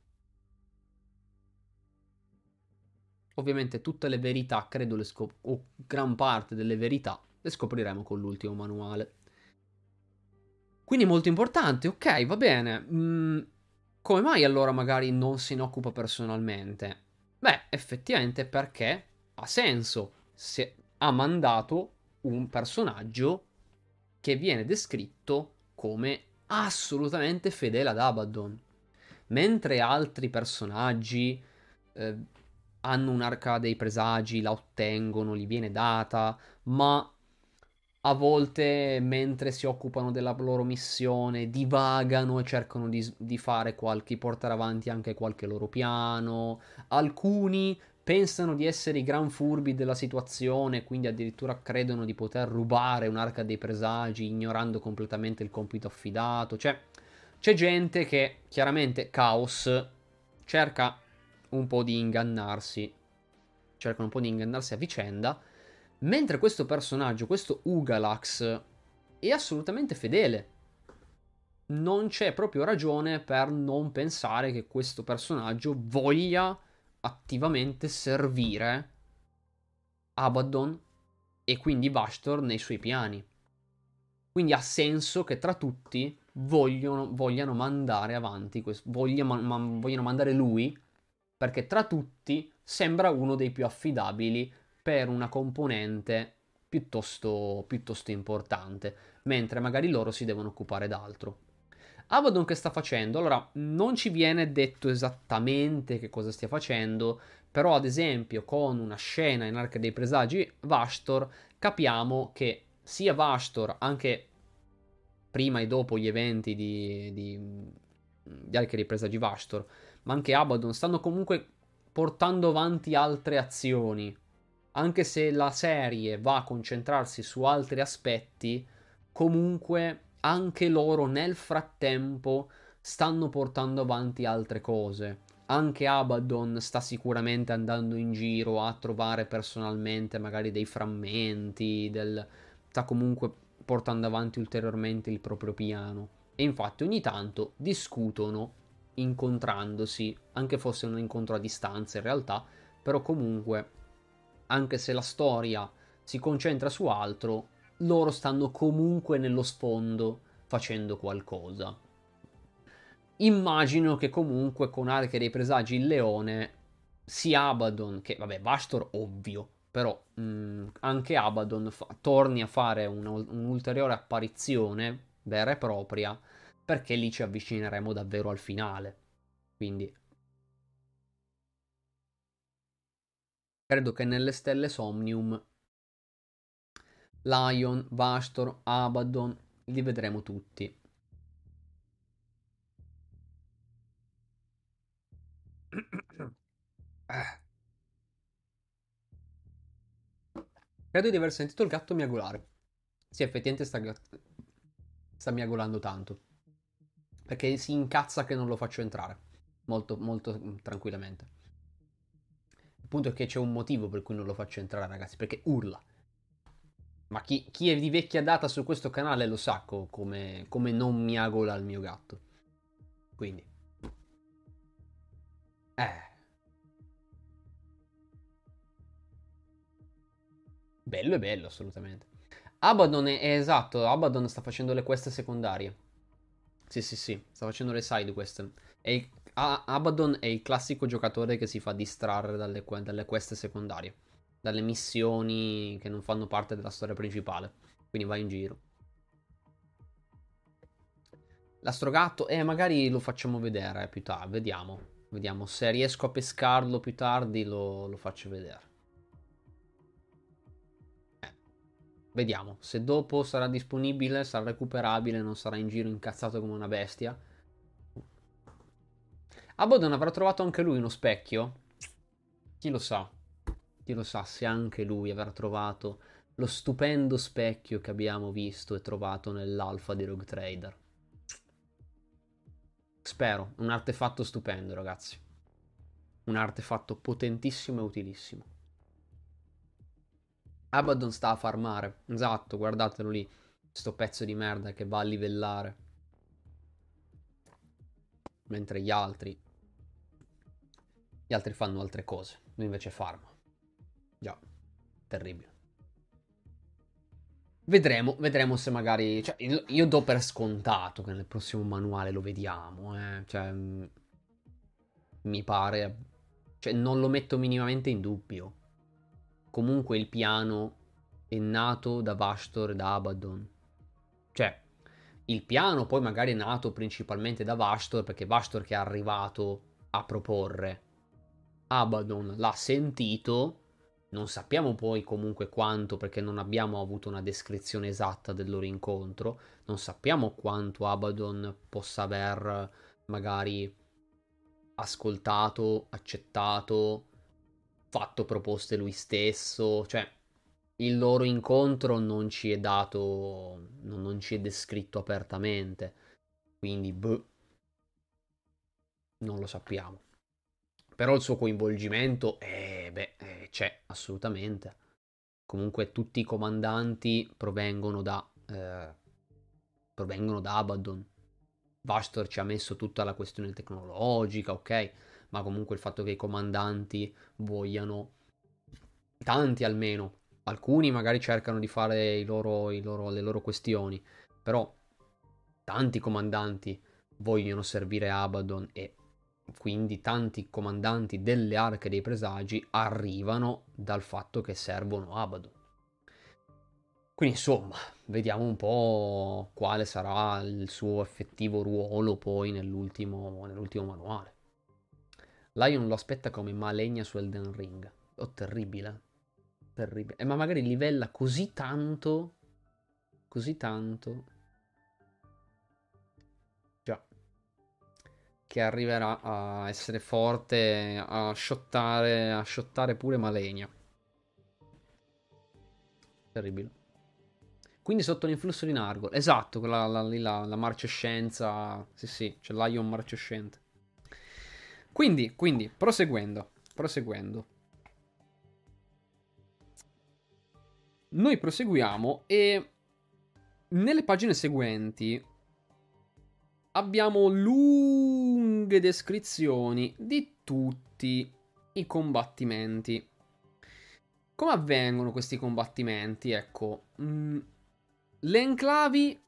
Ovviamente tutte le verità, credo, le scop- o gran parte delle verità, le scopriremo con l'ultimo manuale. Quindi molto importante, ok, va bene. Mm, come mai allora magari non se ne occupa personalmente? Beh, effettivamente perché ha senso. Se ha mandato un personaggio che viene descritto come assolutamente fedele ad Abaddon. Mentre altri personaggi eh, hanno un'arca dei presagi, la ottengono, gli viene data, ma a volte mentre si occupano della loro missione divagano e cercano di, di fare qualche, portare avanti anche qualche loro piano. Alcuni pensano di essere i gran furbi della situazione, quindi addirittura credono di poter rubare un'arca dei presagi ignorando completamente il compito affidato. Cioè, c'è gente che chiaramente Chaos cerca un po' di ingannarsi, cercano un po' di ingannarsi a vicenda, mentre questo personaggio, questo Ugalax, è assolutamente fedele. Non c'è proprio ragione per non pensare che questo personaggio voglia attivamente servire Abaddon e quindi Vashtor nei suoi piani. Quindi ha senso che tra tutti vogliono, vogliano mandare avanti, quest- voglia ma- ma- vogliono mandare lui, perché tra tutti sembra uno dei più affidabili per una componente piuttosto, piuttosto importante, mentre magari loro si devono occupare d'altro. Abaddon che sta facendo? Allora, non ci viene detto esattamente che cosa stia facendo, però ad esempio con una scena in Arca dei Presagi Vashtor capiamo che sia Vashtor, anche prima e dopo gli eventi di, di, di Arca dei Presagi Vashtor, ma anche Abaddon stanno comunque portando avanti altre azioni. Anche se la serie va a concentrarsi su altri aspetti, comunque anche loro nel frattempo stanno portando avanti altre cose. Anche Abaddon sta sicuramente andando in giro a trovare personalmente magari dei frammenti, del... sta comunque portando avanti ulteriormente il proprio piano. E infatti ogni tanto discutono incontrandosi, anche fosse un incontro a distanza in realtà, però comunque, anche se la storia si concentra su altro, loro stanno comunque nello sfondo facendo qualcosa. Immagino che comunque con Arche dei Presagi il leone sia Abaddon, che vabbè, Vastor ovvio, però mh, anche Abaddon fa- torni a fare una- un'ulteriore apparizione vera e propria, perché lì ci avvicineremo davvero al finale. Quindi credo che nelle stelle Somnium Lion, Vastor, Abaddon li vedremo tutti. Credo di aver sentito il gatto miagolare. Sì, effettivamente sta, sta miagolando tanto. Perché si incazza che non lo faccio entrare. Molto, molto mm, tranquillamente. Il punto è che c'è un motivo per cui non lo faccio entrare, ragazzi. Perché urla. Ma chi, chi è di vecchia data su questo canale lo sa co- come, come non miagola il mio gatto. Quindi. Eh. Bello e bello, assolutamente. Abaddon è, è esatto. Abaddon sta facendo le quest secondarie. Sì, sì, sì, sta facendo le side quest. E il- A- Abaddon è il classico giocatore che si fa distrarre dalle, que- dalle quest secondarie, dalle missioni che non fanno parte della storia principale. Quindi va in giro. L'astrogatto, eh, magari lo facciamo vedere più tardi. Vediamo. Vediamo se riesco a pescarlo più tardi, lo, lo faccio vedere. Eh, vediamo. Se dopo sarà disponibile, sarà recuperabile, non sarà in giro incazzato come una bestia. Abaddon avrà trovato anche lui uno specchio? Chi lo sa? Chi lo sa se anche lui avrà trovato lo stupendo specchio che abbiamo visto e trovato nell'alfa di Rogue Trader. Spero, un artefatto stupendo, ragazzi. Un artefatto potentissimo e utilissimo. Abaddon sta a farmare. Esatto, guardatelo lì. Sto pezzo di merda che va a livellare. Mentre gli altri... Gli altri fanno altre cose. Lui invece farma. Già, terribile. Vedremo, vedremo se magari... Cioè, io, io do per scontato che nel prossimo manuale lo vediamo, eh. Cioè, mh, mi pare... Cioè, non lo metto minimamente in dubbio. Comunque il piano è nato da Vastor e da Abaddon. Cioè, il piano poi magari è nato principalmente da Vastor, perché Vastor che è arrivato a proporre. Abaddon l'ha sentito, non sappiamo poi comunque quanto perché non abbiamo avuto una descrizione esatta del loro incontro, non sappiamo quanto Abaddon possa aver magari ascoltato, accettato, fatto proposte lui stesso, cioè il loro incontro non ci è dato, non ci è descritto apertamente, quindi boh, non lo sappiamo. Però il suo coinvolgimento, eh, beh, eh, c'è assolutamente. Comunque tutti i comandanti provengono da, eh, provengono da Abaddon. Vastor ci ha messo tutta la questione tecnologica, ok? Ma comunque il fatto che i comandanti vogliano, tanti almeno, alcuni magari cercano di fare i loro, i loro, le loro questioni, però tanti comandanti vogliono servire Abaddon e quindi tanti comandanti delle arche dei presagi arrivano dal fatto che servono Abaddon. Quindi insomma, vediamo un po' quale sarà il suo effettivo ruolo poi nell'ultimo, nell'ultimo manuale. Lion lo aspetta come Malenia su Elden Ring. Oh, terribile. Terribile. Eh, ma magari livella così tanto, così tanto, già, che arriverà a essere forte, a shottare, a shottare pure Malenia. Terribile. Quindi sotto l'influsso di Nargol. Esatto, quella la, lì la, la marcescenza. Sì, sì, c'è l'Ion marcescente. Quindi, quindi, proseguendo, proseguendo. Noi proseguiamo e nelle pagine seguenti abbiamo lunghe descrizioni di tutti i combattimenti. Come avvengono questi combattimenti? Ecco, mh, le enclavi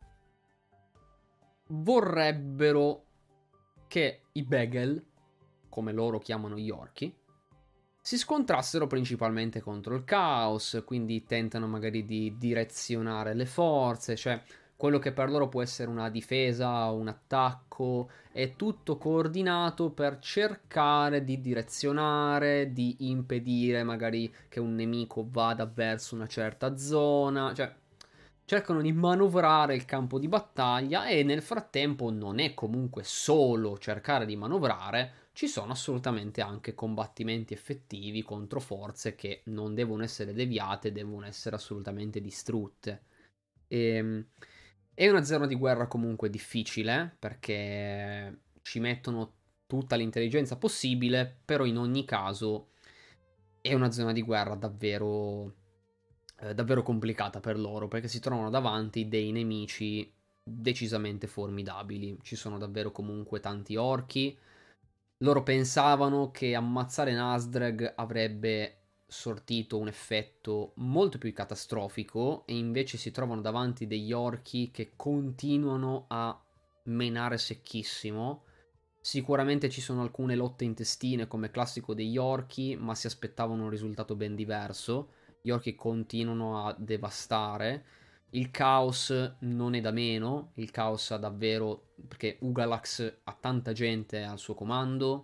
vorrebbero che i Begel, come loro chiamano gli orchi, si scontrassero principalmente contro il caos, quindi tentano magari di direzionare le forze, cioè quello che per loro può essere una difesa, un attacco, è tutto coordinato per cercare di direzionare, di impedire magari che un nemico vada verso una certa zona, cioè cercano di manovrare il campo di battaglia e nel frattempo non è comunque solo cercare di manovrare, ci sono assolutamente anche combattimenti effettivi contro forze che non devono essere deviate, devono essere assolutamente distrutte. E, è una zona di guerra comunque difficile perché ci mettono tutta l'intelligenza possibile, però in ogni caso è una zona di guerra davvero, eh, davvero complicata per loro perché si trovano davanti dei nemici decisamente formidabili. Ci sono davvero comunque tanti orchi. Loro pensavano che ammazzare Nasdreg avrebbe sortito un effetto molto più catastrofico e invece si trovano davanti degli orchi che continuano a menare secchissimo. Sicuramente ci sono alcune lotte intestine come classico degli orchi, ma si aspettavano un risultato ben diverso. Gli orchi continuano a devastare. Il caos non è da meno, il caos ha davvero, perché Ugalax ha tanta gente al suo comando.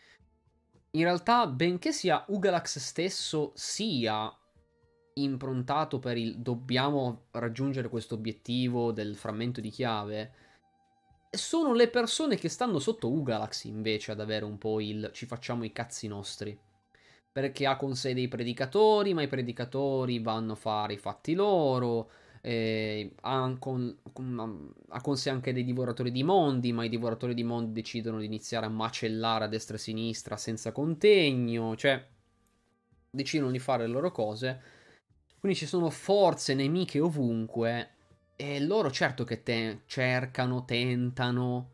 In realtà, benché sia Ugalax stesso sia improntato per il dobbiamo raggiungere questo obiettivo del frammento di chiave, sono le persone che stanno sotto Ugalax invece ad avere un po' il ci facciamo i cazzi nostri. Perché ha con sé dei predicatori, ma i predicatori vanno a fare i fatti loro. Eh, ha, con, con, ha con sé anche dei divoratori di mondi, ma i divoratori di mondi decidono di iniziare a macellare a destra e a sinistra senza contegno. Cioè, decidono di fare le loro cose. Quindi ci sono forze nemiche ovunque. E loro certo che te cercano, tentano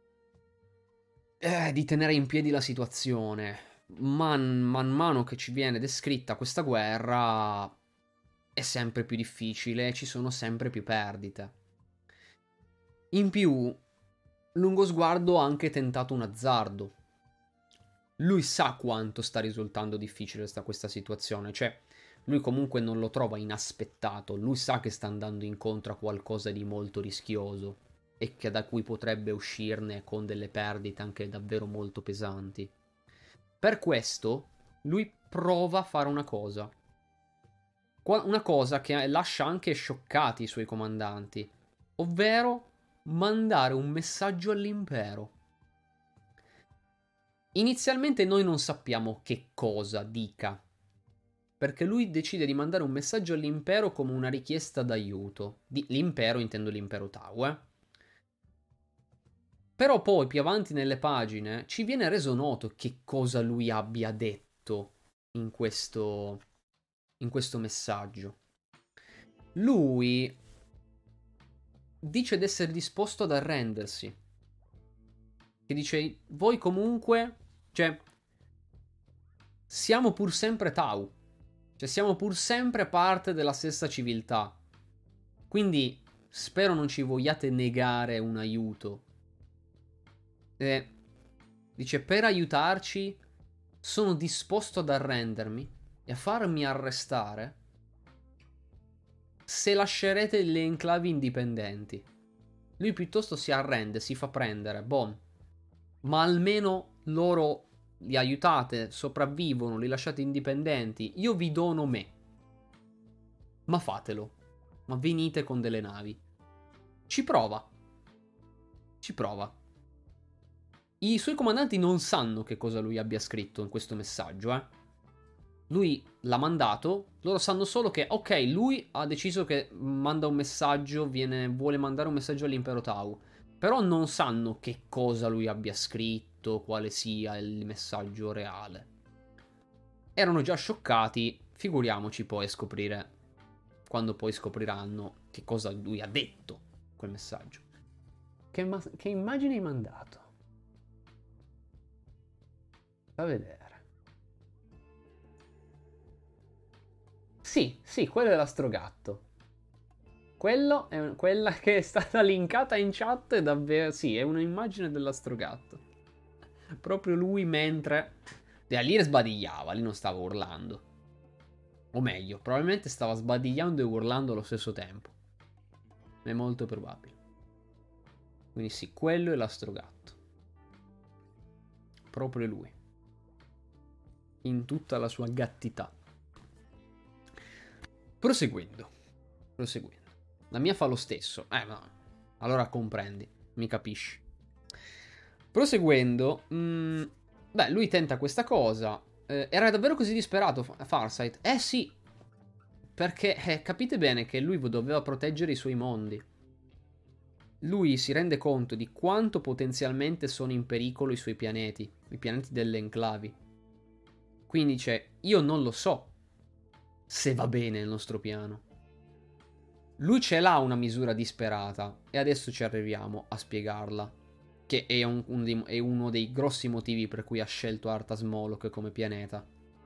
eh, di tenere in piedi la situazione. Man, man mano che ci viene descritta questa guerra è sempre più difficile, ci sono sempre più perdite. In più, Lungosguardo ha anche tentato un azzardo. Lui sa quanto sta risultando difficile sta, questa situazione, cioè lui comunque non lo trova inaspettato, lui sa che sta andando incontro a qualcosa di molto rischioso e che da cui potrebbe uscirne con delle perdite anche davvero molto pesanti. Per questo lui prova a fare una cosa. Una cosa che lascia anche scioccati i suoi comandanti, ovvero mandare un messaggio all'impero. Inizialmente noi non sappiamo che cosa dica, perché lui decide di mandare un messaggio all'impero come una richiesta d'aiuto. Di, l'impero intendo l'impero Tau, eh. Però poi più avanti nelle pagine ci viene reso noto che cosa lui abbia detto in questo, in questo messaggio. Lui dice di essere disposto ad arrendersi. Che dice, voi comunque, cioè, siamo pur sempre Tau. Cioè, siamo pur sempre parte della stessa civiltà. Quindi, spero non ci vogliate negare un aiuto. E dice, per aiutarci sono disposto ad arrendermi e a farmi arrestare se lascerete le enclavi indipendenti. Lui piuttosto si arrende, si fa prendere, boh. Ma almeno loro li aiutate, sopravvivono, li lasciate indipendenti. Io vi dono me. Ma fatelo. Ma venite con delle navi. Ci prova. Ci prova. I suoi comandanti non sanno che cosa lui abbia scritto in questo messaggio, eh. Lui l'ha mandato, loro sanno solo che, ok, lui ha deciso che manda un messaggio, viene, vuole mandare un messaggio all'impero Tau. Però non sanno che cosa lui abbia scritto, quale sia il messaggio reale. Erano già scioccati, figuriamoci poi a scoprire, quando poi scopriranno che cosa lui ha detto, quel messaggio. Che, ma- che immagine hai mandato? Fa vedere. Sì, sì, quello è l'astrogatto. Quello è un- quella che è stata linkata in chat è davvero... Sì, è un'immagine dell'astrogatto. Proprio lui mentre... E lì sbadigliava, lì non stava urlando. O meglio, probabilmente stava sbadigliando e urlando allo stesso tempo. È molto probabile. Quindi sì, quello è l'astrogatto. Proprio lui. In tutta la sua gattità. Proseguendo. Proseguendo. La mia fa lo stesso. Eh, no. Allora comprendi. Mi capisci. Proseguendo. Mh, beh, lui tenta questa cosa. Eh, era davvero così disperato, Farsight? Eh sì. Perché eh, capite bene che lui doveva proteggere i suoi mondi. Lui si rende conto di quanto potenzialmente sono in pericolo i suoi pianeti. I pianeti delle enclavi. Quindi dice, io non lo so se va bene il nostro piano. Lui ce l'ha una misura disperata e adesso ci arriviamo a spiegarla. Che è, un, un dei, è uno dei grossi motivi per cui ha scelto Arthas Moloch come pianeta.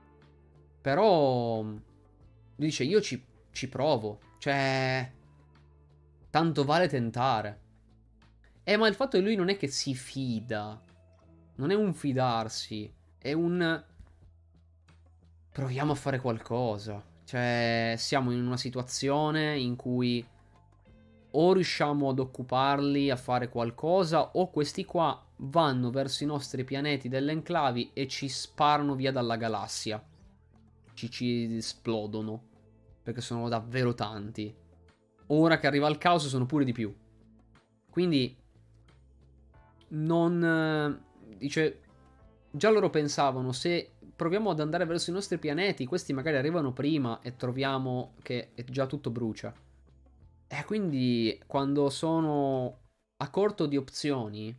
Però lui dice io ci, ci provo. Cioè, tanto vale tentare. Eh, ma il fatto che lui non è che si fida. Non è un fidarsi. È un... proviamo a fare qualcosa. Cioè, siamo in una situazione in cui o riusciamo ad occuparli, a fare qualcosa, o questi qua vanno verso i nostri pianeti delle enclavi e ci sparano via dalla galassia. Ci, ci esplodono. Perché sono davvero tanti. Ora che arriva il caos sono pure di più. Quindi non... eh, dice... Già loro pensavano, se proviamo ad andare verso i nostri pianeti, questi magari arrivano prima e troviamo che già tutto brucia. E quindi quando sono a corto di opzioni,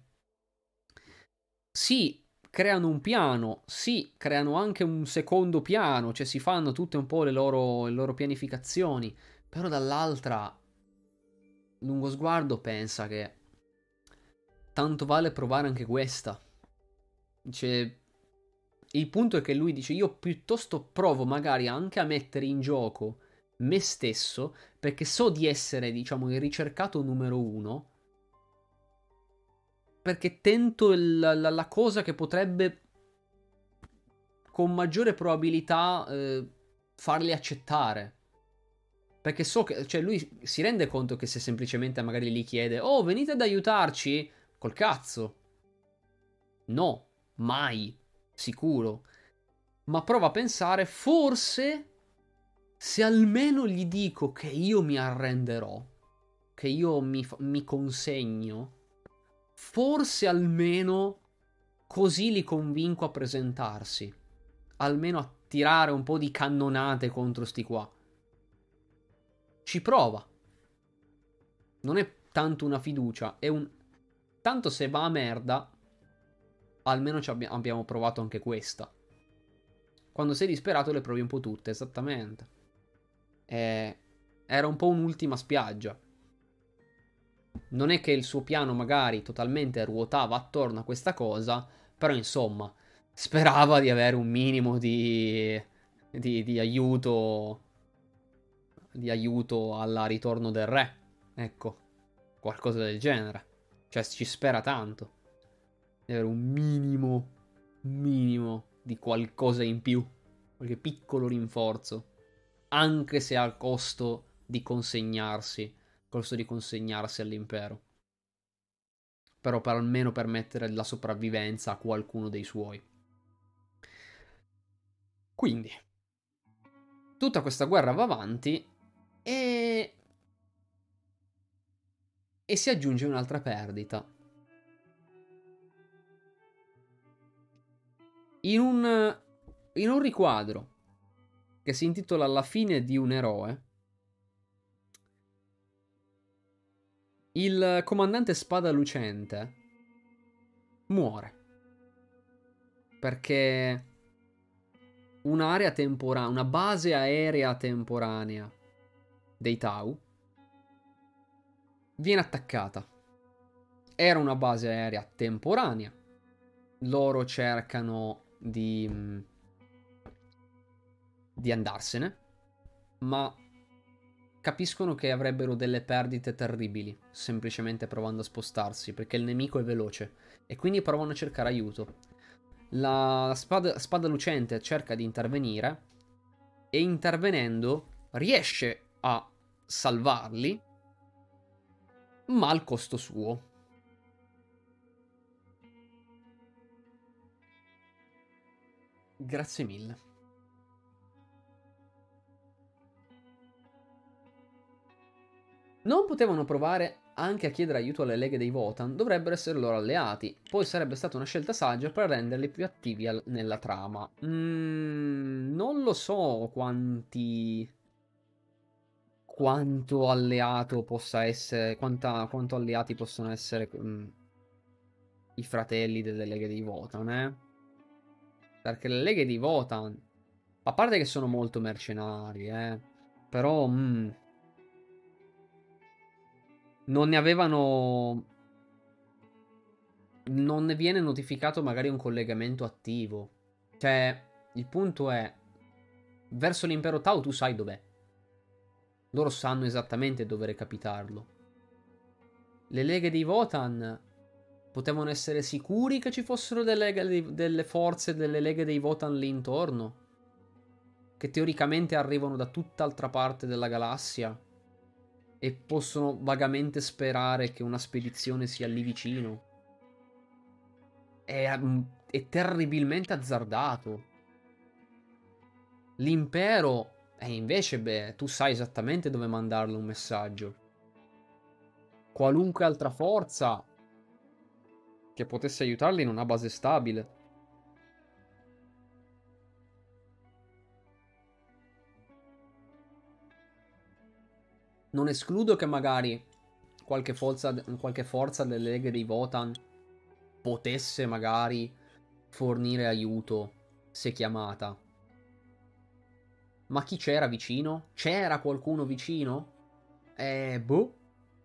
sì, creano un piano, sì, creano anche un secondo piano, cioè si fanno tutte un po' le loro, le loro pianificazioni, però dall'altra, lungo sguardo pensa che tanto vale provare anche questa. Dice, il punto è che lui dice, io piuttosto provo magari anche a mettere in gioco me stesso, perché so di essere, diciamo, il ricercato numero uno, perché tento il, la, la cosa che potrebbe con maggiore probabilità eh, farli accettare. Perché so che, cioè lui si rende conto che se semplicemente magari gli chiede, oh venite ad aiutarci, col cazzo. No, mai, sicuro. Ma prova a pensare, forse, se almeno gli dico che io mi arrenderò, che io mi, mi consegno, forse almeno così li convinco a presentarsi. Almeno a tirare un po' di cannonate contro sti qua. Ci prova. Non è tanto una fiducia, è un... Tanto se va a merda, almeno ci abbi- abbiamo provato anche questa. Quando sei disperato le provi un po' tutte, esattamente. E... Era un po' un'ultima spiaggia. Non è che il suo piano magari totalmente ruotava attorno a questa cosa, però insomma, sperava di avere un minimo di, di, di aiuto, di aiuto al ritorno del re. ecco, qualcosa del genere. Cioè, ci spera tanto di avere un minimo, un minimo di qualcosa in più, qualche piccolo rinforzo, anche se al costo di consegnarsi, costo di consegnarsi all'impero. Però per almeno permettere la sopravvivenza a qualcuno dei suoi. Quindi, tutta questa guerra va avanti e... e si aggiunge un'altra perdita. In un, in un riquadro che si intitola La fine di un eroe, il comandante Spada Lucente muore perché un'area temporanea, una base aerea temporanea dei Tau viene attaccata. Era una base aerea temporanea. Loro cercano di di andarsene, ma capiscono che avrebbero delle perdite terribili semplicemente provando a spostarsi, perché il nemico è veloce e quindi provano a cercare aiuto. La spada, spada lucente cerca di intervenire e intervenendo riesce a salvarli, ma al costo suo. Grazie mille. Non potevano provare anche a chiedere aiuto alle leghe dei Votan, dovrebbero essere loro alleati. Poi sarebbe stata una scelta saggia per renderli più attivi al- nella trama. Mm, non lo so quanti... quanto alleato possa essere... Quanta, quanto alleati possono essere mm, i fratelli delle leghe dei Votan, eh? Perché le leghe dei Votan, a parte che sono molto mercenari, eh? Però... mm, non ne avevano... non ne viene notificato magari un collegamento attivo. Cioè, il punto è, verso l'impero Tau tu sai dov'è. Loro sanno esattamente dove recapitarlo. Le leghe di Votan potevano essere sicuri che ci fossero delle, delle forze delle leghe dei Votan lì intorno, che teoricamente arrivano da tutt'altra parte della galassia e possono vagamente sperare che una spedizione sia lì vicino. È, mm, è terribilmente azzardato. L'impero... E invece, beh, tu sai esattamente dove mandarle un messaggio. Qualunque altra forza che potesse aiutarli non ha base stabile. Non escludo che magari qualche forza, qualche forza delle leghe dei Votan potesse magari fornire aiuto se chiamata. Ma chi c'era vicino? C'era qualcuno vicino? Eh, boh.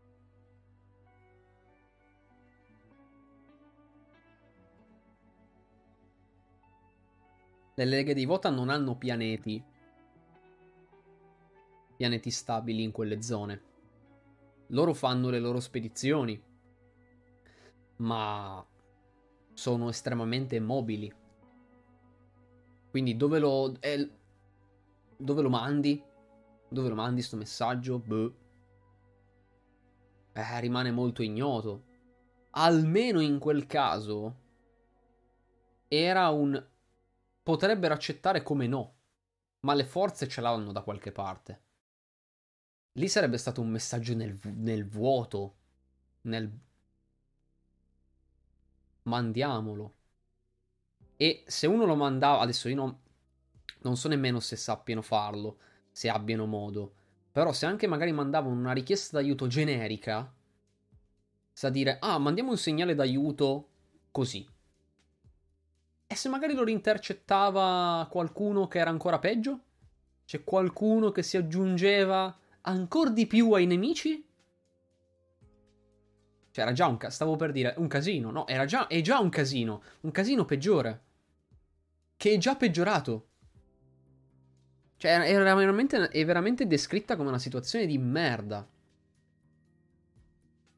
Le leghe dei Votan non hanno pianeti. Pianeti stabili in quelle zone. Loro fanno le loro spedizioni, ma sono estremamente mobili. Quindi dove lo... Eh, dove lo mandi? Dove lo mandi sto messaggio? Boh. Eh, rimane molto ignoto. Almeno in quel caso era un... potrebbero accettare come no, ma le forze ce l'hanno da qualche parte. Lì sarebbe stato un messaggio nel, nel vuoto, nel... mandiamolo. E se uno lo mandava... Adesso io non, non so nemmeno se sappiano farlo, se abbiano modo. Però se anche magari mandavano una richiesta d'aiuto generica, sa dire, ah, mandiamo un segnale d'aiuto così. E se magari lo intercettava qualcuno che era ancora peggio? C'è qualcuno che si aggiungeva ancora di più ai nemici? Cioè era già un casino, stavo per dire un casino, no, era già, è già un casino, un casino peggiore. Che è già peggiorato. Cioè era veramente, è veramente descritta come una situazione di merda.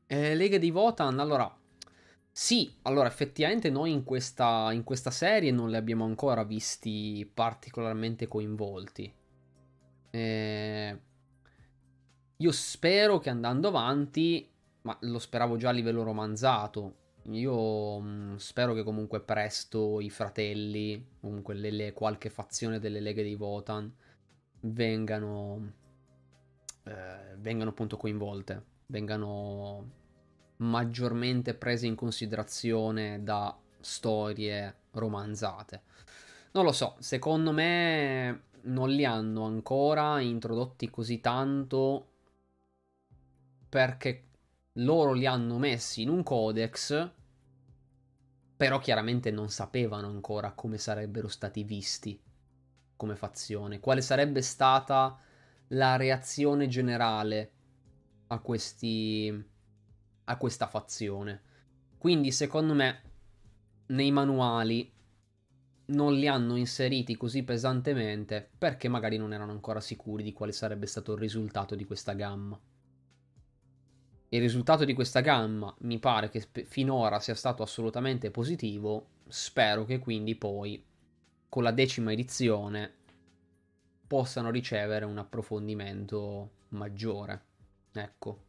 Eh, Leghe di Votan, allora, sì, allora effettivamente noi in questa, in questa serie non li abbiamo ancora visti particolarmente coinvolti. Eh, io spero che andando avanti, ma lo speravo già a livello romanzato, io mh, spero che comunque presto i fratelli, comunque le, le- qualche fazione delle Leghe di Votan, vengano, eh, vengano appunto coinvolte, vengano maggiormente prese in considerazione da storie romanzate. Non lo so, secondo me non li hanno ancora introdotti così tanto perché loro li hanno messi in un codex, però chiaramente non sapevano ancora come sarebbero stati visti come fazione, quale sarebbe stata la reazione generale a questi a questa fazione. Quindi secondo me nei manuali non li hanno inseriti così pesantemente perché magari non erano ancora sicuri di quale sarebbe stato il risultato di questa gamma. Il risultato di questa gamma mi pare che finora sia stato assolutamente positivo. Spero che quindi poi con la decima edizione possano ricevere un approfondimento maggiore. Ecco.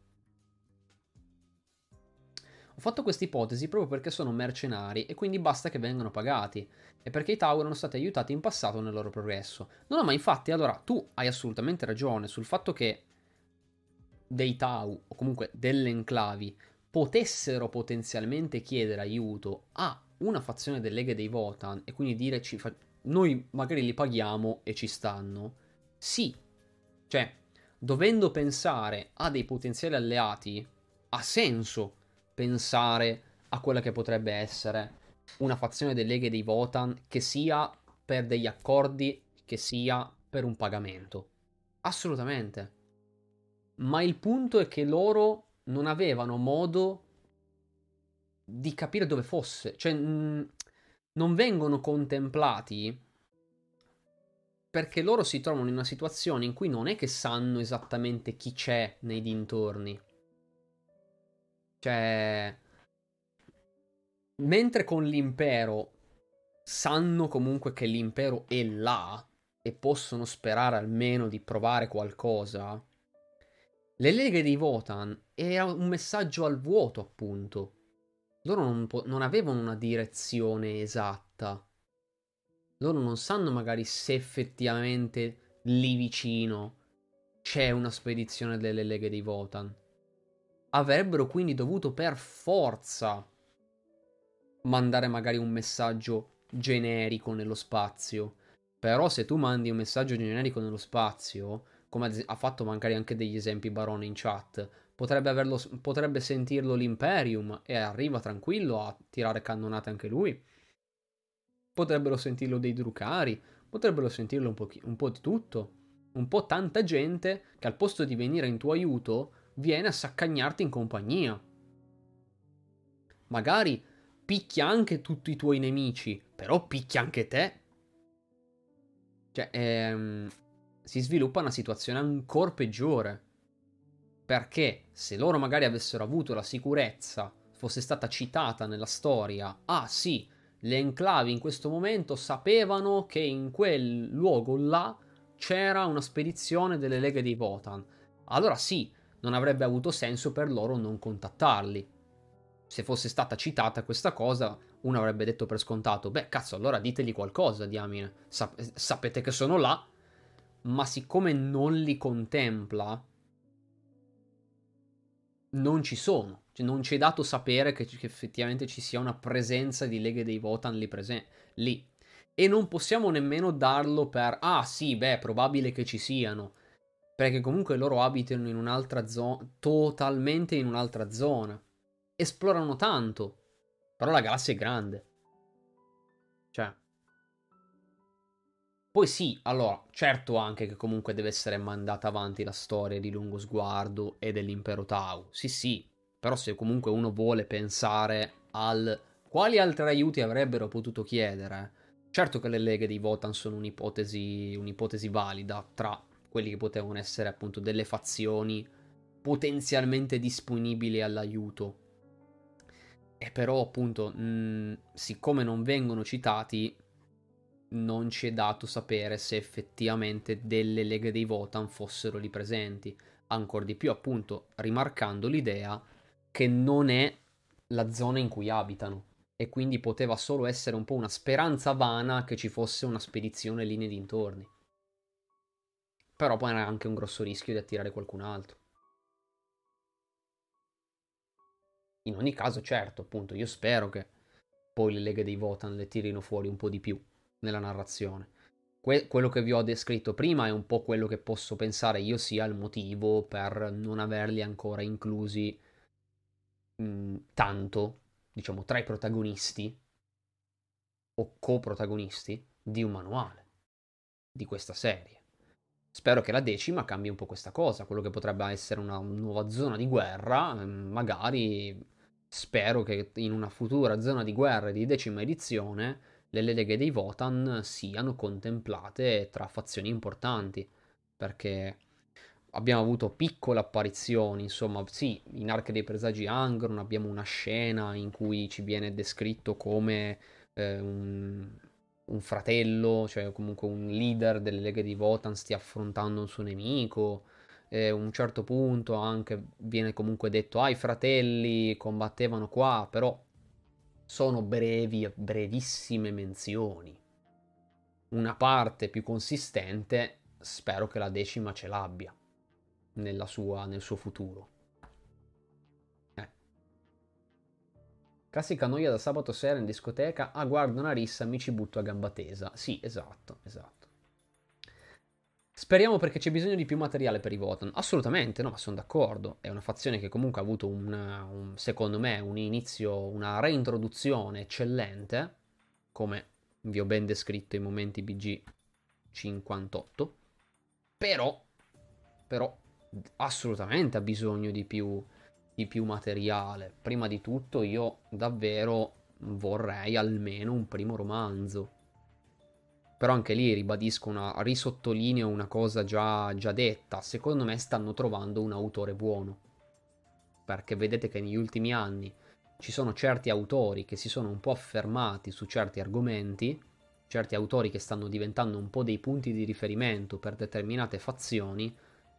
Ho fatto questa ipotesi proprio perché sono mercenari e quindi basta che vengano pagati e perché i Tau erano stati aiutati in passato nel loro progresso. No, no, ma infatti, allora tu hai assolutamente ragione sul fatto che dei Tau o comunque delle enclavi potessero potenzialmente chiedere aiuto a una fazione delle leghe dei Votan e quindi dire ci fa- noi magari li paghiamo e ci stanno. Sì, cioè, dovendo pensare a dei potenziali alleati, ha senso pensare a quella che potrebbe essere una fazione delle leghe dei Votan che sia per degli accordi, che sia per un pagamento. Assolutamente. Ma il punto è che loro non avevano modo di capire dove fosse. Cioè, mh, non vengono contemplati perché loro si trovano in una situazione in cui non è che sanno esattamente chi c'è nei dintorni. Cioè, mentre con l'impero sanno comunque che l'impero è là e possono sperare almeno di provare qualcosa, le leghe di Votan era un messaggio al vuoto, appunto. Loro non, po- non avevano una direzione esatta. Loro non sanno magari se effettivamente lì vicino c'è una spedizione delle leghe di Votan. Avrebbero quindi dovuto per forza mandare magari un messaggio generico nello spazio. Però se tu mandi un messaggio generico nello spazio, come ha fatto magari anche degli esempi Barone in chat, potrebbe, averlo, potrebbe sentirlo l'Imperium e arriva tranquillo a tirare cannonate anche lui. Potrebbero sentirlo dei Drucari, potrebbero sentirlo un po', un po' di tutto. Un po' tanta gente che al posto di venire in tuo aiuto viene a saccagnarti in compagnia. Magari picchia anche tutti i tuoi nemici, però picchia anche te. Cioè, ehm, si sviluppa una situazione ancora peggiore. Perché se loro magari avessero avuto la sicurezza, fosse stata citata nella storia, ah sì, le enclavi in questo momento sapevano che in quel luogo là c'era una spedizione delle leghe di Votan. Allora sì, non avrebbe avuto senso per loro non contattarli. Se fosse stata citata questa cosa, uno avrebbe detto per scontato, beh cazzo, allora ditegli qualcosa, diamine. Sap- sapete che sono là, ma siccome non li contempla, non ci sono. Cioè, non ci è dato sapere che, che effettivamente ci sia una presenza di leghe dei Votan lì, presen- lì. E non possiamo nemmeno darlo per, ah sì, beh, è probabile che ci siano. Perché comunque loro abitano in un'altra zona, totalmente in un'altra zona. Esplorano tanto. Però la galassia è grande. Cioè, poi sì, allora, certo anche che comunque deve essere mandata avanti la storia di Lungo Sguardo e dell'Impero Tau. Sì, sì, però se comunque uno vuole pensare al quali altri aiuti avrebbero potuto chiedere, certo che le leghe di Votan sono un'ipotesi, un'ipotesi valida tra quelli che potevano essere appunto delle fazioni potenzialmente disponibili all'aiuto. E però appunto, mh, siccome non vengono citati, non ci è dato sapere se effettivamente delle leghe dei Votann fossero lì presenti. Ancor di più appunto rimarcando l'idea che non è la zona in cui abitano e quindi poteva solo essere un po' una speranza vana che ci fosse una spedizione lì nei dintorni. Però poi era anche un grosso rischio di attirare qualcun altro. In ogni caso, certo, appunto, io spero che poi le leghe dei Votann le tirino fuori un po' di più nella narrazione. Que- quello che vi ho descritto prima è un po' quello che posso pensare io sia il motivo per non averli ancora inclusi mh, tanto, diciamo, tra i protagonisti o coprotagonisti di un manuale di questa serie. Spero che la decima cambi un po' questa cosa, quello che potrebbe essere una nuova zona di guerra, mm, magari spero che in una futura zona di guerra di decima edizione le leghe dei Votann siano contemplate tra fazioni importanti, perché abbiamo avuto piccole apparizioni, insomma, sì, in Arca dei Presagi Angron abbiamo una scena in cui ci viene descritto come eh, un, un fratello, cioè comunque un leader delle leghe di Votann stia affrontando un suo nemico. E a un certo punto anche viene comunque detto, ah, i fratelli combattevano qua, però sono brevi, brevissime menzioni. Una parte più consistente spero che la decima ce l'abbia nella sua, nel suo futuro. Eh. Classica noia da sabato sera in discoteca. Ah, guarda una rissa, mi ci butto a gamba tesa. Sì, esatto, esatto. Speriamo perché c'è bisogno di più materiale per i Votann. Assolutamente, no, ma sono d'accordo. È una fazione che comunque ha avuto un, un, secondo me, un inizio, una reintroduzione eccellente, come vi ho ben descritto in momenti B G cinquantotto. Però, però, assolutamente ha bisogno di più, di più materiale. Prima di tutto io davvero vorrei almeno un primo romanzo. Però anche lì ribadisco una, risottolineo una cosa già, già detta. Secondo me stanno trovando un autore buono. Perché vedete che negli ultimi anni ci sono certi autori che si sono un po' affermati su certi argomenti, certi autori che stanno diventando un po' dei punti di riferimento per determinate fazioni.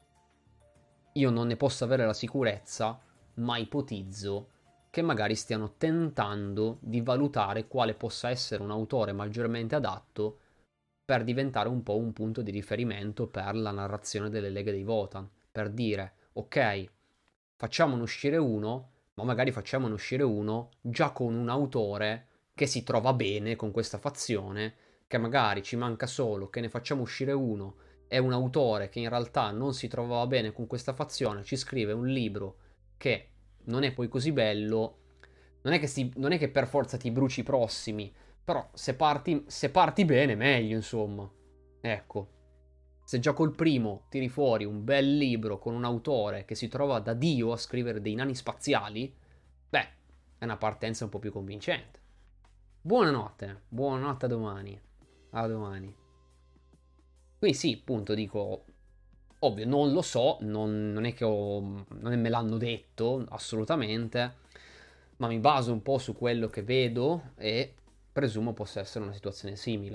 Io non ne posso avere la sicurezza, ma ipotizzo che magari stiano tentando di valutare quale possa essere un autore maggiormente adatto per diventare un po' un punto di riferimento per la narrazione delle leghe dei Votann, per dire, ok, facciamone uscire uno, ma magari facciamone uscire uno già con un autore che si trova bene con questa fazione, che magari ci manca solo che ne facciamo uscire uno è un autore che in realtà non si trovava bene con questa fazione, ci scrive un libro che non è poi così bello, non è che, si, non è che per forza ti bruci i prossimi, però se parti, se parti bene meglio, insomma. Ecco, se già col primo tiri fuori un bel libro con un autore che si trova da Dio a scrivere dei nani spaziali, beh, è una partenza un po' più convincente. Buonanotte, buonanotte a domani. A domani. Quindi sì, appunto, dico, ovvio, non lo so, non, non è che ho, non è me l'hanno detto, assolutamente, ma mi baso un po' su quello che vedo e presumo possa essere una situazione simile.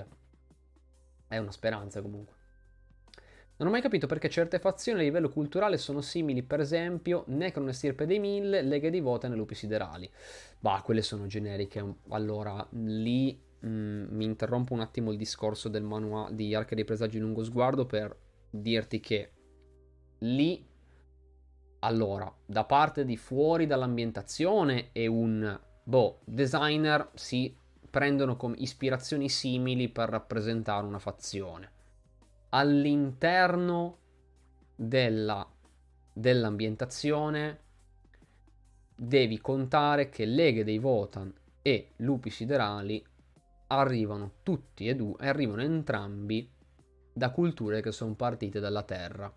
È una speranza comunque. Non ho mai capito perché certe fazioni a livello culturale sono simili, per esempio, Necron e Stirpe dei Mille, Leghe di Votann e Lupi Siderali. Bah, quelle sono generiche. Allora, lì mh, mi interrompo un attimo il discorso del manuale di Arca dei Presagi Lungo Sguardo per dirti che lì, allora, da parte di fuori dall'ambientazione è un, boh, designer si prendono come ispirazioni simili per rappresentare una fazione. All'interno della, dell'ambientazione devi contare che Leghe dei Votann e Lupi Siderali arrivano tutti e due, arrivano entrambi da culture che sono partite dalla Terra.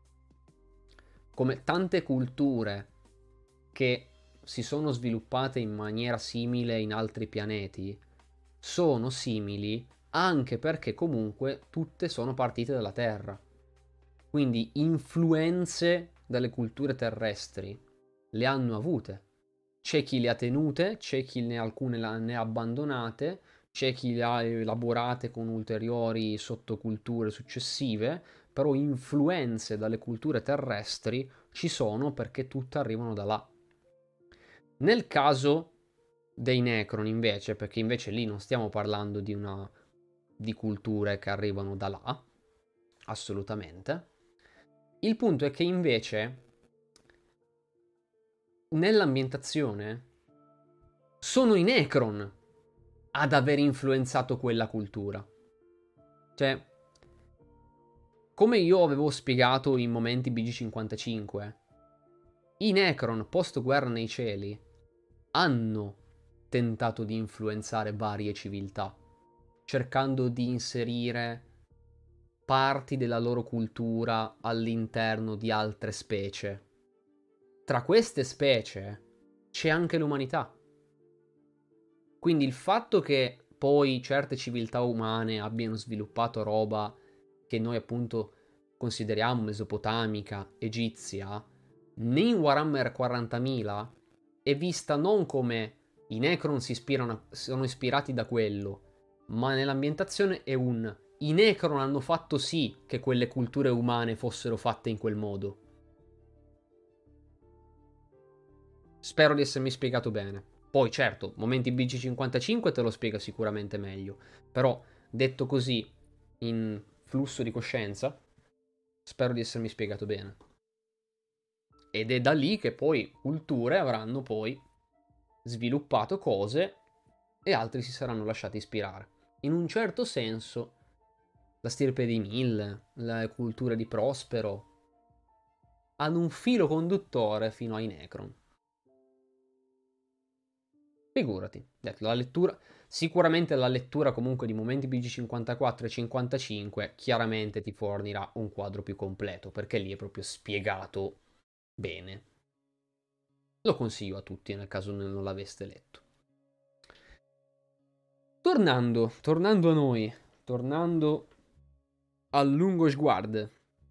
Come tante culture che si sono sviluppate in maniera simile in altri pianeti, sono simili anche perché comunque tutte sono partite dalla Terra. Quindi influenze dalle culture terrestri le hanno avute. C'è chi le ha tenute, c'è chi ne alcune ne ha abbandonate, c'è chi le ha elaborate con ulteriori sottoculture successive, però influenze dalle culture terrestri ci sono perché tutte arrivano da là. Nel caso dei Necron invece, perché invece lì non stiamo parlando di una di culture che arrivano da là, assolutamente. Il punto è che invece nell'ambientazione sono i Necron ad aver influenzato quella cultura. Cioè, come io avevo spiegato in momenti B G cinquantacinque, i Necron post guerra nei cieli hanno tentato di influenzare varie civiltà, cercando di inserire parti della loro cultura all'interno di altre specie. Tra queste specie c'è anche l'umanità. Quindi il fatto che poi certe civiltà umane abbiano sviluppato roba che noi appunto consideriamo mesopotamica, egizia, in Warhammer quarantamila è vista non come i Necron si ispirano, sono ispirati da quello, ma nell'ambientazione è un i Necron hanno fatto sì che quelle culture umane fossero fatte in quel modo. Spero di essermi spiegato bene. Poi certo, momenti B G cinquantacinque te lo spiega sicuramente meglio, però detto così in flusso di coscienza, spero di essermi spiegato bene. Ed è da lì che poi culture avranno poi sviluppato cose e altri si saranno lasciati ispirare. In un certo senso, la stirpe di Mill, la cultura di Prospero, hanno un filo conduttore fino ai Necron. Figurati, detto, la lettura, sicuramente la lettura comunque di momenti B G cinquantaquattro e cinquantacinque chiaramente ti fornirà un quadro più completo, perché lì è proprio spiegato bene. Lo consiglio a tutti nel caso non l'aveste letto. Tornando, tornando a noi, tornando al lungo sguardo.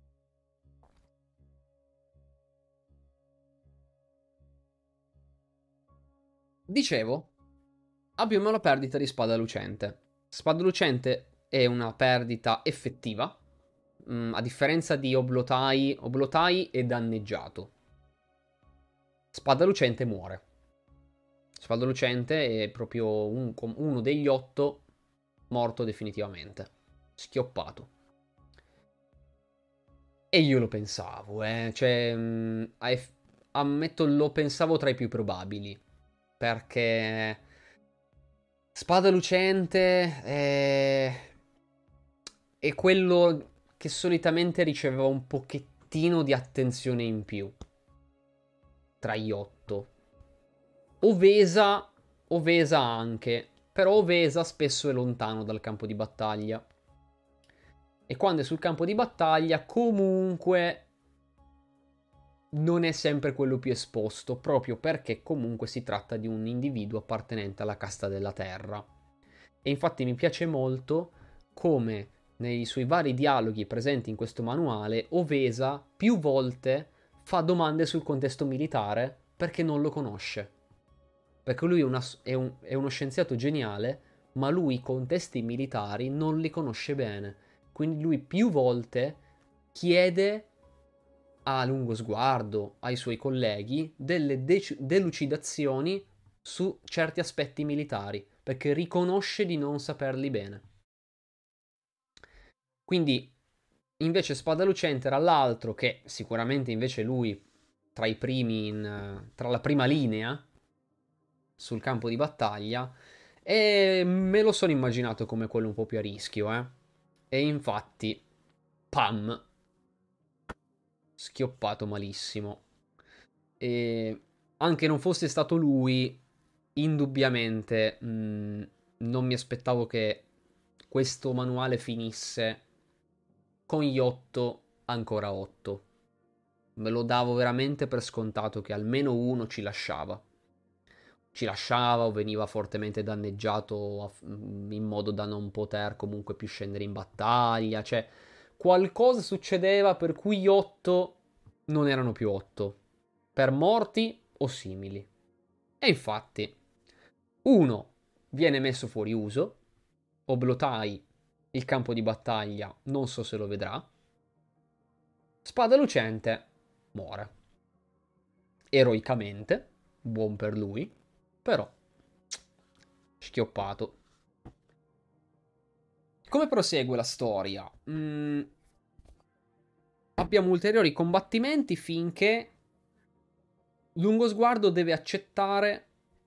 Dicevo, abbiamo la perdita di Spada Lucente. Spada Lucente è una perdita effettiva, mh, a differenza di Oblotai, Oblotai è danneggiato. Spada Lucente muore. Spada Lucente è proprio un, uno degli otto morto definitivamente. Schioppato. E io lo pensavo, eh. Cioè, mh, ammetto, lo pensavo tra i più probabili. Perché Spada Lucente è... è quello che solitamente riceveva un pochettino di attenzione in più tra gli otto. Ovesa, Ovesa anche, però Ovesa spesso è lontano dal campo di battaglia. E quando è sul campo di battaglia, comunque non è sempre quello più esposto, proprio perché comunque si tratta di un individuo appartenente alla casta della terra. E infatti mi piace molto come nei suoi vari dialoghi presenti in questo manuale, Ovesa più volte fa domande sul contesto militare perché non lo conosce. Perché lui è, una, è, un, è uno scienziato geniale, ma lui i contesti militari non li conosce bene. Quindi lui più volte chiede a lungo sguardo ai suoi colleghi delle dec- delucidazioni su certi aspetti militari, perché riconosce di non saperli bene. Quindi, invece, Spada Lucente era l'altro che sicuramente invece lui tra i primi in, tra la prima linea sul campo di battaglia, e me lo sono immaginato come quello un po' più a rischio, eh. E infatti, pam, schioppato malissimo. E anche non fosse stato lui, indubbiamente mh, non mi aspettavo che questo manuale finisse con gli otto ancora otto. Me lo davo veramente per scontato che almeno uno ci lasciava. Ci lasciava o veniva fortemente danneggiato in modo da non poter comunque più scendere in battaglia. Cioè, qualcosa succedeva per cui gli otto non erano più otto, per morti o simili. E infatti, uno viene messo fuori uso, Oblotai, il campo di battaglia, non so se lo vedrà, Spada Lucente muore. Eroicamente, buon per lui, però schioppato. Come prosegue la storia? Mm, abbiamo ulteriori combattimenti finché Lungo Sguardo deve accettare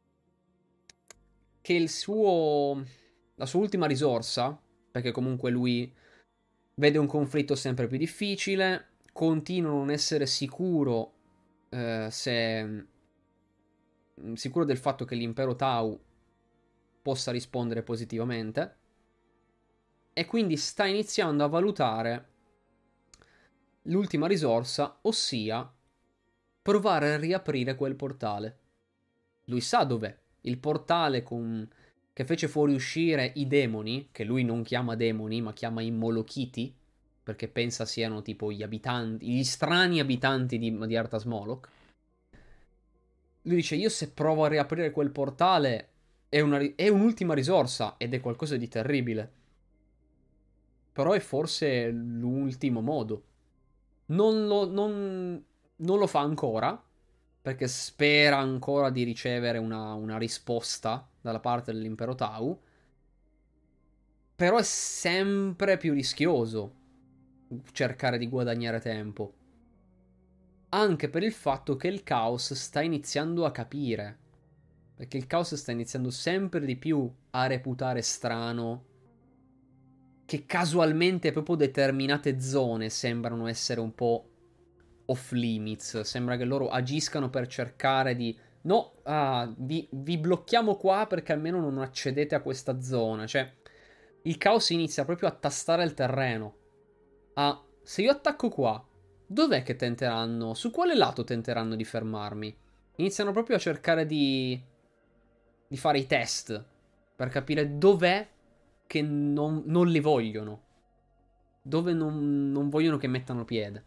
che il suo la sua ultima risorsa, perché comunque lui vede un conflitto sempre più difficile, continua a non essere sicuro eh, se sicuro del fatto che l'impero Tau possa rispondere positivamente e quindi sta iniziando a valutare l'ultima risorsa, ossia provare a riaprire quel portale. Lui sa dov'è. Il portale con... che fece fuoriuscire i demoni, che lui non chiama demoni, ma chiama immolokiti, perché pensa siano tipo gli abitanti, gli strani abitanti di, di Arthas Moloch. Lui dice, io se provo a riaprire quel portale è, una, è un'ultima risorsa ed è qualcosa di terribile. Però è forse l'ultimo modo. Non lo, non, non lo fa ancora, perché spera ancora di ricevere una, una risposta dalla parte dell'impero Tau. Però è sempre più rischioso cercare di guadagnare tempo. Anche per il fatto che il caos sta iniziando a capire. Perché il caos sta iniziando sempre di più a reputare strano che casualmente proprio determinate zone sembrano essere un po' off limits. Sembra che loro agiscano per cercare di... No, ah, vi, vi blocchiamo qua perché almeno non accedete a questa zona. Cioè, il caos inizia proprio a tastare il terreno. Ah, se io attacco qua, dov'è che tenteranno? Su quale lato tenteranno di fermarmi? Iniziano proprio a cercare di... di fare i test per capire dov'è che non, non li vogliono. Dove non, non vogliono che mettano piede.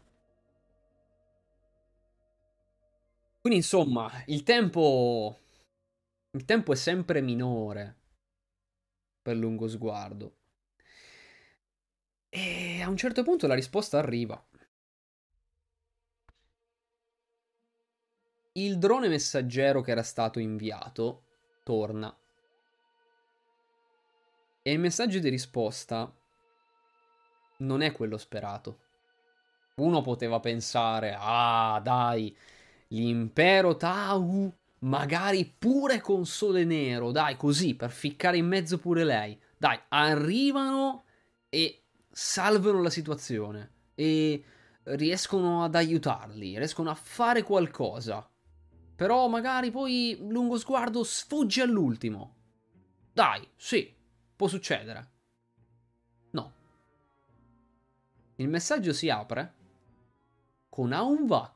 Quindi insomma, il tempo. Il tempo è sempre minore per Lungo Sguardo. E a un certo punto la risposta arriva. Il drone messaggero che era stato inviato torna. E il messaggio di risposta non è quello sperato. Uno poteva pensare, ah dai, l'impero Tau, magari pure con Sole Nero, dai, così, per ficcare in mezzo pure lei. Dai, arrivano e salvano la situazione. E riescono ad aiutarli, riescono a fare qualcosa. Però magari poi Lungo Sguardo sfugge all'ultimo. Dai, sì, può succedere. No. Il messaggio si apre con Aun Va.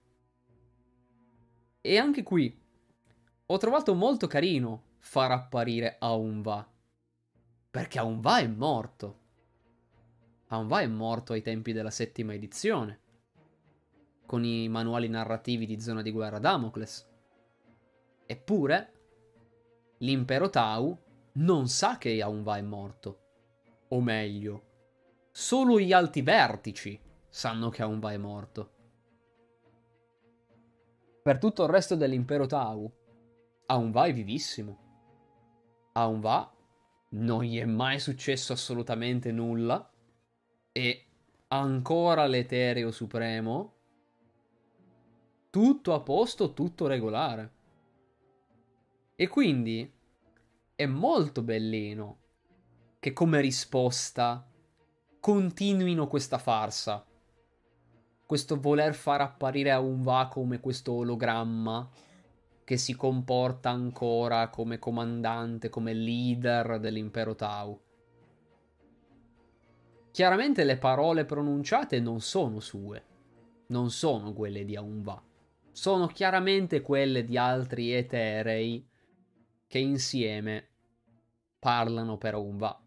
E anche qui ho trovato molto carino far apparire Aunva. Perché Aunva è morto. Aunva è morto ai tempi della settima edizione. Con i manuali narrativi di Zona di Guerra Damocles. Eppure, l'impero Tau non sa che Aunva è morto. O meglio, solo gli alti vertici sanno che Aunva è morto. Per tutto il resto dell'impero Tau, Aunva è vivissimo. Aunva non gli è mai successo assolutamente nulla. E ancora l'Etereo Supremo. Tutto a posto, tutto regolare. E quindi è molto bellino che come risposta continuino questa farsa. Questo voler far apparire a un Va come questo ologramma che si comporta ancora come comandante, come leader dell'impero Tau. Chiaramente le parole pronunciate non sono sue, non sono quelle di Aunva, sono chiaramente quelle di altri eterei che insieme parlano per Aunva.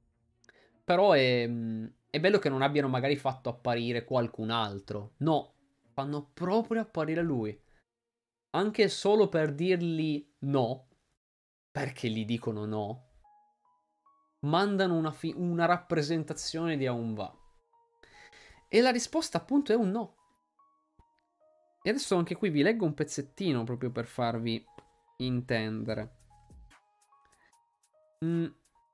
Però è, è bello che non abbiano magari fatto apparire qualcun altro. No, fanno proprio apparire lui. Anche solo per dirgli no, perché gli dicono no, mandano una, fi- una rappresentazione di Aumva. E la risposta appunto è un no. E adesso anche qui vi leggo un pezzettino proprio per farvi intendere. Mm.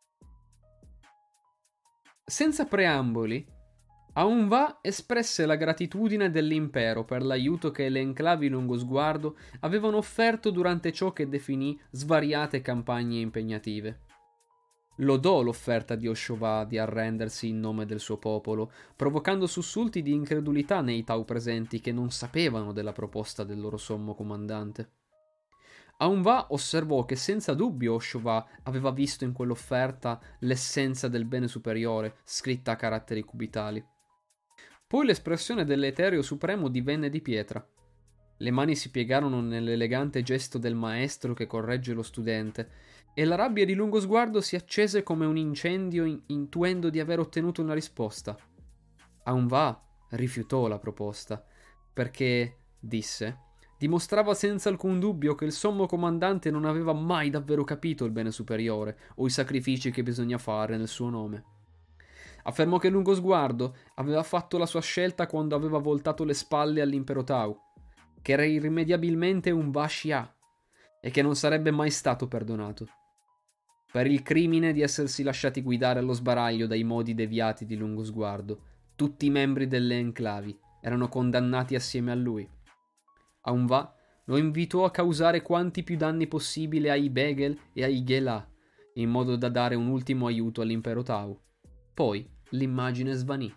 Senza preamboli, Aumva espresse la gratitudine dell'impero per l'aiuto che le enclavi lungo sguardo avevano offerto durante ciò che definì svariate campagne impegnative. Lodò l'offerta di Oshova di arrendersi in nome del suo popolo, provocando sussulti di incredulità nei Tau presenti che non sapevano della proposta del loro sommo comandante. Aunva osservò che senza dubbio Oshova aveva visto in quell'offerta l'essenza del bene superiore, scritta a caratteri cubitali. Poi l'espressione dell'Etereo Supremo divenne di pietra. Le mani si piegarono nell'elegante gesto del maestro che corregge lo studente, e la rabbia di lungo sguardo si accese come un incendio in- intuendo di aver ottenuto una risposta. Aunva rifiutò la proposta, perché, disse, dimostrava senza alcun dubbio che il sommo comandante non aveva mai davvero capito il bene superiore o i sacrifici che bisogna fare nel suo nome. Affermò che Lungo Sguardo aveva fatto la sua scelta quando aveva voltato le spalle all'impero Tau, che era irrimediabilmente un Vashia e che non sarebbe mai stato perdonato. Per il crimine di essersi lasciati guidare allo sbaraglio dai modi deviati di Lungo Sguardo, tutti i membri delle enclavi erano condannati assieme a lui. Aunva lo invitò a causare quanti più danni possibile ai Begel e ai Gela, in modo da dare un ultimo aiuto all'impero Tau. Poi l'immagine svanì.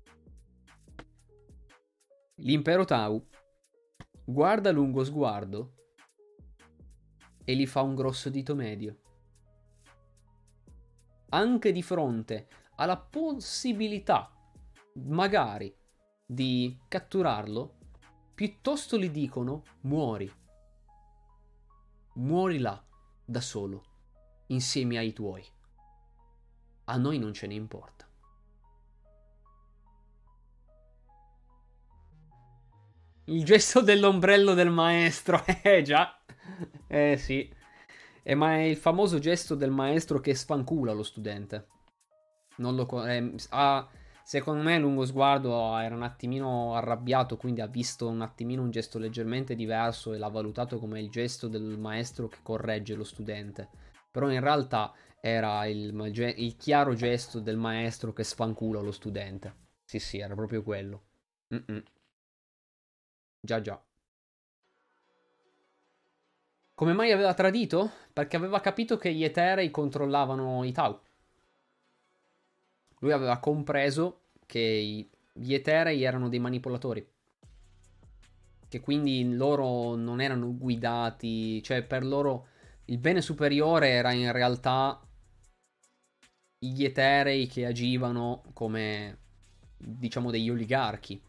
L'impero Tau guarda Lungo Sguardo e gli fa un grosso dito medio. Anche di fronte alla possibilità, magari, di catturarlo, piuttosto gli dicono muori. Muori là, da solo, insieme ai tuoi. A noi non ce ne importa. Il gesto dell'ombrello del maestro, eh già, eh sì. Eh, ma è il famoso gesto del maestro che sfancula lo studente. Non lo... co- eh, ha- secondo me Lungo Sguardo era un attimino arrabbiato, quindi ha visto un attimino un gesto leggermente diverso e l'ha valutato come il gesto del maestro che corregge lo studente. Però in realtà era il, il chiaro gesto del maestro che sfancula lo studente. Sì, sì, era proprio quello. Mm-mm. Già, già. Come mai aveva tradito? Perché aveva capito che gli Eterei controllavano i Tau. Lui aveva compreso che gli Eterei erano dei manipolatori. Che quindi loro non erano guidati, cioè per loro il bene superiore era in realtà gli Eterei che agivano come, diciamo, degli oligarchi.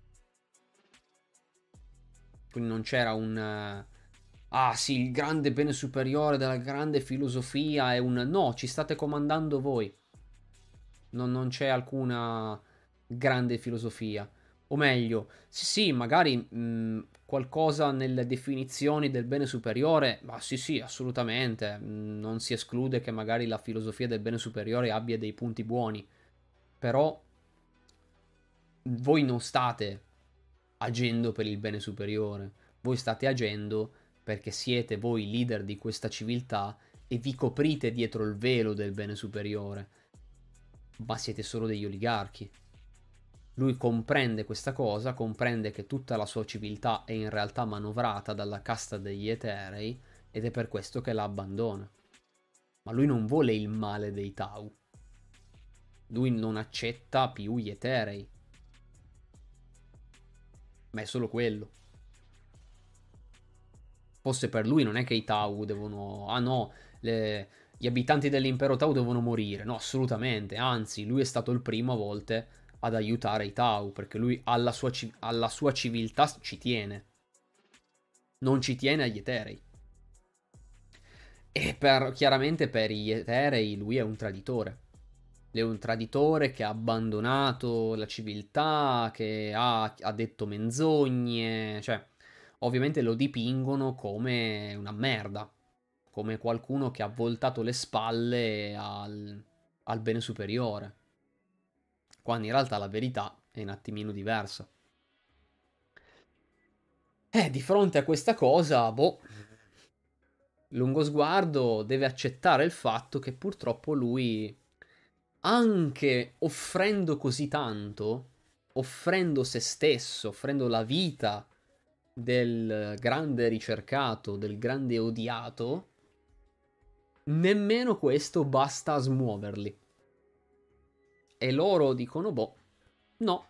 Quindi non c'era un... eh, ah sì, il grande bene superiore della grande filosofia è un... No, ci state comandando voi. Non, non c'è alcuna grande filosofia. O meglio, sì, sì, magari mh, qualcosa nelle definizioni del bene superiore, ma sì, sì, assolutamente. Mh, non si esclude che magari la filosofia del bene superiore abbia dei punti buoni. Però voi non state agendo per il bene superiore, voi state agendo perché siete voi leader di questa civiltà e vi coprite dietro il velo del bene superiore, ma siete solo degli oligarchi. Lui comprende questa cosa, comprende che tutta la sua civiltà è in realtà manovrata dalla casta degli Eterei ed è per questo che la abbandona. Ma lui non vuole il male dei Tau. Lui non accetta più gli Eterei. Ma è solo quello. Fosse per lui non è che i Tau devono... Ah no, le... gli abitanti dell'impero Tau devono morire. No, assolutamente. Anzi, lui è stato il primo a volte ad aiutare i Tau, perché lui alla sua, ci... alla sua civiltà ci tiene. Non ci tiene agli Eterei. E per... chiaramente per gli Eterei lui è un traditore. Lui è un traditore che ha abbandonato la civiltà, che ha, ha detto menzogne, cioè, ovviamente lo dipingono come una merda, come qualcuno che ha voltato le spalle al, al bene superiore, quando in realtà la verità è un attimino diversa. Eh, di fronte a questa cosa, boh, Lungo Sguardo deve accettare il fatto che purtroppo lui, anche offrendo così tanto, offrendo se stesso, offrendo la vita del grande ricercato, del grande odiato, nemmeno questo basta a smuoverli. E loro dicono, boh, no.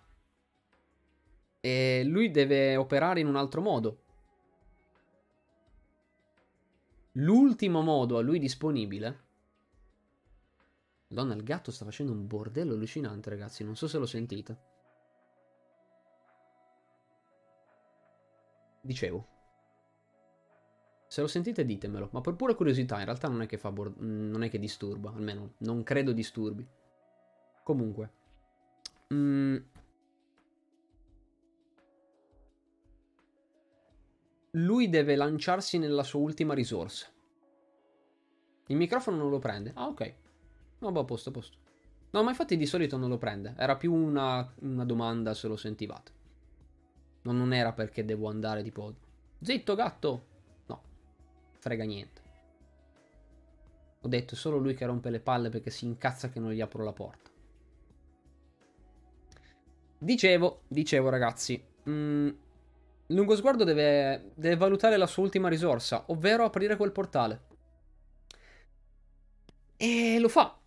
E lui deve operare in un altro modo. L'ultimo modo a lui disponibile. Madonna, il gatto sta facendo un bordello allucinante, ragazzi. Non so se lo sentite. Dicevo. Se lo sentite ditemelo, ma per pura curiosità, in realtà non è che fa bord- non è che disturba, almeno non credo disturbi. Comunque. Mm, lui deve lanciarsi nella sua ultima risorsa. Il microfono non lo prende. Ah, ok. No, boh, a posto, a posto. No, ma infatti di solito non lo prende. Era più una, una domanda se lo sentivate. Non, non era perché devo andare tipo... Zitto, gatto! No, frega niente. Ho detto, è solo lui che rompe le palle perché si incazza che non gli apro la porta. Dicevo, dicevo ragazzi, mh, Lungo Sguardo deve, deve valutare la sua ultima risorsa, ovvero aprire quel portale. E lo fa.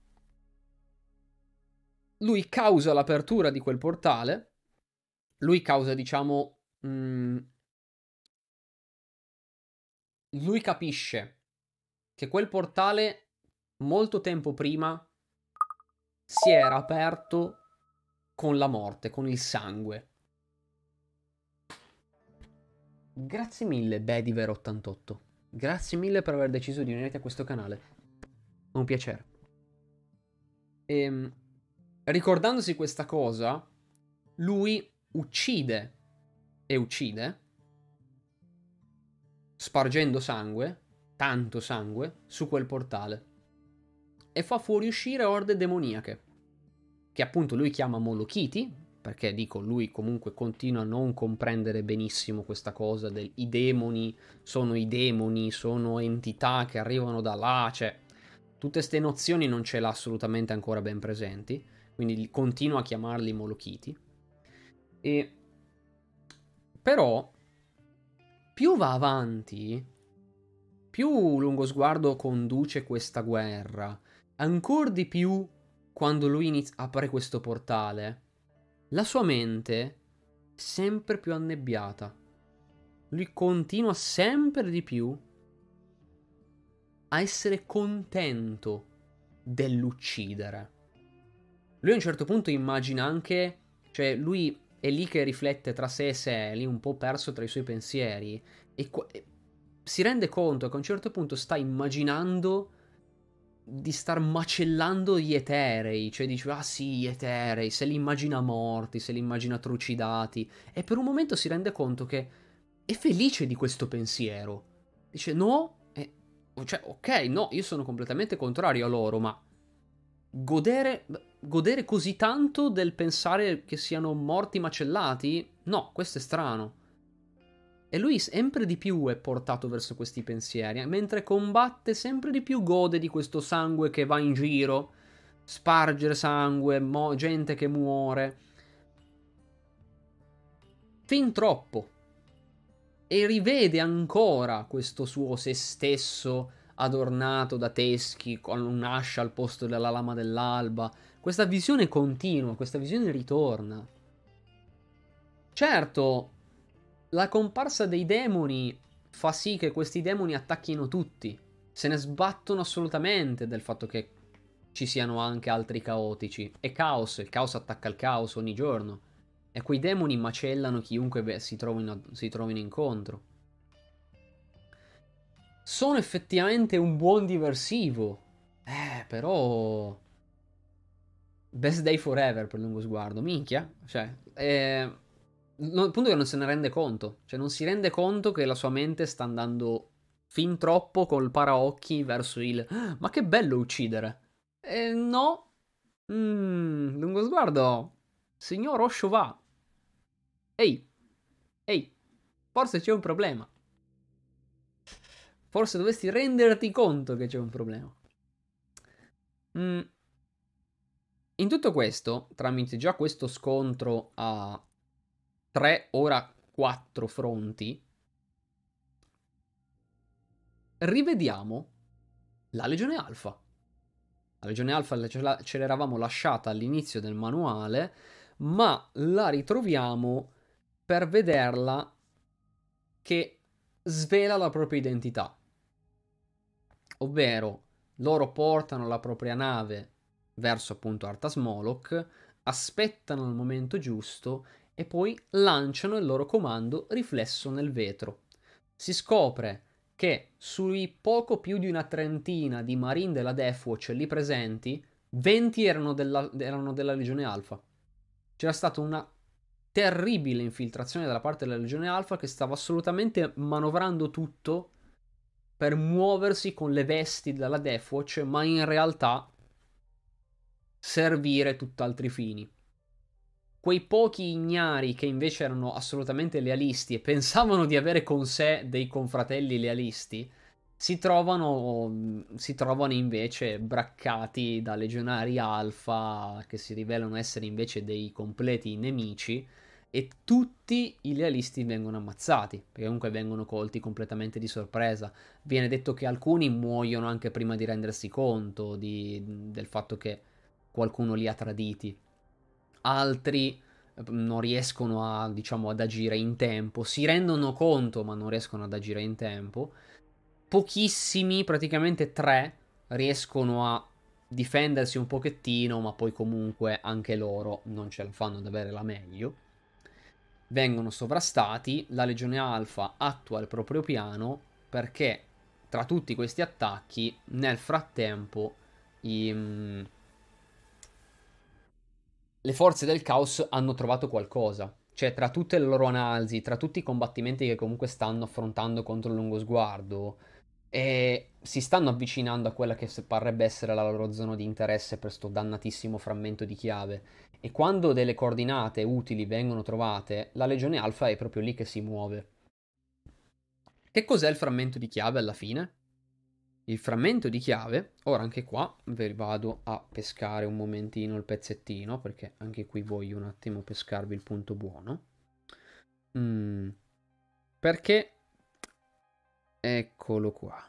Lui causa l'apertura di quel portale. Lui causa, diciamo, mh, lui capisce che quel portale molto tempo prima si era aperto con la morte, con il sangue. Grazie mille, Bediver ottantotto. Grazie mille per aver deciso di unirti a questo canale. È un piacere. E, ricordandosi questa cosa, lui uccide e uccide, spargendo sangue, tanto sangue, su quel portale. E fa fuoriuscire orde demoniache, che appunto lui chiama Molokiti, perché dico, lui comunque continua a non comprendere benissimo questa cosa del i demoni sono i demoni, sono entità che arrivano da là, cioè tutte queste nozioni non ce l'ha assolutamente ancora ben presenti, quindi continua a chiamarli Molokiti. E però più va avanti, più Lungo Sguardo conduce questa guerra, ancora di più quando lui inizia, apre questo portale, la sua mente è sempre più annebbiata. Lui continua sempre di più a essere contento dell'uccidere. Lui a un certo punto immagina anche, cioè lui è lì che riflette tra sé e sé, è lì un po' perso tra i suoi pensieri, e, qua- e si rende conto che a un certo punto sta immaginando di star macellando gli eterei, cioè dice, ah sì, gli eterei, se li immagina morti, se li immagina trucidati, e per un momento si rende conto che è felice di questo pensiero. Dice, no, eh, cioè, ok, no, io sono completamente contrario a loro, ma godere, godere così tanto del pensare che siano morti macellati? No, questo è strano. E lui sempre di più è portato verso questi pensieri, mentre combatte sempre di più gode di questo sangue che va in giro, spargere sangue, mo- gente che muore. Fin troppo. E rivede ancora questo suo se stesso adornato da teschi con un'ascia al posto della lama dell'alba. Questa visione continua, questa visione ritorna. Certo, la comparsa dei demoni fa sì che questi demoni attacchino tutti. Se ne sbattono assolutamente del fatto che ci siano anche altri caotici. È caos, il caos attacca il caos ogni giorno. E quei demoni macellano chiunque si trovino, si trovino incontro. Sono effettivamente un buon diversivo. Eh, però... Best day forever per Lungo Sguardo, minchia. Cioè, è... no, il punto è che non se ne rende conto. Cioè, non si rende conto che la sua mente sta andando fin troppo col paraocchi verso il "Ah, ma che bello uccidere!" E no. Mm, Lungo Sguardo, signor Osho va. Ehi, ehi, forse c'è un problema. Forse dovresti renderti conto che c'è un problema. Mm. In tutto questo, tramite già questo scontro a tre, ora quattro fronti, rivediamo la Legione Alfa. La Legione Alfa ce, la, ce l'eravamo lasciata all'inizio del manuale, ma la ritroviamo per vederla che svela la propria identità. Ovvero, loro portano la propria nave verso appunto Arthas Moloch, aspettano il momento giusto e poi lanciano il loro comando riflesso nel vetro. Si scopre che sui poco più di una trentina di Marine della Deathwatch lì presenti, venti erano della, erano della Legione Alfa. C'era stata una terribile infiltrazione da parte della Legione Alfa che stava assolutamente manovrando tutto per muoversi con le vesti della Deathwatch, ma in realtà servire tutt'altri fini. Quei pochi ignari che invece erano assolutamente lealisti e pensavano di avere con sé dei confratelli lealisti, si trovano, si trovano invece braccati da legionari alfa che si rivelano essere invece dei completi nemici e tutti i lealisti vengono ammazzati, perché comunque vengono colti completamente di sorpresa. Viene detto che alcuni muoiono anche prima di rendersi conto di, del fatto che qualcuno li ha traditi. Altri non riescono a, diciamo, ad agire in tempo, si rendono conto ma non riescono ad agire in tempo. Pochissimi, praticamente tre, riescono a difendersi un pochettino, ma poi comunque anche loro non ce la fanno ad avere la meglio. Vengono sovrastati, la Legione Alfa attua il proprio piano perché tra tutti questi attacchi, nel frattempo, i, mm, le forze del caos hanno trovato qualcosa. Cioè, tra tutte le loro analisi, tra tutti i combattimenti che comunque stanno affrontando contro il lungo sguardo, e si stanno avvicinando a quella che parrebbe essere la loro zona di interesse per sto dannatissimo frammento di chiave. E quando delle coordinate utili vengono trovate, la Legione Alfa è proprio lì che si muove. Che cos'è il frammento di chiave alla fine? Il frammento di chiave, ora anche qua ve vado a pescare un momentino il pezzettino, perché anche qui voglio un attimo pescarvi il punto buono. Mm, perché, eccolo qua.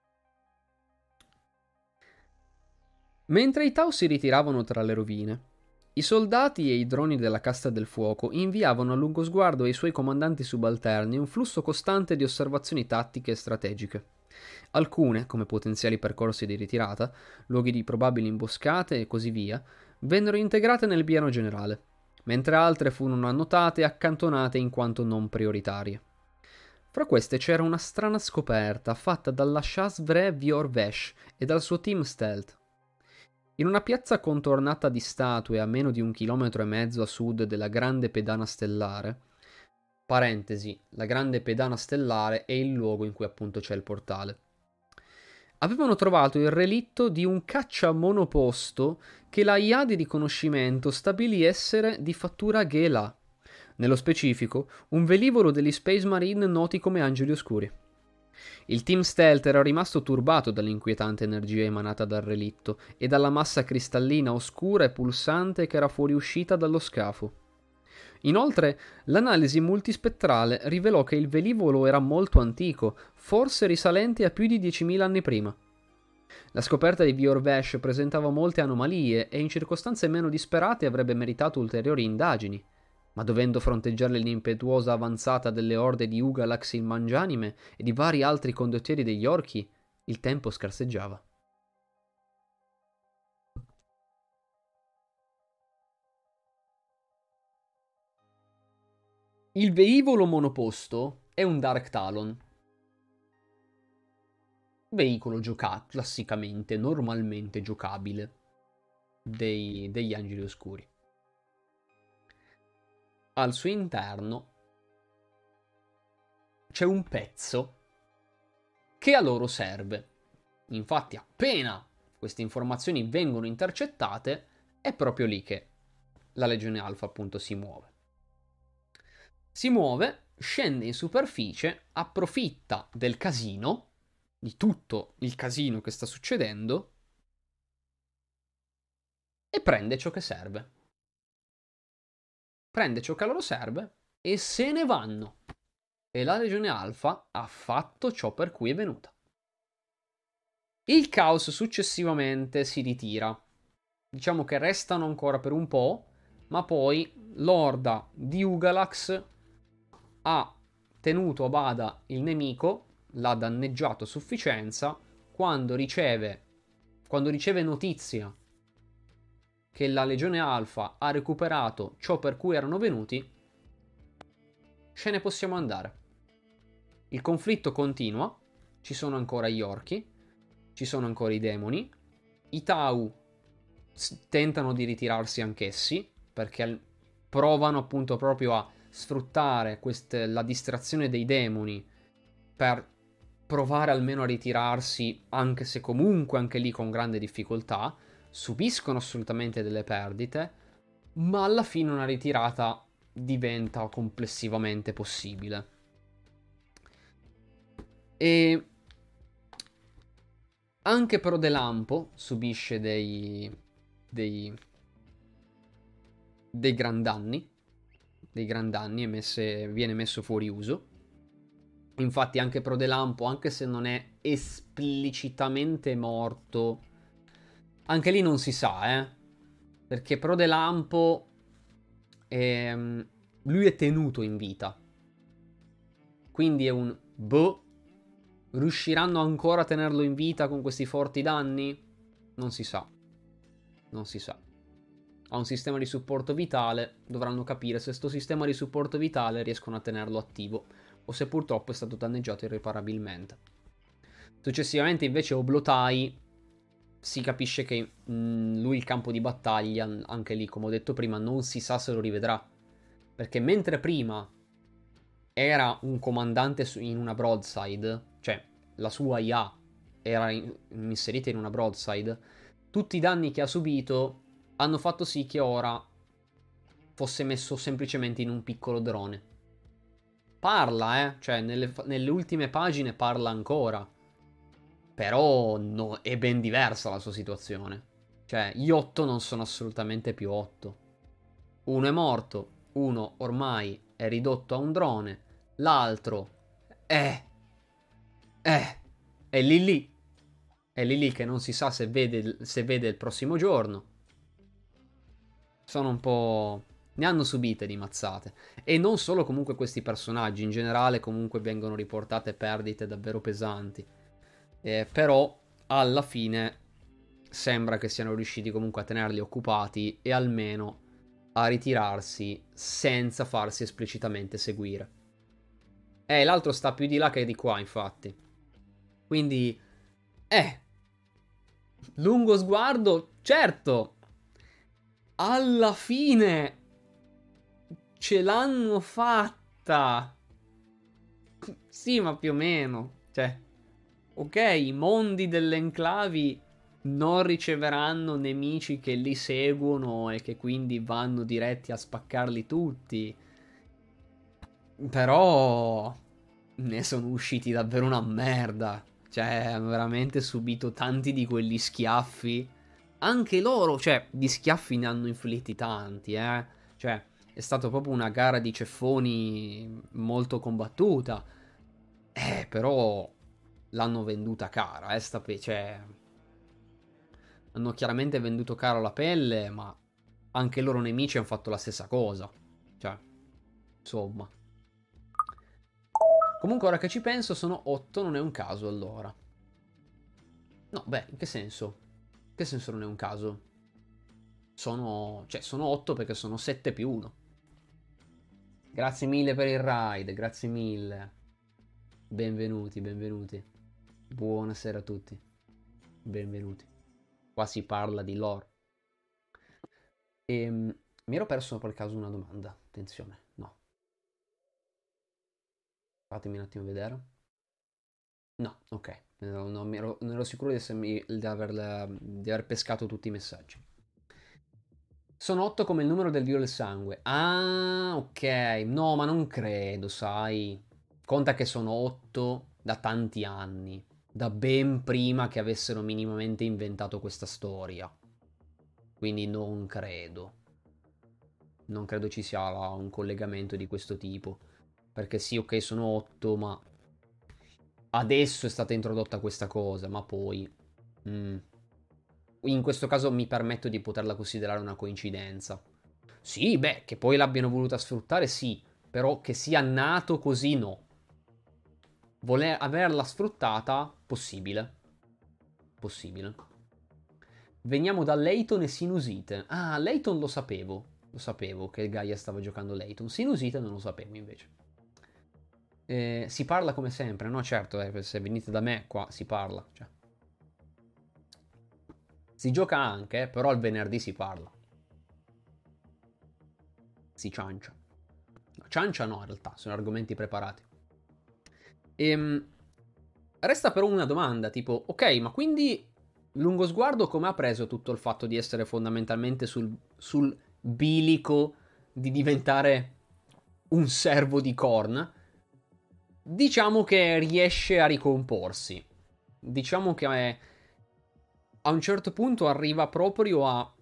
Mentre i Tau si ritiravano tra le rovine, i soldati e i droni della Casta del Fuoco inviavano a lungo sguardo ai suoi comandanti subalterni un flusso costante di osservazioni tattiche e strategiche. Alcune, come potenziali percorsi di ritirata, luoghi di probabili imboscate e così via, vennero integrate nel piano generale, mentre altre furono annotate e accantonate in quanto non prioritarie. Fra queste c'era una strana scoperta fatta dalla Shasvre Viorvesh e dal suo team stealth. In una piazza contornata di statue a meno di un chilometro e mezzo a sud della Grande Pedana Stellare, parentesi, la Grande Pedana Stellare è il luogo in cui appunto c'è il portale, avevano trovato il relitto di un caccia monoposto che la I A di riconoscimento stabilì essere di fattura Gela. Nello specifico, un velivolo degli Space Marine noti come Angeli Oscuri. Il team stealth era rimasto turbato dall'inquietante energia emanata dal relitto e dalla massa cristallina oscura e pulsante che era fuoriuscita dallo scafo. Inoltre, l'analisi multispettrale rivelò che il velivolo era molto antico, forse risalente a più di diecimila anni prima. La scoperta di Viorvesh presentava molte anomalie e in circostanze meno disperate avrebbe meritato ulteriori indagini, ma dovendo fronteggiare l'impetuosa avanzata delle orde di Ugalax il Mangianime e di vari altri condottieri degli orchi, il tempo scarseggiava. Il velivolo monoposto è un Dark Talon. Veicolo giocato classicamente, normalmente giocabile. dei, degli angeli oscuri. Al suo interno c'è un pezzo che a loro serve. Infatti, appena queste informazioni vengono intercettate, è proprio lì che la Legione Alfa appunto si muove. Si muove, scende in superficie, approfitta del casino, di tutto il casino che sta succedendo, e prende ciò che serve. Prende ciò che a loro serve e se ne vanno. E la Legione Alfa ha fatto ciò per cui è venuta. Il caos successivamente si ritira. Diciamo che restano ancora per un po', ma poi l'orda di Ugalax ha tenuto a bada il nemico, l'ha danneggiato a sufficienza, quando riceve, quando riceve notizia che la Legione Alfa ha recuperato ciò per cui erano venuti, ce ne possiamo andare. Il conflitto continua, ci sono ancora gli orchi, ci sono ancora i demoni, i Tau tentano di ritirarsi anch'essi, perché provano appunto proprio a sfruttare queste, la distrazione dei demoni per provare almeno a ritirarsi, anche se comunque anche lì con grande difficoltà, subiscono assolutamente delle perdite, ma alla fine una ritirata diventa complessivamente possibile. E anche Prodelampo subisce dei, dei, dei gran danni, dei gran danni e messe, viene messo fuori uso. Infatti anche Prodelampo, anche se non è esplicitamente morto, anche lì non si sa, eh. Perché Prodelampo, ehm, lui è tenuto in vita. Quindi è un boh. Riusciranno ancora a tenerlo in vita con questi forti danni? Non si sa. Non si sa. Ha un sistema di supporto vitale, dovranno capire se sto sistema di supporto vitale riescono a tenerlo attivo o se purtroppo è stato danneggiato irreparabilmente. Successivamente invece Oblotai si capisce che mh, lui il campo di battaglia, anche lì come ho detto prima, non si sa se lo rivedrà. Perché mentre prima era un comandante in una broadside, cioè la sua I A era in, inserita in una broadside, tutti i danni che ha subito hanno fatto sì che ora fosse messo semplicemente in un piccolo drone. Parla, eh, cioè nelle, nelle ultime pagine parla ancora, però no, è ben diversa la sua situazione. Cioè, gli otto non sono assolutamente più otto. Uno è morto, uno ormai è ridotto a un drone, l'altro è... è... è lì lì. È lì lì che non si sa se vede, se vede il prossimo giorno. Sono un po'... ne hanno subite di mazzate. E non solo comunque questi personaggi, in generale comunque vengono riportate perdite davvero pesanti. Eh, però alla fine sembra che siano riusciti comunque a tenerli occupati e almeno a ritirarsi senza farsi esplicitamente seguire. Eh, l'altro sta più di là che di qua, infatti. Quindi, eh, lungo sguardo, certo, alla fine ce l'hanno fatta. Sì, ma più o meno. Cioè, ok, i mondi delle enclavi non riceveranno nemici che li seguono e che quindi vanno diretti a spaccarli tutti. Però ne sono usciti davvero una merda. Cioè, hanno veramente subito tanti di quegli schiaffi. Anche loro, cioè, di schiaffi ne hanno inflitti tanti, eh. Cioè, è stata proprio una gara di ceffoni molto combattuta. Eh, però l'hanno venduta cara, eh, sta pe- cioè, hanno chiaramente venduto caro la pelle, ma anche i loro nemici hanno fatto la stessa cosa. Cioè, insomma. Comunque, ora che ci penso, sono otto, non è un caso allora. No, beh, in che senso? In che senso non è un caso? Sono, cioè, sono otto perché sono sette più uno. Grazie mille per il ride, grazie mille. Benvenuti, benvenuti. Buonasera a tutti. Benvenuti. Qua si parla di lore. E mi ero perso per caso una domanda. Attenzione, no. Fatemi un attimo vedere. No, ok. No, no, mi ero- non ero sicuro di, essermi- di aver, di aver pescato tutti i messaggi. Sono otto come il numero del dio del sangue. Ah, ok. No, ma non credo, sai. Conta che sono otto da tanti anni. Da ben prima che avessero minimamente inventato questa storia. Quindi non credo. Non credo ci sia un collegamento di questo tipo. Perché sì, ok, sono otto, ma adesso è stata introdotta questa cosa, ma poi... mm, in questo caso mi permetto di poterla considerare una coincidenza. Sì, beh, che poi l'abbiano voluta sfruttare, sì, però che sia nato così, no. Voler averla sfruttata, possibile. Possibile. Veniamo da Layton e Sinusite. Ah, Layton lo sapevo. Lo sapevo che Gaia stava giocando Layton. Sinusite non lo sapevo invece. Eh, si parla come sempre, no? Certo, eh, se venite da me qua si parla. Cioè. Si gioca anche, però il venerdì si parla. Si ciancia. No, ciancia no, in realtà, sono argomenti preparati. Ehm, resta però una domanda, tipo, ok, ma quindi Lungo Sguardo come ha preso tutto il fatto di essere fondamentalmente sul, sul bilico di diventare un servo di Korn? Diciamo che riesce a ricomporsi. Diciamo che è, a un certo punto arriva proprio a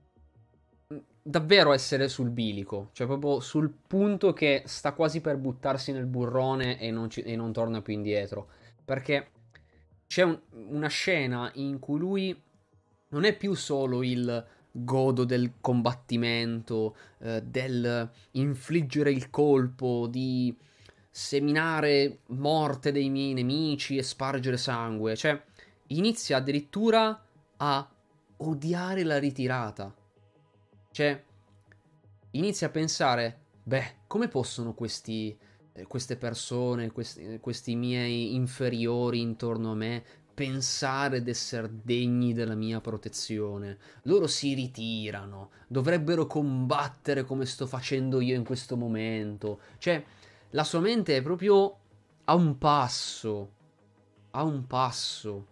davvero essere sul bilico, cioè proprio sul punto che sta quasi per buttarsi nel burrone e non, ci- e non torna più indietro. Perché c'è un- una scena in cui lui non è più solo il godo del combattimento, eh, del infliggere il colpo, di seminare morte dei miei nemici e spargere sangue, cioè inizia addirittura a odiare la ritirata. Cioè, inizi a pensare, beh, come possono questi, eh, queste persone, questi, questi miei inferiori intorno a me pensare d'essere degni della mia protezione? Loro si ritirano, dovrebbero combattere come sto facendo io in questo momento. Cioè, la sua mente è proprio a un passo, a un passo.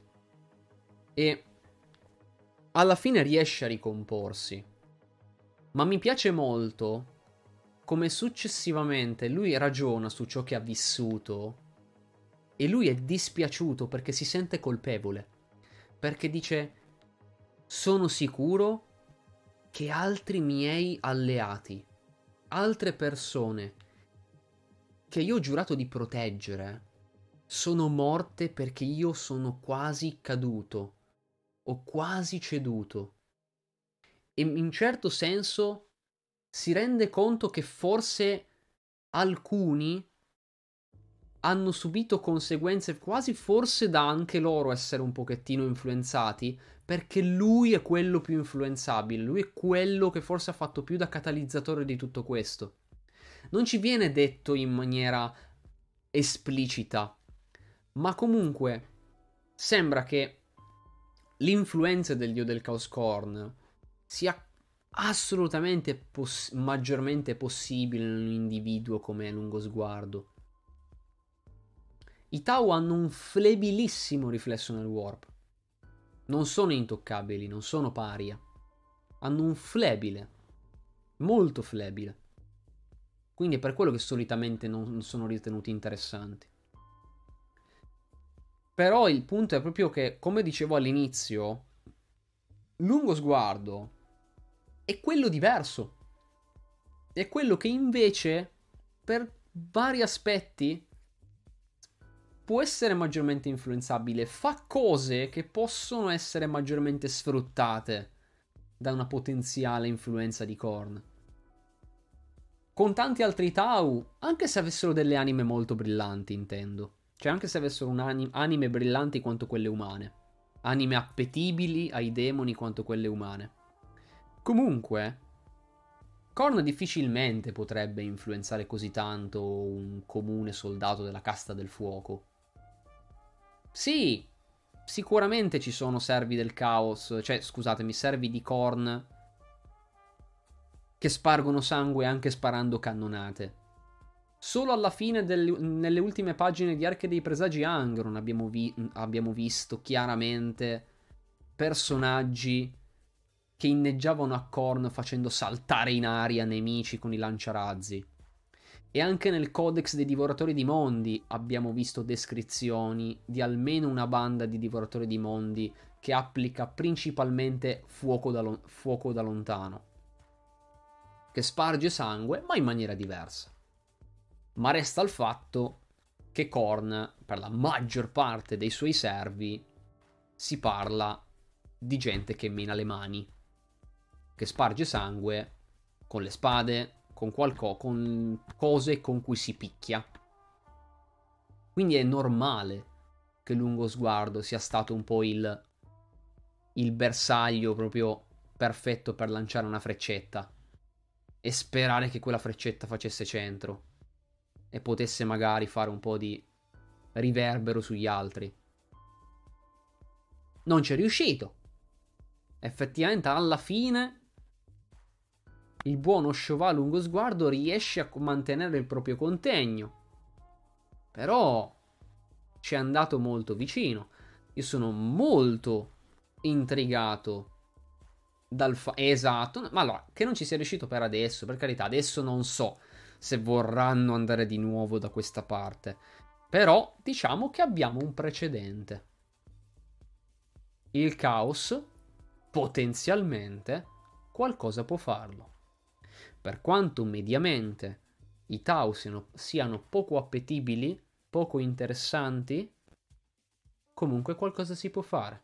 E alla fine riesce a ricomporsi. Ma mi piace molto come successivamente lui ragiona su ciò che ha vissuto e lui è dispiaciuto perché si sente colpevole. Perché dice: sono sicuro che altri miei alleati, altre persone che io ho giurato di proteggere, sono morte perché io sono quasi caduto, ho quasi ceduto. E in certo senso si rende conto che forse alcuni hanno subito conseguenze quasi forse da anche loro essere un pochettino influenzati, perché lui è quello più influenzabile, lui è quello che forse ha fatto più da catalizzatore di tutto questo. Non ci viene detto in maniera esplicita, ma comunque sembra che l'influenza del dio del Chaos Corn sia assolutamente poss- maggiormente possibile in un individuo come Lungo Sguardo. I Tau hanno un flebilissimo riflesso nel warp. Non sono intoccabili, non sono paria. Hanno un flebile, molto flebile. Quindi è per quello che solitamente non sono ritenuti interessanti. Però il punto è proprio che, come dicevo all'inizio, Lungo Sguardo è quello diverso. È quello che invece, per vari aspetti, può essere maggiormente influenzabile, fa cose che possono essere maggiormente sfruttate da una potenziale influenza di Korn. Con tanti altri Tau, anche se avessero delle anime molto brillanti, intendo. Cioè, anche se avessero anime brillanti quanto quelle umane. Anime appetibili ai demoni quanto quelle umane. Comunque, Korn difficilmente potrebbe influenzare così tanto un comune soldato della casta del fuoco. Sì, sicuramente ci sono servi del caos, cioè scusatemi, servi di Korn che spargono sangue anche sparando cannonate. Solo alla fine, del, nelle ultime pagine di Arche dei Presagi Angron abbiamo, vi, abbiamo visto chiaramente personaggi che inneggiavano a Khorne facendo saltare in aria nemici con i lanciarazzi. E anche nel Codex dei Divoratori di Mondi abbiamo visto descrizioni di almeno una banda di Divoratori di Mondi che applica principalmente fuoco da, lo- fuoco da lontano, che sparge sangue ma in maniera diversa. Ma resta il fatto che Khorne, per la maggior parte dei suoi servi, si parla di gente che mena le mani, che sparge sangue con le spade, con qualcosa, con cose con cui si picchia. Quindi è normale che Lungosguardo sia stato un po' il, il bersaglio proprio perfetto per lanciare una freccetta e sperare che quella freccetta facesse centro e potesse magari fare un po' di riverbero sugli altri. Non ci è riuscito. Effettivamente alla fine il buono Chauvin Lungosguardo riesce a mantenere il proprio contegno, però ci è andato molto vicino. Io sono molto intrigato dal fa- esatto, ma allora, che non ci sia riuscito per adesso, per carità, adesso non so se vorranno andare di nuovo da questa parte, però diciamo che abbiamo un precedente. Il caos potenzialmente qualcosa può farlo. Per quanto mediamente i Tau siano, siano poco appetibili, poco interessanti, comunque qualcosa si può fare.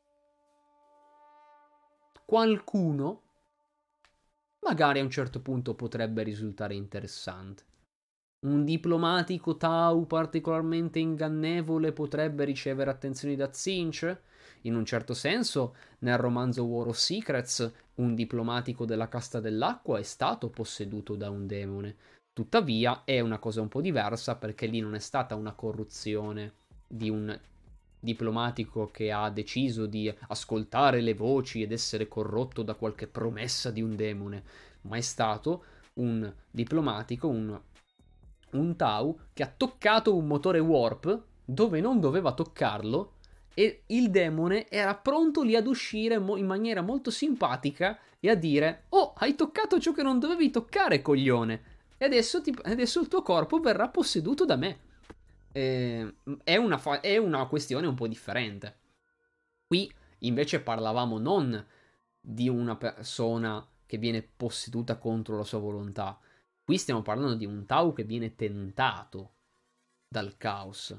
Qualcuno magari a un certo punto potrebbe risultare interessante. Un diplomatico Tau particolarmente ingannevole potrebbe ricevere attenzioni da Zinch? In un certo senso, nel romanzo War of Secrets, un diplomatico della casta dell'acqua è stato posseduto da un demone. Tuttavia, è una cosa un po' diversa perché lì non è stata una corruzione di un diplomatico che ha deciso di ascoltare le voci ed essere corrotto da qualche promessa di un demone, ma è stato un diplomatico, un, un Tau che ha toccato un motore warp dove non doveva toccarlo e il demone era pronto lì ad uscire mo- in maniera molto simpatica e a dire: oh, hai toccato ciò che non dovevi toccare, coglione, e adesso, ti- adesso il tuo corpo verrà posseduto da me. Eh, è, una fa- è una questione un po' differente. Qui invece parlavamo non di una persona che viene posseduta contro la sua volontà. Qui stiamo parlando di un Tau che viene tentato dal caos.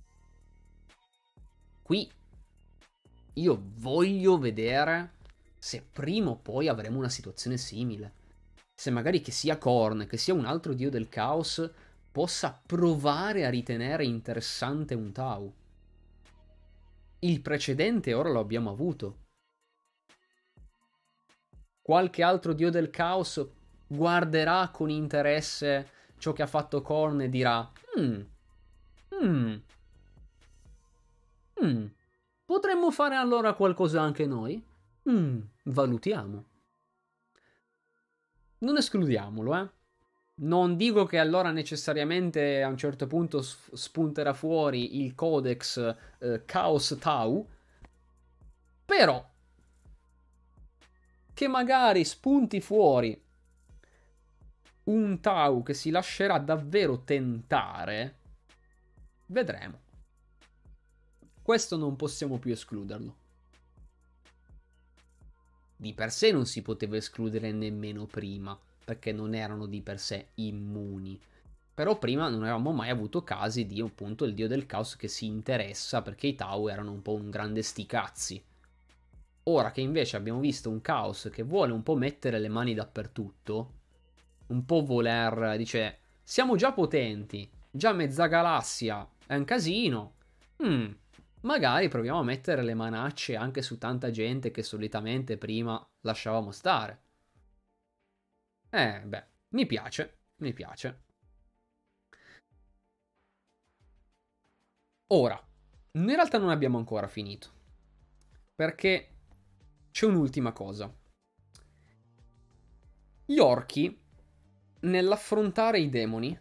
Qui io voglio vedere se prima o poi avremo una situazione simile. Se magari che sia Khorne, che sia un altro dio del caos, possa provare a ritenere interessante un Tau. Il precedente ora lo abbiamo avuto. Qualche altro dio del caos guarderà con interesse ciò che ha fatto Khorne e dirà: Hmm, hmm, hmm, potremmo fare allora qualcosa anche noi? Hmm, valutiamo. Non escludiamolo, eh. Non dico che allora necessariamente a un certo punto spunterà fuori il codex eh, Chaos Tau, però che magari spunti fuori un Tau che si lascerà davvero tentare, vedremo. Questo non possiamo più escluderlo. Di per sé non si poteva escludere nemmeno prima, perché non erano di per sé immuni. Però prima non avevamo mai avuto casi di appunto il dio del caos che si interessa, perché i Tau erano un po' un grande sticazzi. Ora che invece abbiamo visto un caos che vuole un po' mettere le mani dappertutto, un po' voler, dice, siamo già potenti, già mezza galassia è un casino, mm, magari proviamo a mettere le manacce anche su tanta gente che solitamente prima lasciavamo stare. Eh, beh, mi piace, mi piace. Ora, in realtà non abbiamo ancora finito, perché c'è un'ultima cosa. Gli orchi, nell'affrontare i demoni,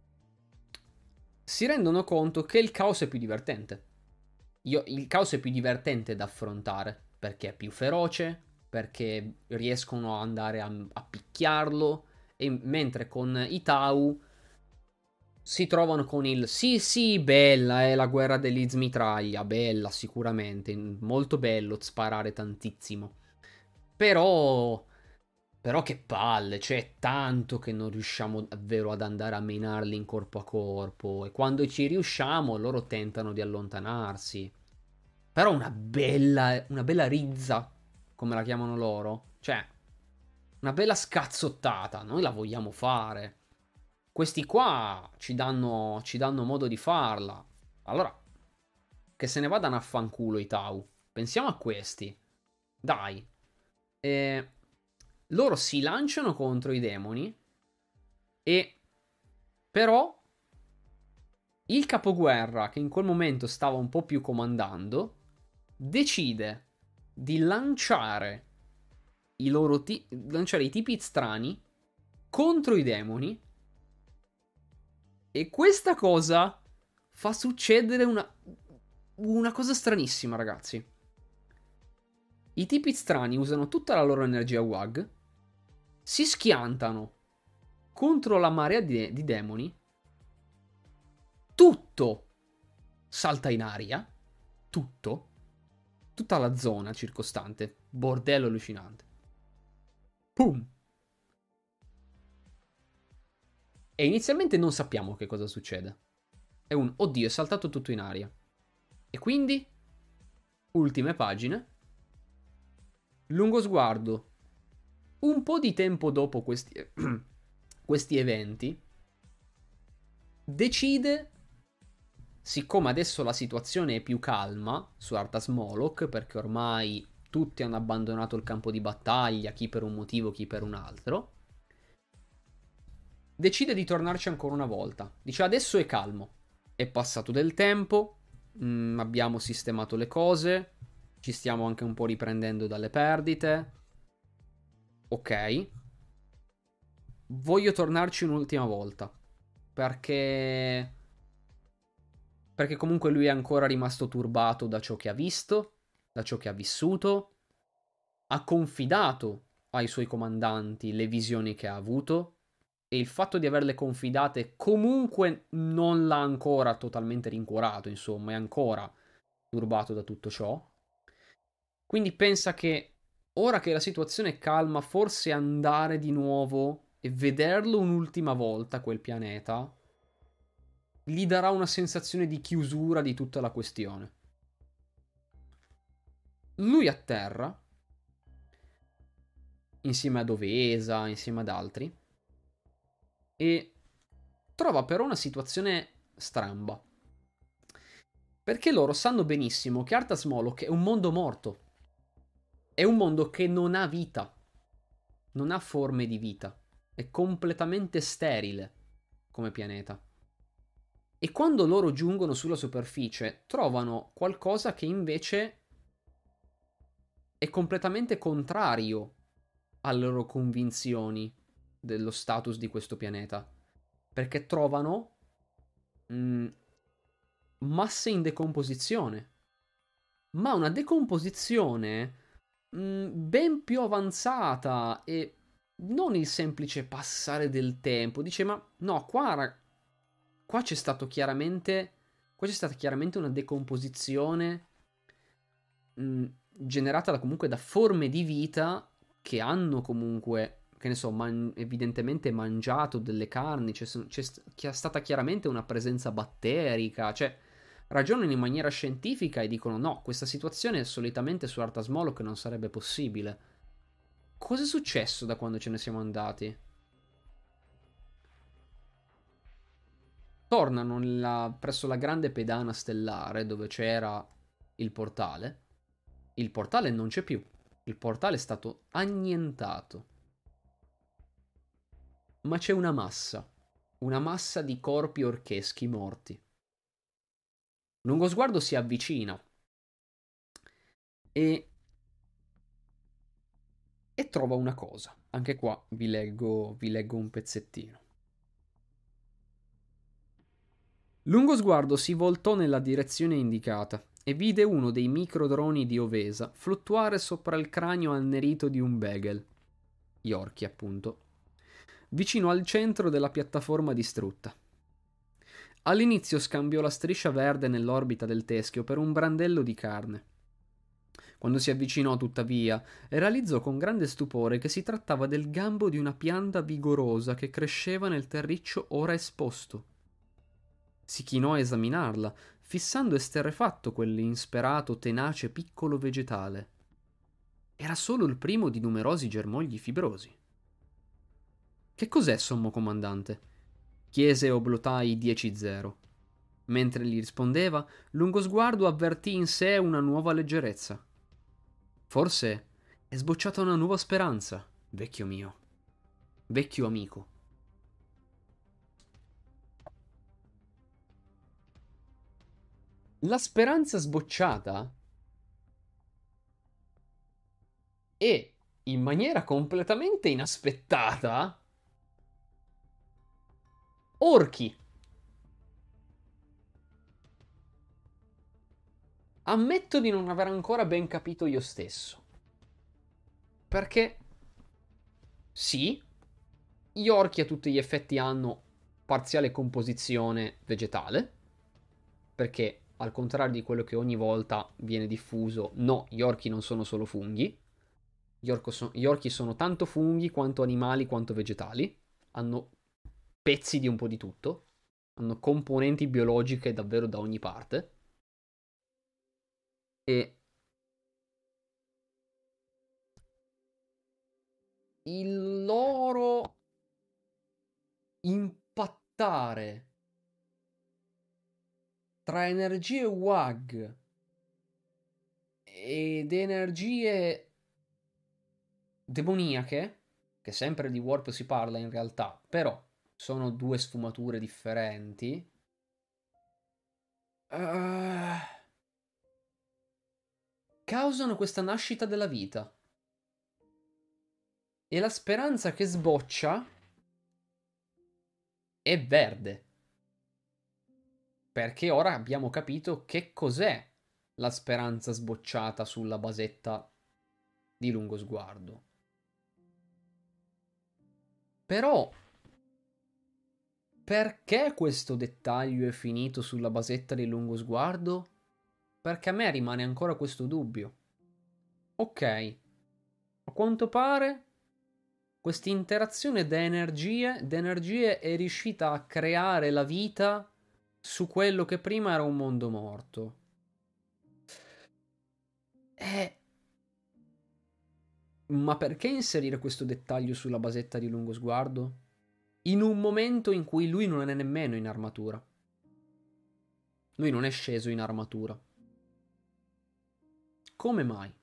si rendono conto che il caos è più divertente. Io, il caos è più divertente da affrontare, perché è più feroce, perché riescono ad andare a, a picchiarlo, e mentre con i Tau si trovano con il sì sì, bella, è la guerra dell'Izmitraglia, bella sicuramente, molto bello sparare tantissimo. Però però che palle, c'è tanto che non riusciamo davvero ad andare a menarli in corpo a corpo e quando ci riusciamo loro tentano di allontanarsi. Però una bella una bella rizza, come la chiamano loro, cioè una bella scazzottata, noi la vogliamo fare. Questi qua ci danno, ci danno modo di farla. Allora, che se ne vadano a fanculo i Tau. Pensiamo a questi. Dai. E loro si lanciano contro i demoni. E però il capoguerra, che in quel momento stava un po' più comandando, decide di lanciare i loro ti- lanciare i tipi strani contro i demoni. E questa cosa fa succedere una, una cosa stranissima, ragazzi. I tipi strani usano tutta la loro energia W A G, si schiantano contro la marea di, di demoni, tutto salta in aria, tutto, tutta la zona circostante, bordello allucinante. Pum! E inizialmente non sappiamo che cosa succede. È un oddio, è saltato tutto in aria. E quindi, ultime pagine, lungo sguardo. Un po' di tempo dopo questi, questi eventi, decide, siccome adesso la situazione è più calma su Arthas Moloch, perché ormai tutti hanno abbandonato il campo di battaglia, chi per un motivo, chi per un altro, decide di tornarci ancora una volta. Dice adesso è calmo, è passato del tempo, mh, abbiamo sistemato le cose, ci stiamo anche un po' riprendendo dalle perdite. Ok, voglio tornarci un'ultima volta. Perché... Perché comunque lui è ancora rimasto turbato da ciò che ha visto, da ciò che ha vissuto. Ha confidato ai suoi comandanti le visioni che ha avuto. E il fatto di averle confidate comunque non l'ha ancora totalmente rincuorato, insomma, è ancora turbato da tutto ciò. Quindi pensa che ora che la situazione è calma, forse andare di nuovo e vederlo un'ultima volta quel pianeta gli darà una sensazione di chiusura di tutta la questione. Lui atterra insieme a Dovesa, insieme ad altri e trova però una situazione stramba. Perché loro sanno benissimo che Arthas Moloch è un mondo morto. È un mondo che non ha vita, non ha forme di vita. È completamente sterile come pianeta. E quando loro giungono sulla superficie, trovano qualcosa che invece è completamente contrario alle loro convinzioni dello status di questo pianeta. Perché trovano mh, masse in decomposizione. Ma una decomposizione mh, ben più avanzata e non il semplice passare del tempo. Dice, ma no, qua, qua c'è stato chiaramente. Qua c'è stata chiaramente una decomposizione mh, generata da, comunque da forme di vita che hanno comunque, che ne so, man- evidentemente mangiato delle carni, c'è, c'è, c'è stata chiaramente una presenza batterica, cioè ragionano in maniera scientifica e dicono no, questa situazione solitamente su Arthas Moloch non sarebbe possibile. Cosa è successo da quando ce ne siamo andati? Tornano nella- presso la grande pedana stellare dove c'era il portale. Il portale non c'è più. Il portale è stato annientato. Ma c'è una massa. Una massa di corpi orcheschi morti. Lungo sguardo si avvicina e, e trova una cosa. Anche qua vi leggo, vi leggo un pezzettino. Lungo sguardo si voltò nella direzione indicata e vide uno dei microdroni di Ovesa fluttuare sopra il cranio annerito di un Beagle, Yorkie appunto, vicino al centro della piattaforma distrutta. All'inizio scambiò la striscia verde nell'orbita del teschio per un brandello di carne. Quando si avvicinò, tuttavia, realizzò con grande stupore che si trattava del gambo di una pianta vigorosa che cresceva nel terriccio ora esposto. Si chinò a esaminarla, fissando esterrefatto quell'insperato, tenace piccolo vegetale. Era solo il primo di numerosi germogli fibrosi. Che cos'è, sommo comandante? Chiese Oblotai dieci zero. Mentre gli rispondeva, lungo sguardo avvertì in sé una nuova leggerezza. Forse è sbocciata una nuova speranza, vecchio mio, vecchio amico. La speranza sbocciata e, in maniera completamente inaspettata, orchi. Ammetto di non aver ancora ben capito io stesso. Perché, sì, gli orchi a tutti gli effetti hanno parziale composizione vegetale, perché al contrario di quello che ogni volta viene diffuso, no, gli orchi non sono solo funghi. Gli, orco so- gli orchi sono tanto funghi quanto animali quanto vegetali. Hanno pezzi di un po' di tutto. Hanno componenti biologiche davvero da ogni parte. E il loro impattare tra energie W A G ed energie demoniache, che sempre di warp si parla in realtà, però sono due sfumature differenti. Uh, causano questa nascita della vita. E la speranza che sboccia è verde. Perché ora abbiamo capito che cos'è la speranza sbocciata sulla basetta di lungo sguardo. Però, perché questo dettaglio è finito sulla basetta di lungo sguardo? Perché a me rimane ancora questo dubbio. Ok, a quanto pare questa interazione d'energie, d'energie è riuscita a creare la vita su quello che prima era un mondo morto. Eh, ma perché inserire questo dettaglio sulla basetta di lungo sguardo? In un momento in cui lui non è nemmeno in armatura. Lui non è sceso in armatura. Come mai?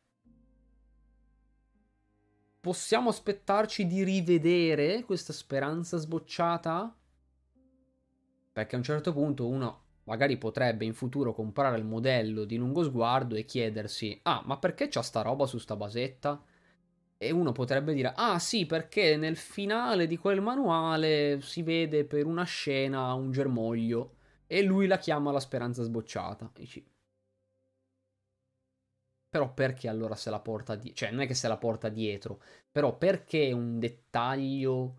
Possiamo aspettarci di rivedere questa speranza sbocciata? Perché a un certo punto uno magari potrebbe in futuro comprare il modello di lungo sguardo e chiedersi: ah, ma perché c'ha sta roba su sta basetta? E uno potrebbe dire: ah sì, perché nel finale di quel manuale si vede per una scena un germoglio e lui la chiama la speranza sbocciata. Dici, però perché allora se la porta dietro? Cioè, non è che se la porta dietro, però perché un dettaglio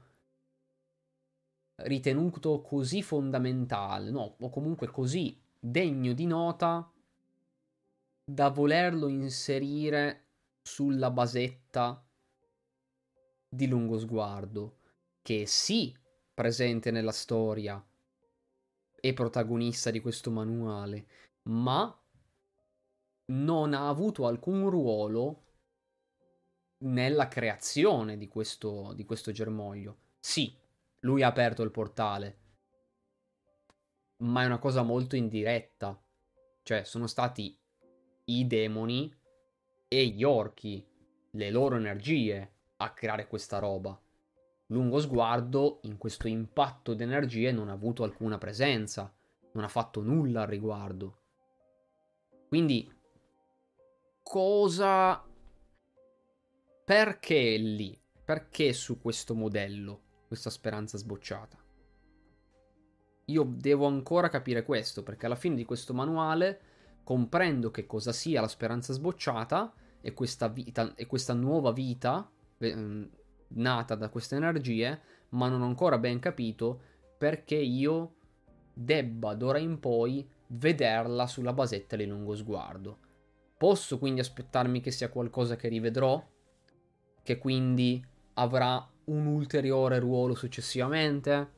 ritenuto così fondamentale, no, o comunque così degno di nota da volerlo inserire sulla basetta di lungo sguardo, che è sì presente nella storia e protagonista di questo manuale, ma non ha avuto alcun ruolo nella creazione di questo, di questo germoglio. Sì, lui ha aperto il portale, ma è una cosa molto indiretta. Cioè, sono stati i demoni e gli orchi, le loro energie, a creare questa roba. Lungo sguardo, in questo impatto di energie, non ha avuto alcuna presenza, non ha fatto nulla al riguardo. Quindi, cosa... Perché lì? perché su questo modello, questa speranza sbocciata? Io devo ancora capire questo, perché alla fine di questo manuale comprendo che cosa sia la speranza sbocciata e questa vita e questa nuova vita eh, nata da queste energie, ma non ho ancora ben capito perché io debba d'ora in poi vederla sulla basetta di lungo sguardo. Posso quindi aspettarmi che sia qualcosa che rivedrò, che quindi avrà un ulteriore ruolo successivamente?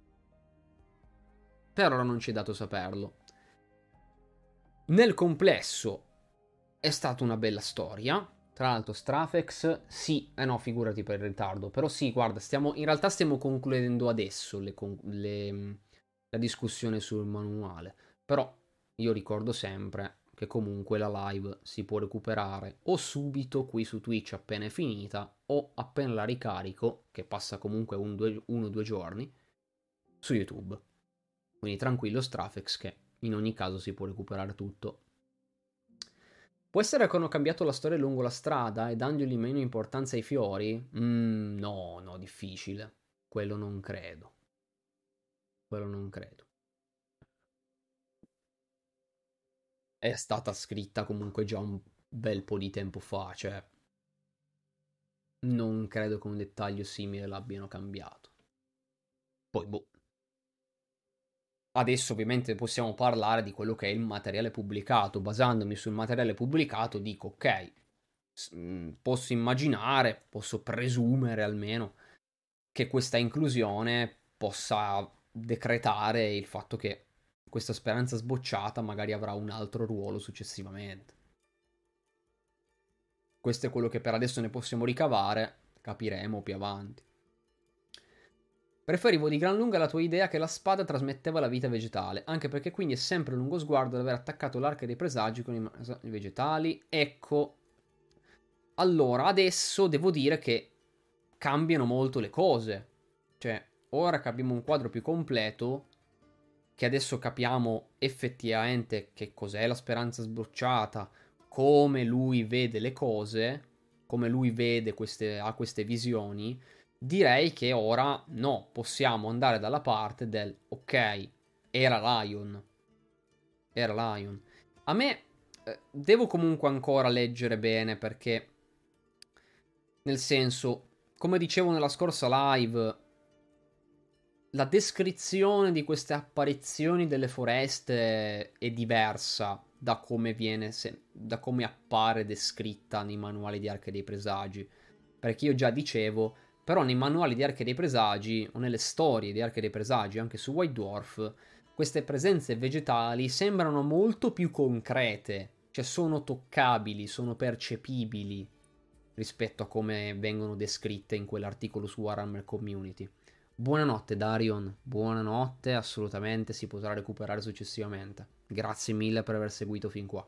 Per ora non ci è dato saperlo. Nel complesso è stata una bella storia. Tra l'altro Strafex, sì, eh no, figurati per il ritardo, però sì, guarda, stiamo, in realtà stiamo concludendo adesso le, le, la discussione sul manuale, però io ricordo sempre che comunque la live si può recuperare o subito qui su Twitch appena è finita o appena la ricarico, che passa comunque un, due, uno o due giorni, su YouTube. Quindi tranquillo Strafex che in ogni caso si può recuperare tutto. Può essere che hanno cambiato la storia lungo la strada e dandogli meno importanza ai fiori? Mm, no, no, difficile. Quello non credo. Quello non credo. È stata scritta comunque già un bel po' di tempo fa, cioè non credo che un dettaglio simile l'abbiano cambiato. Poi, boh. Adesso ovviamente possiamo parlare di quello che è il materiale pubblicato. Basandomi sul materiale pubblicato dico, ok, posso immaginare, posso presumere almeno che questa inclusione possa decretare il fatto che questa speranza sbocciata magari avrà un altro ruolo successivamente. Questo è quello che per adesso ne possiamo ricavare, capiremo più avanti. Preferivo di gran lunga la tua idea che la spada trasmetteva la vita vegetale, anche perché quindi è sempre lungo sguardo ad aver attaccato l'arca dei presagi con i vegetali. Ecco, allora adesso devo dire che cambiano molto le cose. Cioè, ora che abbiamo un quadro più completo, che adesso capiamo effettivamente che cos'è la speranza sbocciata, come lui vede le cose, come lui vede queste, ha queste visioni, direi che ora no, possiamo andare dalla parte del ok, era Lion, era Lion. A me eh, devo comunque ancora leggere bene perché, nel senso, come dicevo nella scorsa live, la descrizione di queste apparizioni delle foreste è diversa da come viene se- da come appare descritta nei manuali di Arche dei Presagi. Perché io già dicevo, però nei manuali di Arche dei Presagi o nelle storie di Arche dei Presagi, anche su White Dwarf, queste presenze vegetali sembrano molto più concrete, cioè sono toccabili, sono percepibili rispetto a come vengono descritte in quell'articolo su Warhammer Community. Buonanotte Darion, buonanotte, assolutamente si potrà recuperare successivamente. Grazie mille per aver seguito fin qua.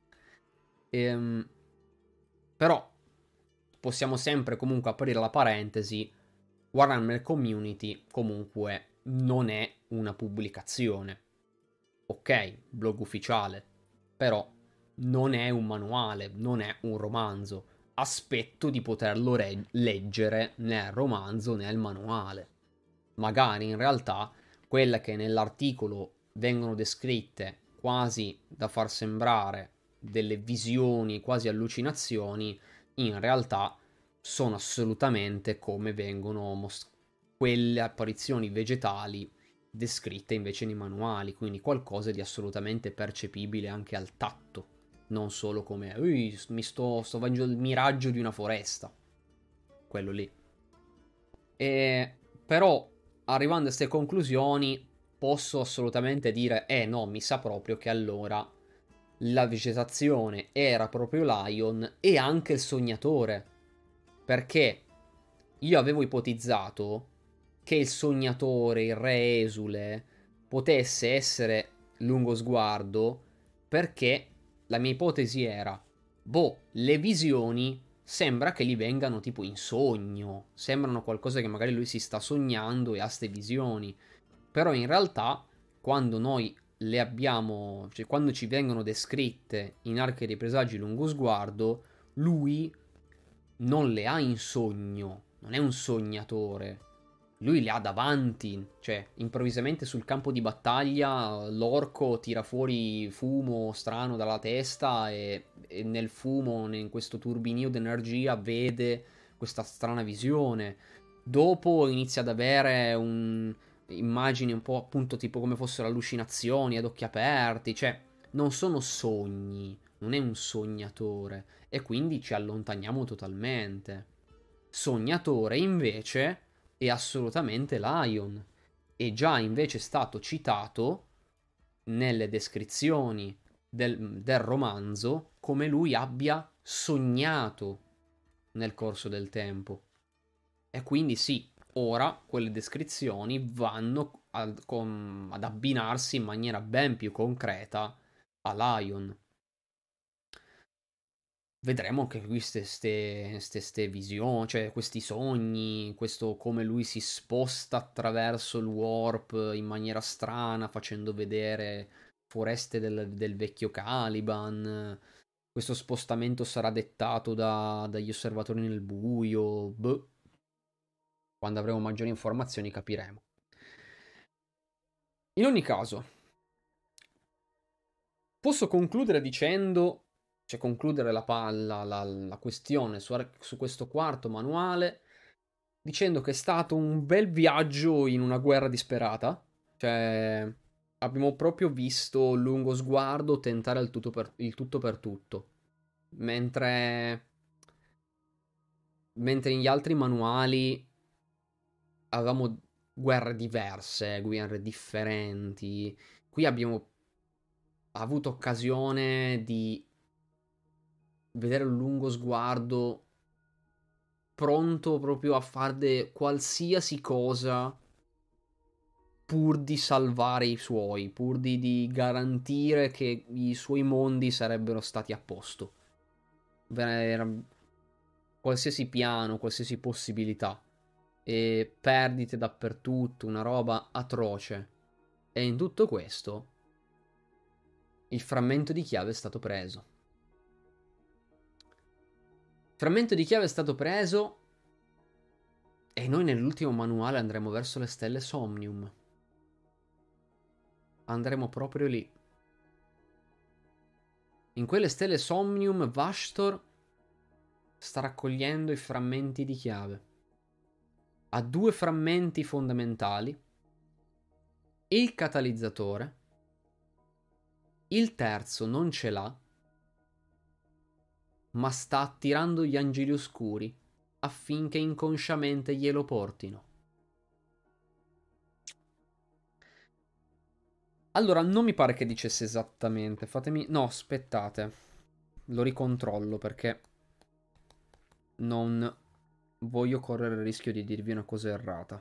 Ehm, però possiamo sempre comunque aprire la parentesi. Warhammer Community comunque non è una pubblicazione. Ok, blog ufficiale, però non è un manuale, non è un romanzo. Aspetto di poterlo re- leggere nel romanzo, nel manuale. Magari in realtà quelle che nell'articolo vengono descritte quasi da far sembrare delle visioni, quasi allucinazioni, in realtà sono assolutamente come vengono mos- quelle apparizioni vegetali descritte invece nei manuali, quindi qualcosa di assolutamente percepibile anche al tatto, non solo come "Ui, mi sto, sto vedendo il miraggio di una foresta", quello lì. E però arrivando a queste conclusioni posso assolutamente dire eh no, mi sa proprio che allora la vegetazione era proprio Lion e anche il sognatore, perché io avevo ipotizzato che il sognatore, il re esule, potesse essere lungo sguardo perché la mia ipotesi era, boh, le visioni sembra che gli vengano tipo in sogno, sembrano qualcosa che magari lui si sta sognando e ha ste visioni, però in realtà quando noi le abbiamo, cioè quando ci vengono descritte in Arche dei Presagi lungo sguardo, lui non le ha in sogno, non è un sognatore. Lui li ha davanti, cioè improvvisamente sul campo di battaglia l'orco tira fuori fumo strano dalla testa e, e nel fumo, in questo turbinio d'energia, vede questa strana visione. Dopo inizia ad avere un... immagini un po' appunto tipo come fossero allucinazioni ad occhi aperti, cioè non sono sogni, non è un sognatore e quindi ci allontaniamo totalmente. Sognatore invece è assolutamente Lion. È già invece stato citato nelle descrizioni del, del romanzo come lui abbia sognato nel corso del tempo. E quindi sì, ora quelle descrizioni vanno ad, con, ad abbinarsi in maniera ben più concreta a Lion. Vedremo anche qui queste visioni, cioè questi sogni, questo come lui si sposta attraverso il warp in maniera strana, facendo vedere foreste del, del vecchio Caliban. Questo spostamento sarà dettato da, dagli osservatori nel buio. Boh. Quando avremo maggiori informazioni capiremo. In ogni caso, posso concludere dicendo, cioè concludere la, la, la, la questione su, su questo quarto manuale dicendo che è stato un bel viaggio in una guerra disperata. Cioè, abbiamo proprio visto Lungo Sguardo tentare il tutto per, il tutto, per tutto. Mentre, mentre negli altri manuali avevamo guerre diverse, guerre differenti. Qui abbiamo avuto occasione di vedere un Lungo Sguardo pronto proprio a fare qualsiasi cosa pur di salvare i suoi, pur di, di garantire che i suoi mondi sarebbero stati a posto. Era qualsiasi piano, qualsiasi possibilità. E perdite dappertutto, una roba atroce. E in tutto questo, il frammento di chiave è stato preso. Il frammento di chiave è stato preso e noi nell'ultimo manuale andremo verso le stelle Somnium. Andremo proprio lì. In quelle stelle Somnium, Vashtor sta raccogliendo i frammenti di chiave. Ha due frammenti fondamentali, il catalizzatore, il terzo non ce l'ha, ma sta attirando gli angeli oscuri affinché inconsciamente glielo portino. Allora, non mi pare che dicesse esattamente, fatemi... No, aspettate, lo ricontrollo perché non voglio correre il rischio di dirvi una cosa errata.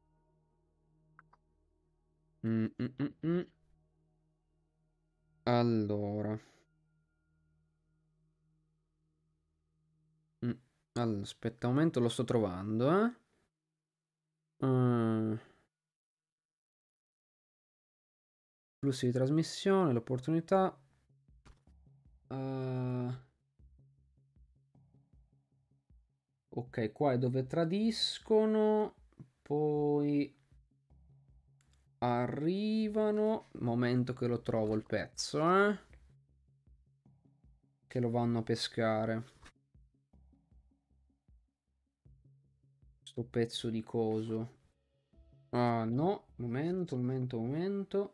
Mm, mm, mm, mm. Allora... Mm. Allora, aspetta un momento, lo sto trovando, eh. Mm. Flussi di trasmissione, l'opportunità. Uh, ok, qua è dove tradiscono. Poi arrivano. Momento che lo trovo il pezzo, eh. Che lo vanno a pescare. Sto pezzo di coso. Ah, no. Momento, momento, momento.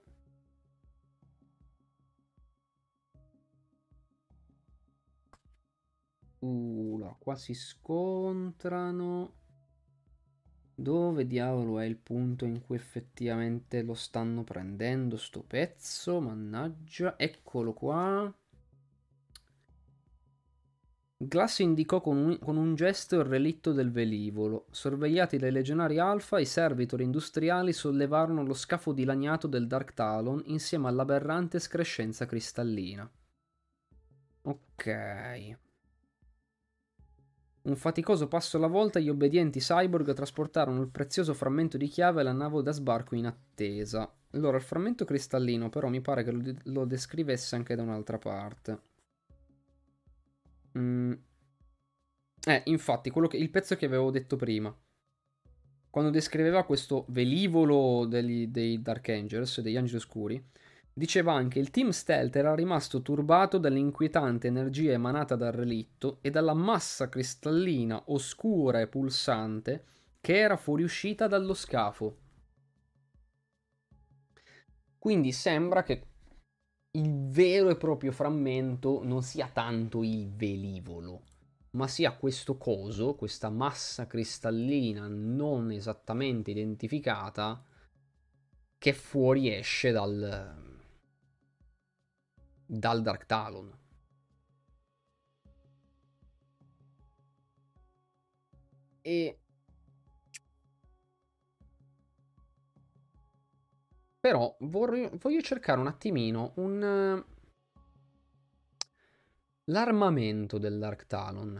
Uh, là, qua si scontrano. Dove diavolo è il punto in cui effettivamente lo stanno prendendo sto pezzo? Mannaggia, eccolo qua. Glass indicò con un, con un gesto il relitto del velivolo. Sorvegliati dai legionari Alfa, i servitori industriali sollevarono lo scafo dilaniato del Dark Talon insieme all'aberrante escrescenza cristallina. Ok. Un faticoso passo alla volta, gli obbedienti cyborg trasportarono il prezioso frammento di chiave alla nave da sbarco in attesa. Allora, il frammento cristallino però mi pare che lo, de- lo descrivesse anche da un'altra parte. Mm. Eh, infatti, quello che, il pezzo che avevo detto prima, quando descriveva questo velivolo degli- dei Dark Angels, degli Angeli Oscuri, diceva anche il team Stealth era rimasto turbato dall'inquietante energia emanata dal relitto e dalla massa cristallina oscura e pulsante che era fuoriuscita dallo scafo. Quindi sembra che il vero e proprio frammento non sia tanto il velivolo, ma sia questo coso, questa massa cristallina non esattamente identificata che fuoriesce dal, dal Dark Talon. E però vorrei- voglio cercare un attimino un, eh, l'armamento del Dark Talon,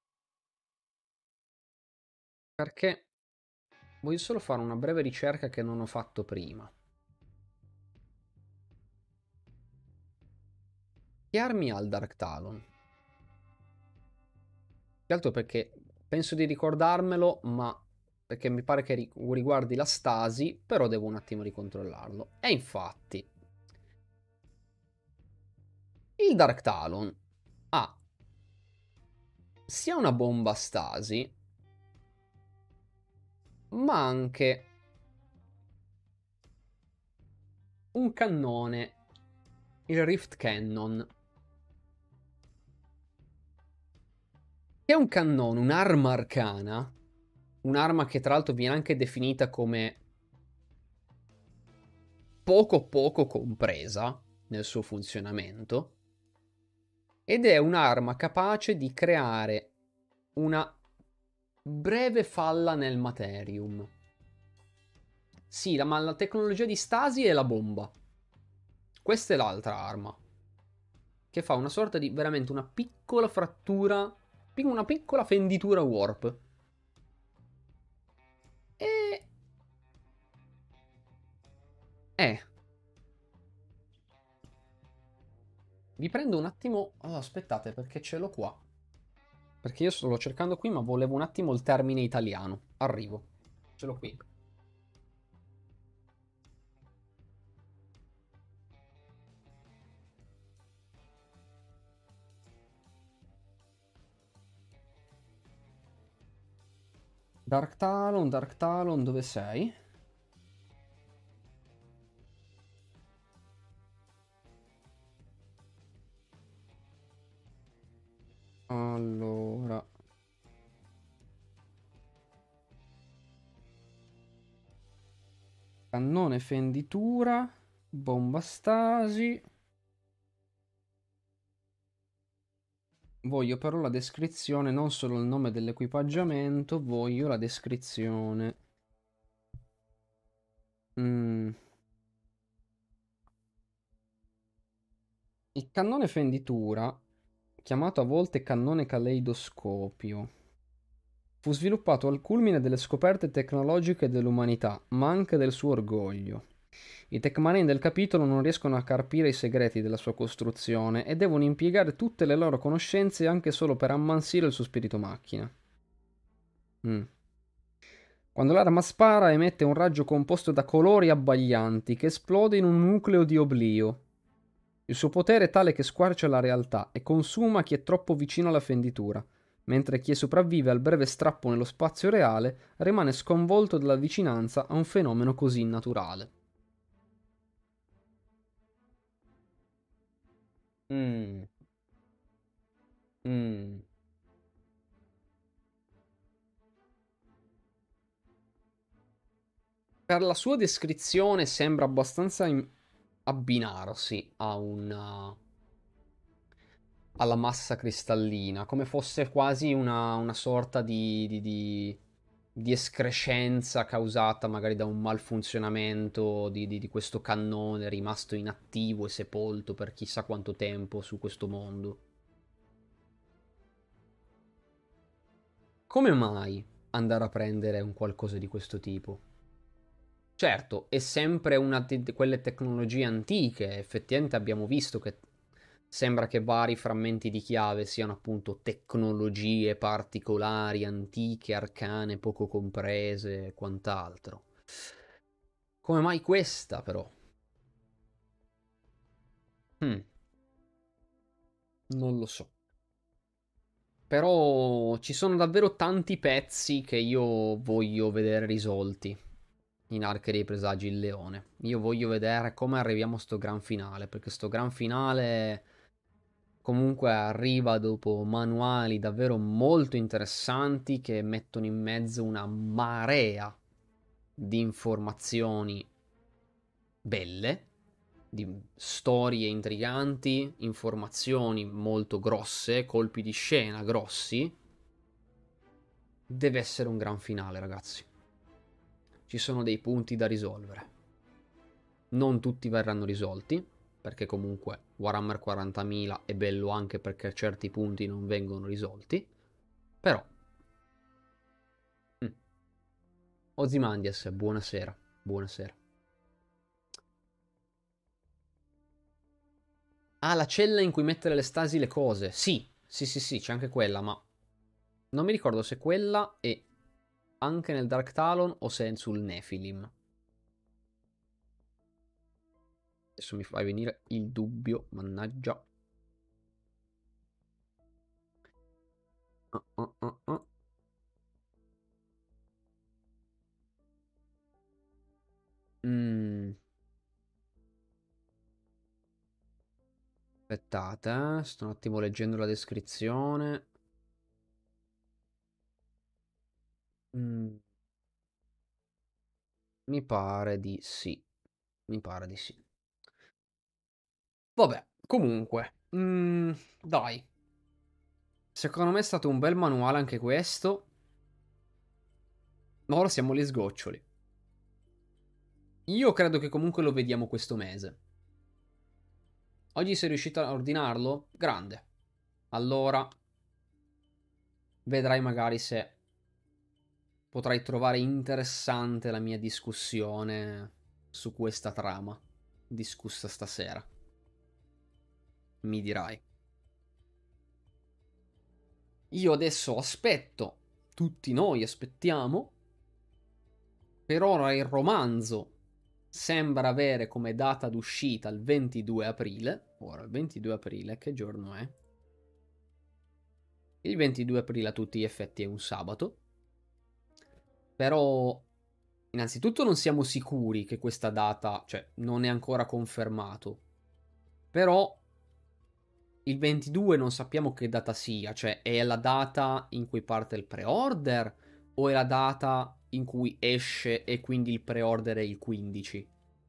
perché voglio solo fare una breve ricerca che non ho fatto prima. Che armi ha il Dark Talon? Che altro perché penso di ricordarmelo, ma perché mi pare che riguardi la stasi, però devo un attimo ricontrollarlo. E infatti, il Dark Talon ha sia una bomba stasi, ma anche un cannone, il Rift Cannon, che è un cannone, un'arma arcana, un'arma che tra l'altro viene anche definita come poco poco compresa nel suo funzionamento, ed è un'arma capace di creare una breve falla nel materium. Sì, la, ma la tecnologia di stasi è la bomba. Questa è l'altra arma, che fa una sorta di veramente una piccola frattura, una piccola fenditura warp. E... Eh, vi prendo un attimo... Oh, aspettate, perché ce l'ho qua. Perché io sto cercando qui, ma volevo un attimo il termine italiano. Arrivo. Ce l'ho qui. Dark Talon, Dark Talon, dove sei? Allora, cannone fenditura, bomba stasi. Voglio però la descrizione, non solo il nome dell'equipaggiamento, voglio la descrizione. Mm. Il cannone fenditura, chiamato a volte cannone caleidoscopio, fu sviluppato al culmine delle scoperte tecnologiche dell'umanità, ma anche del suo orgoglio. I Tecmanen del capitolo non riescono a carpire i segreti della sua costruzione e devono impiegare tutte le loro conoscenze anche solo per ammansire il suo spirito macchina. Mm. Quando l'arma spara emette un raggio composto da colori abbaglianti che esplode in un nucleo di oblio. Il suo potere è tale che squarcia la realtà e consuma chi è troppo vicino alla fenditura, mentre chi sopravvive al breve strappo nello spazio reale rimane sconvolto dalla vicinanza a un fenomeno così naturale. Mm, mm. Per la sua descrizione sembra abbastanza in- abbinarsi a una... alla massa cristallina, come fosse quasi una, una sorta di, di, di- di escrescenza causata magari da un malfunzionamento di, di- di questo cannone rimasto inattivo e sepolto per chissà quanto tempo su questo mondo. Come mai andare a prendere un qualcosa di questo tipo? Certo, è sempre una di quelle tecnologie antiche, effettivamente abbiamo visto che Sembra che vari frammenti di chiave siano appunto tecnologie particolari, antiche, arcane, poco comprese e quant'altro. Come mai questa però? Hmm, non lo so. Però ci sono davvero tanti pezzi che io voglio vedere risolti in Arche dei Presagi il Leone. Io voglio vedere come arriviamo a sto gran finale, perché sto gran finale comunque arriva dopo manuali davvero molto interessanti che mettono in mezzo una marea di informazioni belle, di storie intriganti, informazioni molto grosse, colpi di scena grossi. Deve essere un gran finale, ragazzi. Ci sono dei punti da risolvere. Non tutti verranno risolti, perché comunque Warhammer quarantamila è bello anche perché certi punti non vengono risolti. Però, mm. Ozymandias, buonasera. Buonasera. Ah, la cella in cui mettere le stasi le cose. Sì, sì, sì, sì, c'è anche quella, ma non mi ricordo se quella è anche nel Dark Talon o se è sul Nephilim. Adesso mi fai venire il dubbio, mannaggia. Uh, uh, uh, uh. Mm. Aspettate, eh. Sto un attimo leggendo la descrizione. Mm. Mi pare di sì. Mi pare di sì. Vabbè, comunque. Mm, dai. Secondo me è stato un bel manuale anche questo. Ma ora siamo gli sgoccioli. Io credo che comunque lo vediamo questo mese. Oggi sei riuscito a ordinarlo? Grande. Allora, vedrai magari se potrai trovare interessante la mia discussione su questa trama discussa stasera. Mi dirai. Io adesso aspetto, tutti noi aspettiamo. Per ora il romanzo sembra avere come data d'uscita il ventidue aprile. Ora, il ventidue aprile, che giorno è? Il ventidue aprile a tutti gli effetti è un sabato. Però, innanzitutto non siamo sicuri che questa data, cioè, non è ancora confermato. Però il ventidue non sappiamo che data sia, cioè è la data in cui parte il pre-order o è la data in cui esce e quindi il pre-order è il quindici?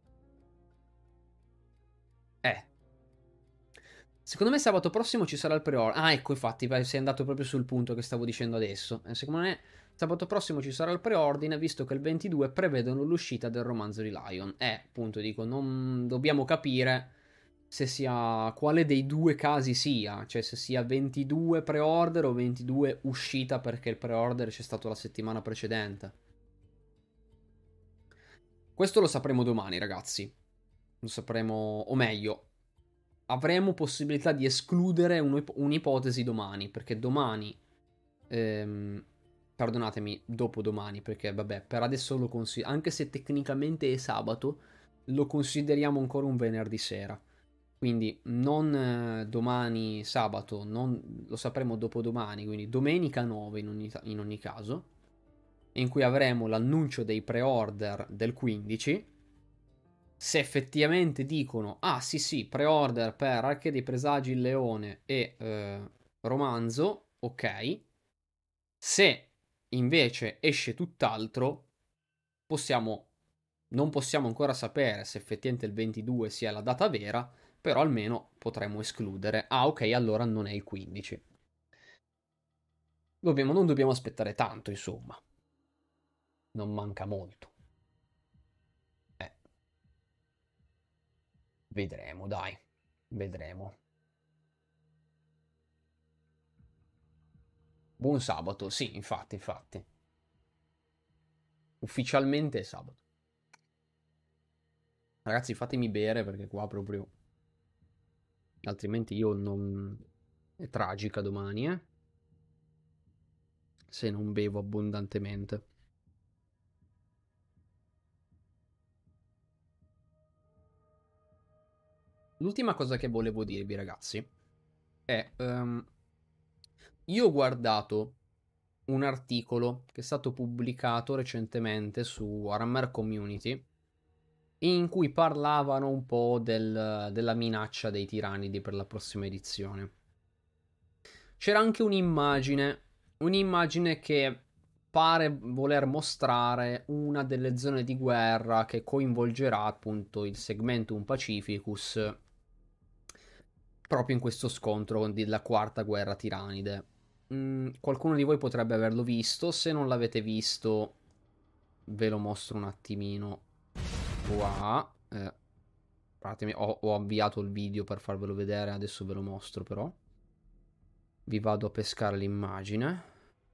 Eh, secondo me sabato prossimo ci sarà il pre-order. Ah, ecco, infatti, vai, sei andato proprio sul punto che stavo dicendo adesso. Eh, secondo me sabato prossimo ci sarà il preordine, visto che il ventidue prevedono l'uscita del romanzo di Lion. Eh, appunto, dico, non dobbiamo capire se sia quale dei due casi sia, cioè se sia ventidue pre-order o ventidue uscita perché il pre-order c'è stato la settimana precedente. Questo lo sapremo domani, ragazzi. Lo sapremo, o meglio, avremo possibilità di escludere un'ip- un'ipotesi domani, perché domani, ehm, perdonatemi, dopodomani, perché vabbè, per adesso lo considero, anche se tecnicamente è sabato, lo consideriamo ancora un venerdì sera. Quindi non eh, domani sabato, non, lo sapremo dopodomani, quindi domenica nove in ogni, in ogni caso, in cui avremo l'annuncio dei pre-order del quindici. Se effettivamente dicono, ah sì sì, pre-order per Arche dei Presagi, il Leone e eh, Romanzo, ok. Se invece esce tutt'altro, possiamo, non possiamo ancora sapere se effettivamente il ventidue sia la data vera, però almeno potremmo escludere. Ah ok, allora non è il quindici. Dobbiamo, non dobbiamo aspettare tanto, insomma. Non manca molto. Eh, vedremo, dai. Vedremo. Buon sabato, sì, infatti, infatti. Ufficialmente è sabato. Ragazzi, fatemi bere perché qua proprio Altrimenti io non... È tragica domani, eh? Se non bevo abbondantemente. L'ultima cosa che volevo dirvi, ragazzi, è... ehm, io ho guardato un articolo che è stato pubblicato recentemente su Armor Community in cui parlavano un po' del- della minaccia dei tiranidi per la prossima edizione. C'era anche un'immagine, un'immagine che pare voler mostrare una delle zone di guerra che coinvolgerà appunto il Segmentum Pacificus proprio in questo scontro della quarta guerra tiranide. Mm, qualcuno di voi potrebbe averlo visto, se non l'avete visto ve lo mostro un attimino qua. Eh, ho, ho avviato il video per farvelo vedere, adesso ve lo mostro però. Vi vado a pescare l'immagine.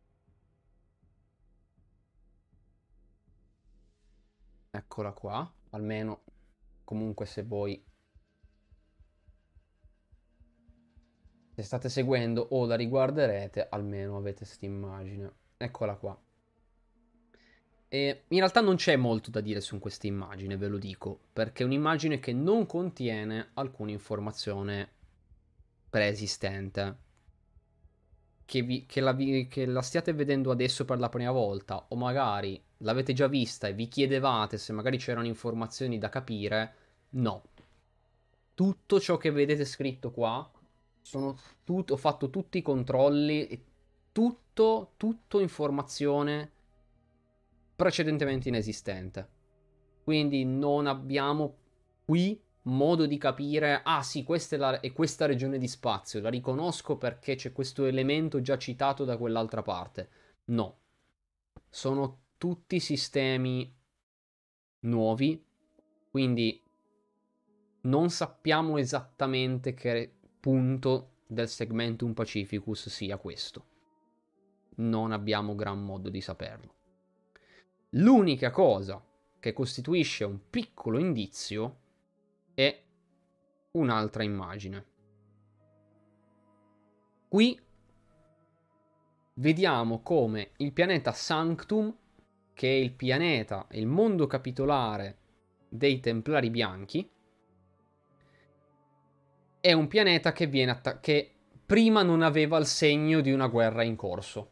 Eccola qua. Almeno, comunque se voi se state seguendo o la riguarderete, almeno avete questa immagine. Eccola qua. E in realtà non c'è molto da dire su questa immagine, ve lo dico, perché è un'immagine che non contiene alcuna informazione preesistente. Che, vi, che, la vi, che la stiate vedendo adesso per la prima volta, o magari l'avete già vista e vi chiedevate se magari c'erano informazioni da capire, no. Tutto ciò che vedete scritto qua, sono tut- ho fatto tutti i controlli e tutto, tutto informazione precedentemente inesistente. Quindi non abbiamo qui modo di capire, ah sì, questa è, la, è questa regione di spazio, la riconosco perché c'è questo elemento già citato da quell'altra parte. No, sono tutti sistemi nuovi, quindi non sappiamo esattamente che punto del segmentum Pacificus sia questo. Non abbiamo gran modo di saperlo. L'unica cosa che costituisce un piccolo indizio è un'altra immagine. Qui vediamo come il pianeta Sanctum, che è il pianeta, il mondo capitolare dei Templari Bianchi, è un pianeta che viene atta- che prima non aveva il segno di una guerra in corso.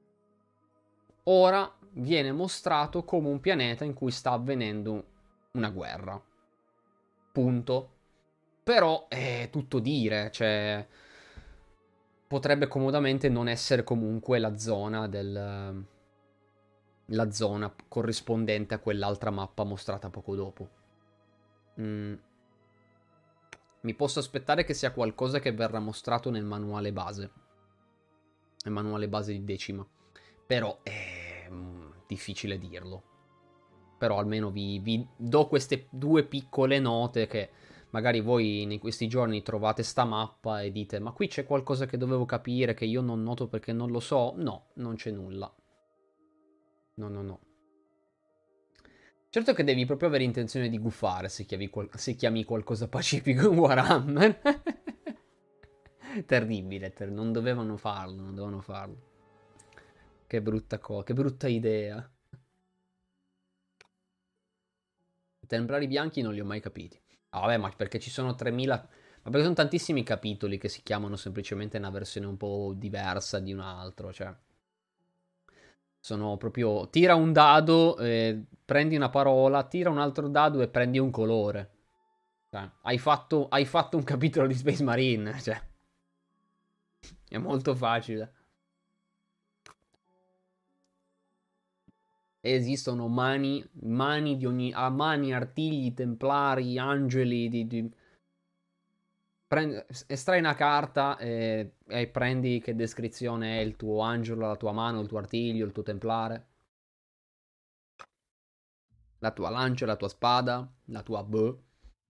Ora viene mostrato come un pianeta in cui sta avvenendo una guerra. Punto. Però è tutto dire, cioè potrebbe comodamente non essere comunque la zona del la zona corrispondente a quell'altra mappa mostrata poco dopo. Mm. Mi posso aspettare che sia qualcosa che verrà mostrato nel manuale base. Nel manuale base di decima. Però è mm, difficile dirlo. Però almeno vi, vi do queste due piccole note che magari voi in questi giorni trovate sta mappa e dite ma qui c'è qualcosa che dovevo capire che io non noto perché non lo so. No, non c'è nulla. No, no, no. Certo che devi proprio avere intenzione di gufare se chiami, qual- se chiami qualcosa pacifico in Warhammer. Terribile, ter- non dovevano farlo, non dovevano farlo. Che brutta cosa, che brutta idea. I Templari bianchi non li ho mai capiti. Ah, vabbè, ma perché ci sono tremila... Ma perché sono tantissimi capitoli che si chiamano semplicemente una versione un po' diversa di un altro, cioè... Sono proprio... Tira un dado, eh, prendi una parola, tira un altro dado e prendi un colore. Cioè, hai fatto, hai fatto un capitolo di Space Marine, cioè... È molto facile. Esistono mani, mani di ogni... A mani, artigli, templari, angeli, di... di... Prendi, estrai una carta e, e prendi che descrizione è il tuo angelo, la tua mano, il tuo artiglio, il tuo templare, la tua lancia, la tua spada, la tua bow.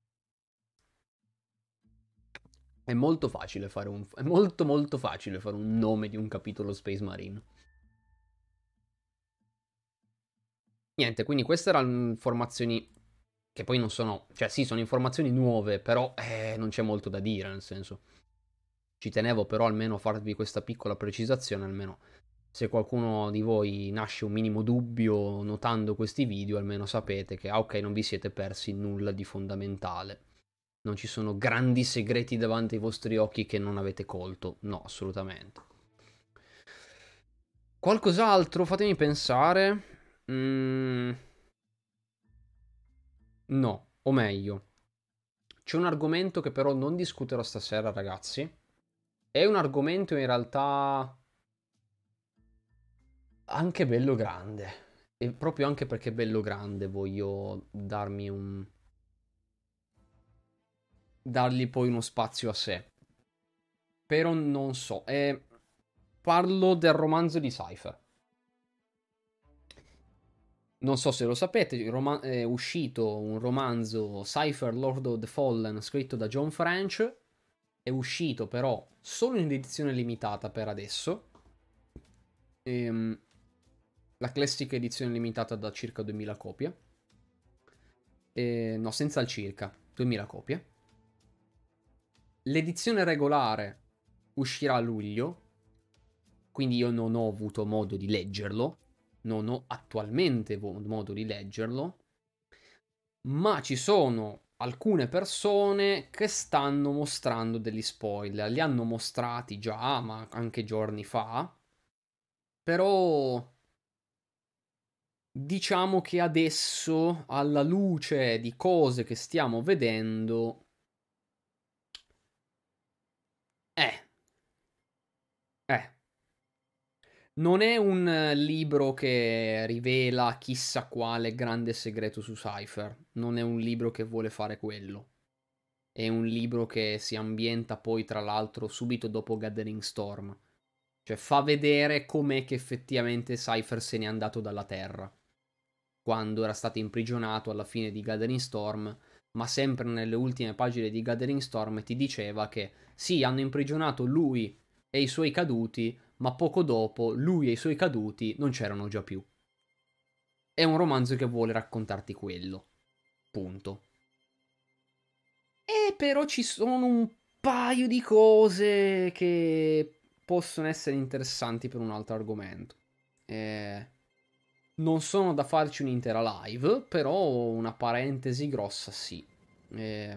È molto facile fare un... È molto molto facile fare un nome di un capitolo Space Marine. Niente, quindi queste erano informazioni Che poi non sono, cioè sì, sono informazioni nuove, però eh, non c'è molto da dire, nel senso. Ci tenevo però almeno a farvi questa piccola precisazione, almeno se qualcuno di voi nasce un minimo dubbio notando questi video, almeno sapete che, ah ok, non vi siete persi nulla di fondamentale. Non ci sono grandi segreti davanti ai vostri occhi che non avete colto. No, assolutamente. Qualcos'altro? Fatemi pensare. Mm, no, o meglio. C'è un argomento che però non discuterò stasera, ragazzi. È un argomento in realtà anche bello grande. E proprio anche perché è bello grande voglio darmi un... dargli poi uno spazio a sé. Però non so. Eh, parlo del romanzo di Cypher. Non so se lo sapete, roma- è uscito un romanzo Cypher Lord of the Fallen scritto da John French. È uscito però solo in edizione limitata per adesso. Ehm, la classica edizione limitata da circa duemila copie. E, no, senza il circa, duemila copie. L'edizione regolare uscirà a luglio, quindi io non ho avuto modo di leggerlo, non ho attualmente modo di leggerlo, ma ci sono alcune persone che stanno mostrando degli spoiler, li hanno mostrati già, ma anche giorni fa, però diciamo che adesso, alla luce di cose che stiamo vedendo, eh, eh, non è un eh, libro che rivela chissà quale grande segreto su Cypher. Non è un libro che vuole fare quello. È un libro che si ambienta poi, tra l'altro, subito dopo Gathering Storm. Cioè, fa vedere com'è che effettivamente Cypher se n'è andato dalla Terra. Quando era stato imprigionato alla fine di Gathering Storm. Ma sempre nelle ultime pagine di Gathering Storm ti diceva che sì, hanno imprigionato lui e i suoi caduti, ma poco dopo lui e i suoi caduti non c'erano già più. È un romanzo che vuole raccontarti quello. Punto. E però ci sono un paio di cose che possono essere interessanti per un altro argomento. Eh, non sono da farci un'intera live, però una parentesi grossa sì. Eh,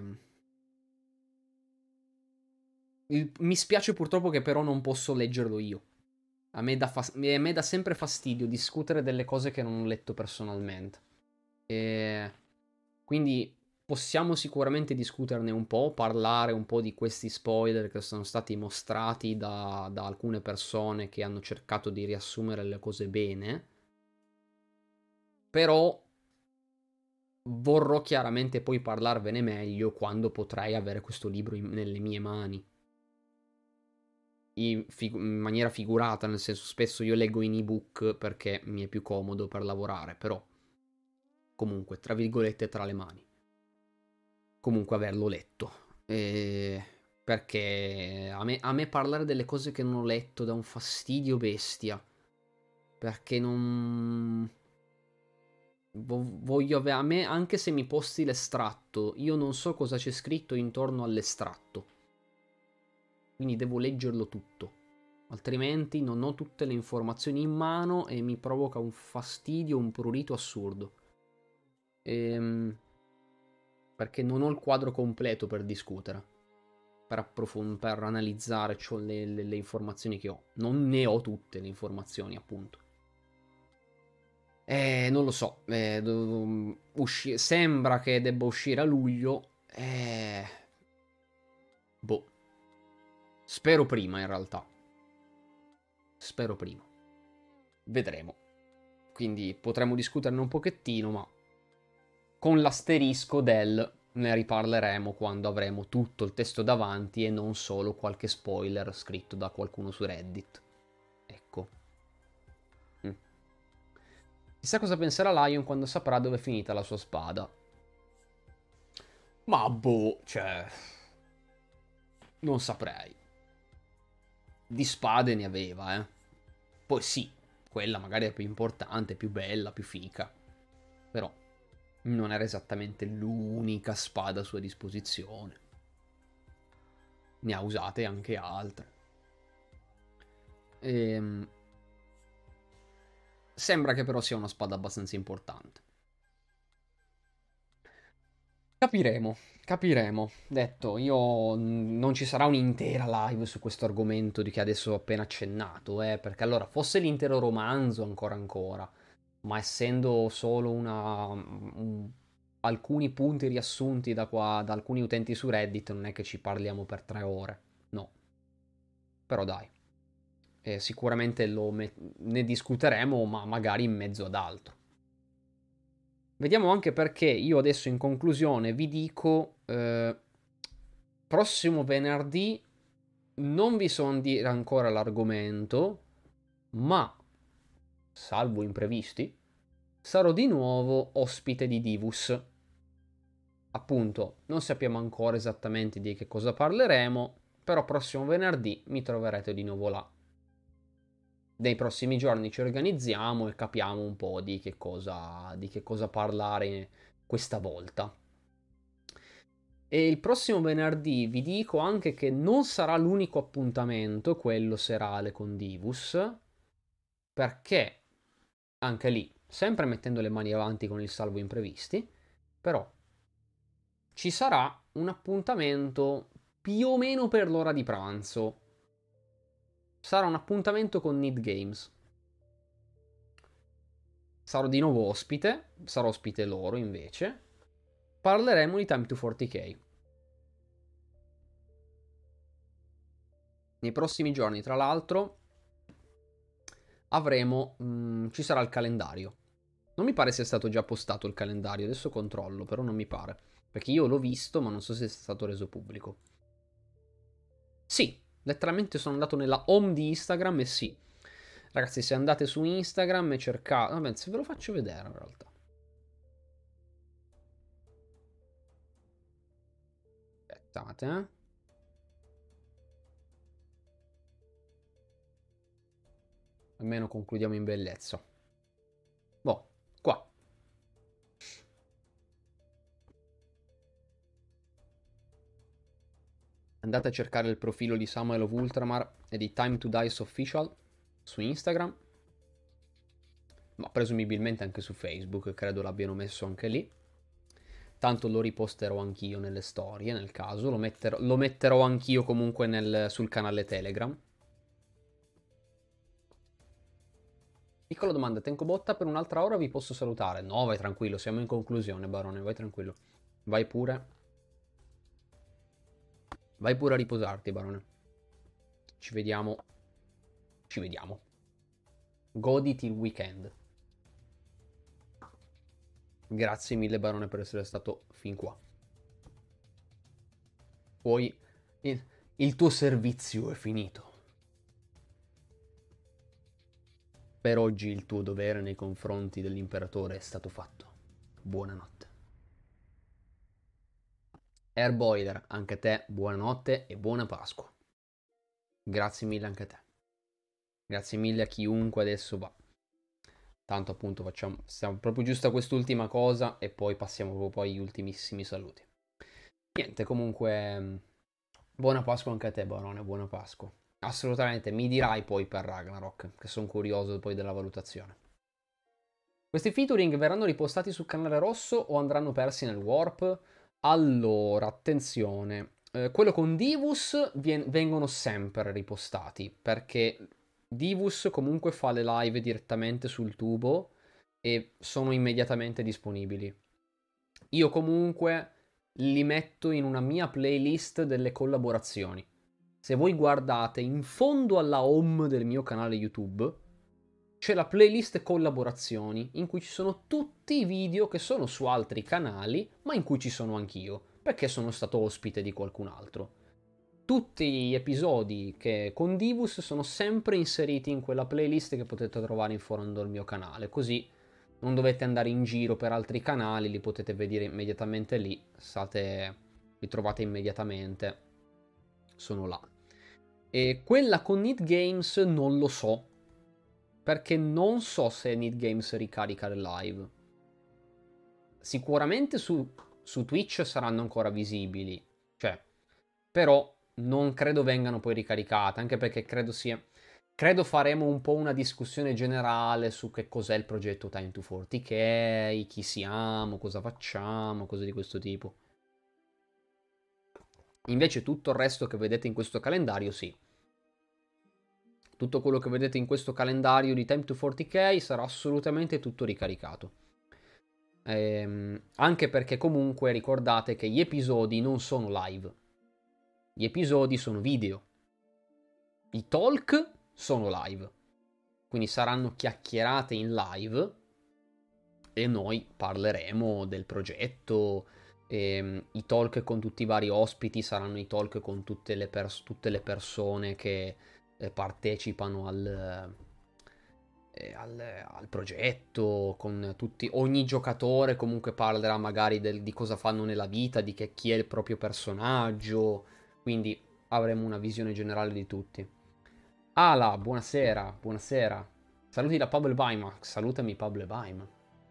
il- mi spiace purtroppo che però non posso leggerlo io. A me, dà fas- a me dà sempre fastidio discutere delle cose che non ho letto personalmente. E quindi possiamo sicuramente discuterne un po', parlare un po' di questi spoiler che sono stati mostrati da, da alcune persone che hanno cercato di riassumere le cose bene. Però vorrò chiaramente poi parlarvene meglio quando potrai avere questo libro in- nelle mie mani. In, fig- in maniera figurata, nel senso spesso io leggo in ebook perché mi è più comodo per lavorare, però comunque, tra virgolette, tra le mani. Comunque averlo letto. E... Perché a me, a me parlare delle cose che non ho letto dà un fastidio bestia. Perché non... Voglio avere... A me, anche se mi posti l'estratto, io non so cosa c'è scritto intorno all'estratto. Quindi devo leggerlo tutto. Altrimenti non ho tutte le informazioni in mano e mi provoca un fastidio, un prurito assurdo. Ehm, perché non ho il quadro completo per discutere, per, approfond- per analizzare ciò- le, le- le informazioni che ho. Non ne ho tutte le informazioni, appunto. Eh, non lo so. eh, do- usci- sembra che debba uscire a luglio. Eh, boh. Spero prima, in realtà. Spero prima. Vedremo. Quindi potremo discuterne un pochettino, ma con l'asterisco del ne riparleremo quando avremo tutto il testo davanti e non solo qualche spoiler scritto da qualcuno su Reddit. Ecco. Mm. Chissà cosa penserà Lion quando saprà dove è finita la sua spada. Ma boh, cioè... Non saprei. Di spade ne aveva, eh. Poi sì, quella magari è più importante, più bella, più fica. Però... non era esattamente l'unica spada a sua disposizione. Ne ha usate anche altre. Ehm, sembra che però sia una spada abbastanza importante. Capiremo, capiremo. Detto, io non ci sarà un'intera live su questo argomento di che adesso ho appena accennato, eh, perché allora fosse l'intero romanzo ancora ancora, ma essendo solo una, un- alcuni punti riassunti da, qua, da alcuni utenti su Reddit, non è che ci parliamo per tre ore, no. Però dai, eh, sicuramente lo met- ne discuteremo, ma magari in mezzo ad altro. Vediamo anche perché io adesso in conclusione vi dico, eh, prossimo venerdì non vi so dire ancora l'argomento, ma, salvo imprevisti, sarò di nuovo ospite di Divus. Appunto, non sappiamo ancora esattamente di che cosa parleremo, però prossimo venerdì mi troverete di nuovo là. Nei prossimi giorni ci organizziamo e capiamo un po' di che cosa, di che cosa parlare questa volta. E il prossimo venerdì vi dico anche che non sarà l'unico appuntamento, quello serale con Divus, perché anche lì, sempre mettendo le mani avanti con il salvo imprevisti, però ci sarà un appuntamento più o meno per l'ora di pranzo. Sarà un appuntamento con Need Games. Sarò di nuovo ospite, sarò ospite loro invece. Parleremo di Time to forty K. Nei prossimi giorni, tra l'altro, avremo... mh, ci sarà il calendario. Non mi pare sia stato già postato il calendario, adesso controllo, però non mi pare. Perché io l'ho visto, ma non so se è stato reso pubblico. Sì, letteralmente sono andato nella home di Instagram e sì. Ragazzi, se andate su Instagram e cercate... Vabbè, se ve lo faccio vedere in realtà. Aspettate, eh. Almeno concludiamo in bellezza. Boh, qua. Andate a cercare il profilo di Samuel of Ultramar e di Time to Dice Official su Instagram, ma presumibilmente anche su Facebook, credo l'abbiano messo anche lì. Tanto lo riposterò anch'io nelle storie, nel caso, lo metterò, lo metterò anch'io comunque nel, sul canale Telegram. Piccola domanda, Tenco Botta, per un'altra ora vi posso salutare? No, vai tranquillo, siamo in conclusione, Barone, vai tranquillo. Vai pure. Vai pure a riposarti, Barone. Ci vediamo. Ci vediamo. Goditi il weekend. Grazie mille, Barone, per essere stato fin qua. Poi il, il tuo servizio è finito. Per oggi il tuo dovere nei confronti dell'imperatore è stato fatto. Buonanotte. Airboiler, anche a te buonanotte e buona Pasqua. Grazie mille anche a te. Grazie mille a chiunque adesso va. Tanto appunto facciamo, stiamo proprio giusto a quest'ultima cosa e poi passiamo proprio poi agli ultimissimi saluti. Niente, comunque, buona Pasqua anche a te, Barone, buona Pasqua. Assolutamente, mi dirai poi per Ragnarok, che sono curioso poi della valutazione. Questi featuring verranno ripostati sul canale rosso o andranno persi nel warp? Allora, attenzione. Eh, quello con Divus vien- vengono sempre ripostati perché Divus comunque fa le live direttamente sul tubo e sono immediatamente disponibili. Io comunque li metto in una mia playlist delle collaborazioni. Se voi guardate in fondo alla home del mio canale YouTube, c'è la playlist collaborazioni in cui ci sono tutti i video che sono su altri canali, ma in cui ci sono anch'io, perché sono stato ospite di qualcun altro. Tutti gli episodi che con Divus sono sempre inseriti in quella playlist che potete trovare in fondo al mio canale, così non dovete andare in giro per altri canali, li potete vedere immediatamente lì, state, li trovate immediatamente, sono là. E quella con Need Games non lo so, perché non so se Need Games ricarica le live. sicuramente su, su Twitch saranno ancora visibili, cioè, però non credo vengano poi ricaricate, anche perché credo sia... Credo faremo un po' una discussione generale su che cos'è il progetto Time to quaranta K, chi siamo, cosa facciamo, cose di questo tipo. Invece tutto il resto che vedete in questo calendario, sì. Tutto quello che vedete in questo calendario di Time to quaranta K sarà assolutamente tutto ricaricato. Ehm, anche perché comunque ricordate che gli episodi non sono live. Gli episodi sono video. I talk sono live. Quindi saranno chiacchierate in live e noi parleremo del progetto. Ehm, I talk con tutti i vari ospiti saranno i talk con tutte le, pers- tutte le persone che eh, partecipano al, eh, al, al progetto, con tutti, ogni giocatore comunque parlerà magari del- di cosa fanno nella vita, di che, chi è il proprio personaggio, quindi avremo una visione generale di tutti. Ala, buonasera, buonasera. Saluti da Pablo Baima, salutami Pablo Baima.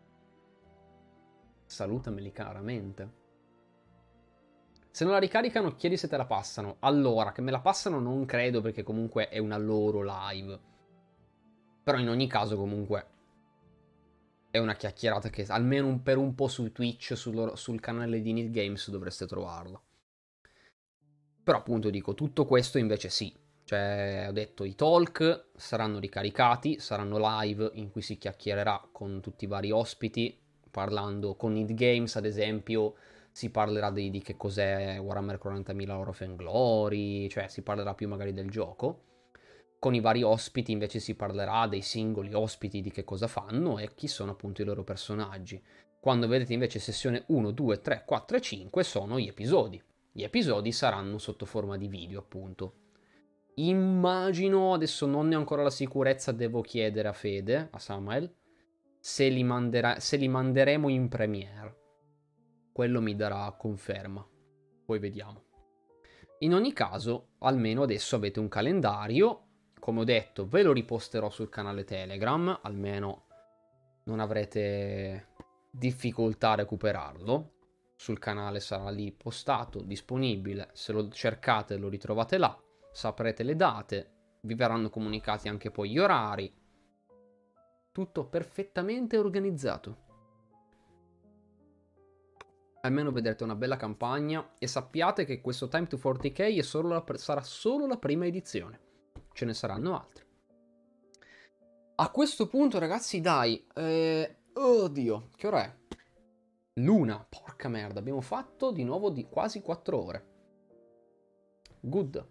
Salutameli caramente. Se non la ricaricano, chiedi se te la passano. Allora, che me la passano non credo perché comunque è una loro live. Però in ogni caso comunque è una chiacchierata che almeno un- per un po' su Twitch, sul, loro- sul canale di Need Games dovreste trovarla. Però appunto dico, tutto questo invece sì. Cioè, ho detto, i talk saranno ricaricati, saranno live in cui si chiacchiererà con tutti i vari ospiti, parlando con Need Games, ad esempio, si parlerà di, di che cos'è Warhammer quarantamila Lore of Glory, cioè si parlerà più magari del gioco. Con i vari ospiti invece si parlerà dei singoli ospiti di che cosa fanno e chi sono appunto i loro personaggi. Quando vedete invece sessione uno, due, tre, quattro e cinque sono gli episodi. Gli episodi saranno sotto forma di video, appunto. Immagino, adesso non ne ho ancora la sicurezza, devo chiedere a Fede, a Samuel, se li, manderà, se li manderemo in premiere. Quello mi darà conferma. Poi vediamo. In ogni caso, almeno adesso avete un calendario. Come ho detto, ve lo riposterò sul canale Telegram, almeno non avrete difficoltà a recuperarlo. Sul canale sarà lì postato, disponibile. Se lo cercate lo ritrovate là. Saprete le date. Vi verranno comunicati anche poi gli orari. Tutto perfettamente organizzato. Almeno vedrete una bella campagna e sappiate che questo Time to quaranta K è solo la, sarà solo la prima edizione. Ce ne saranno altre. A questo punto, ragazzi, dai. Eh... Oddio, che ora è? L'una. Porca merda, abbiamo fatto di nuovo di quasi quattro ore. Good.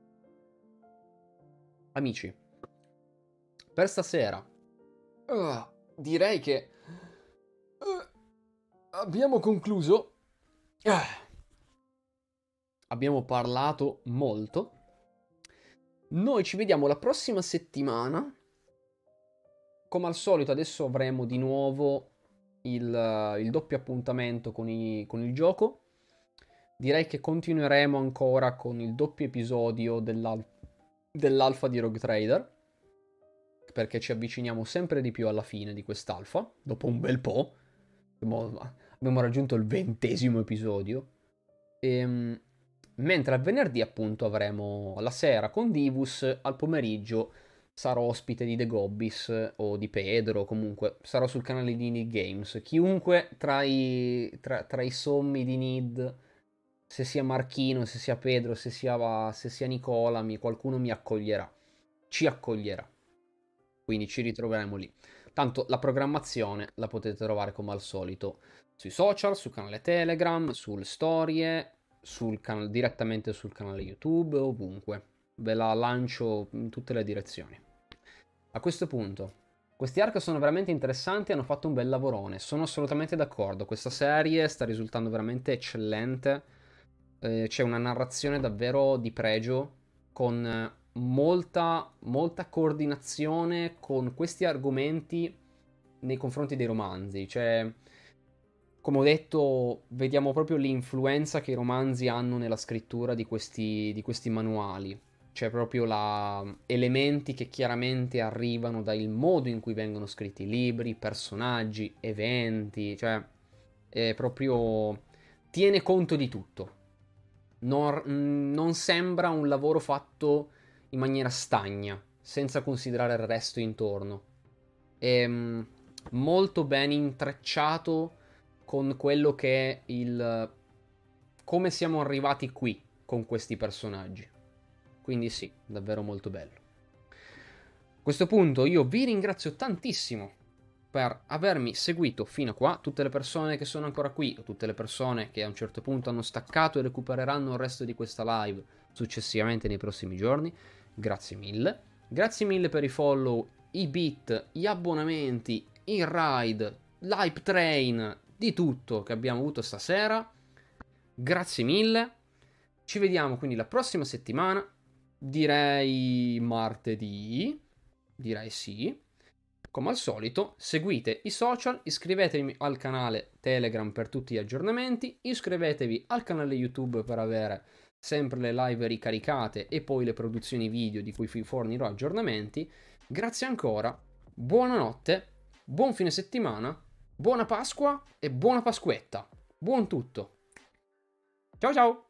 Amici, per stasera uh, direi che uh, abbiamo concluso. Uh, abbiamo parlato molto. Noi ci vediamo la prossima settimana. Come al solito adesso avremo di nuovo il, il doppio appuntamento con, i, con il gioco. Direi che continueremo ancora con il doppio episodio dell'al- dell'alfa di Rogue Trader, perché ci avviciniamo sempre di più alla fine di quest'alfa, dopo un bel po'. Abbiamo, abbiamo raggiunto il ventesimo episodio. E, mentre al venerdì appunto avremo la sera con Divus, al pomeriggio sarò ospite di The Gobbis o di Pedro, comunque sarò sul canale di Need Games. Chiunque tra i, tra, tra i sommi di Need, se sia Marchino, se sia Pedro, se sia, se sia Nicola, mi, qualcuno mi accoglierà. Ci accoglierà. Quindi ci ritroveremo lì. Tanto la programmazione la potete trovare come al solito sui social, sul canale Telegram, sulle storie, sul canale, direttamente sul canale YouTube, ovunque. Ve la lancio in tutte le direzioni. A questo punto, questi arc sono veramente interessanti, hanno fatto un bel lavorone, sono assolutamente d'accordo, questa serie sta risultando veramente eccellente, eh, c'è una narrazione davvero di pregio, con molta, molta coordinazione con questi argomenti nei confronti dei romanzi, cioè, come ho detto, vediamo proprio l'influenza che i romanzi hanno nella scrittura di questi, di questi manuali. C'è proprio la... elementi che chiaramente arrivano dal modo in cui vengono scritti i libri, personaggi, eventi, cioè è proprio tiene conto di tutto. Non, non sembra un lavoro fatto in maniera stagna, senza considerare il resto intorno. È mm, molto ben intrecciato con quello che è il come siamo arrivati qui con questi personaggi. Quindi sì, davvero molto bello. A questo punto io vi ringrazio tantissimo per avermi seguito fino a qua, tutte le persone che sono ancora qui o tutte le persone che a un certo punto hanno staccato e recupereranno il resto di questa live successivamente nei prossimi giorni, grazie mille. Grazie mille per i follow, i bit, gli abbonamenti, il ride, l'hype train, di tutto che abbiamo avuto stasera. Grazie mille. Ci vediamo quindi la prossima settimana. Direi martedì. Direi sì. Come al solito, seguite i social, iscrivetevi al canale Telegram per tutti gli aggiornamenti, iscrivetevi al canale YouTube per avere sempre le live ricaricate e poi le produzioni video di cui vi fornirò aggiornamenti. Grazie ancora, buonanotte, buon fine settimana, buona Pasqua e buona Pasquetta. Buon tutto. Ciao ciao!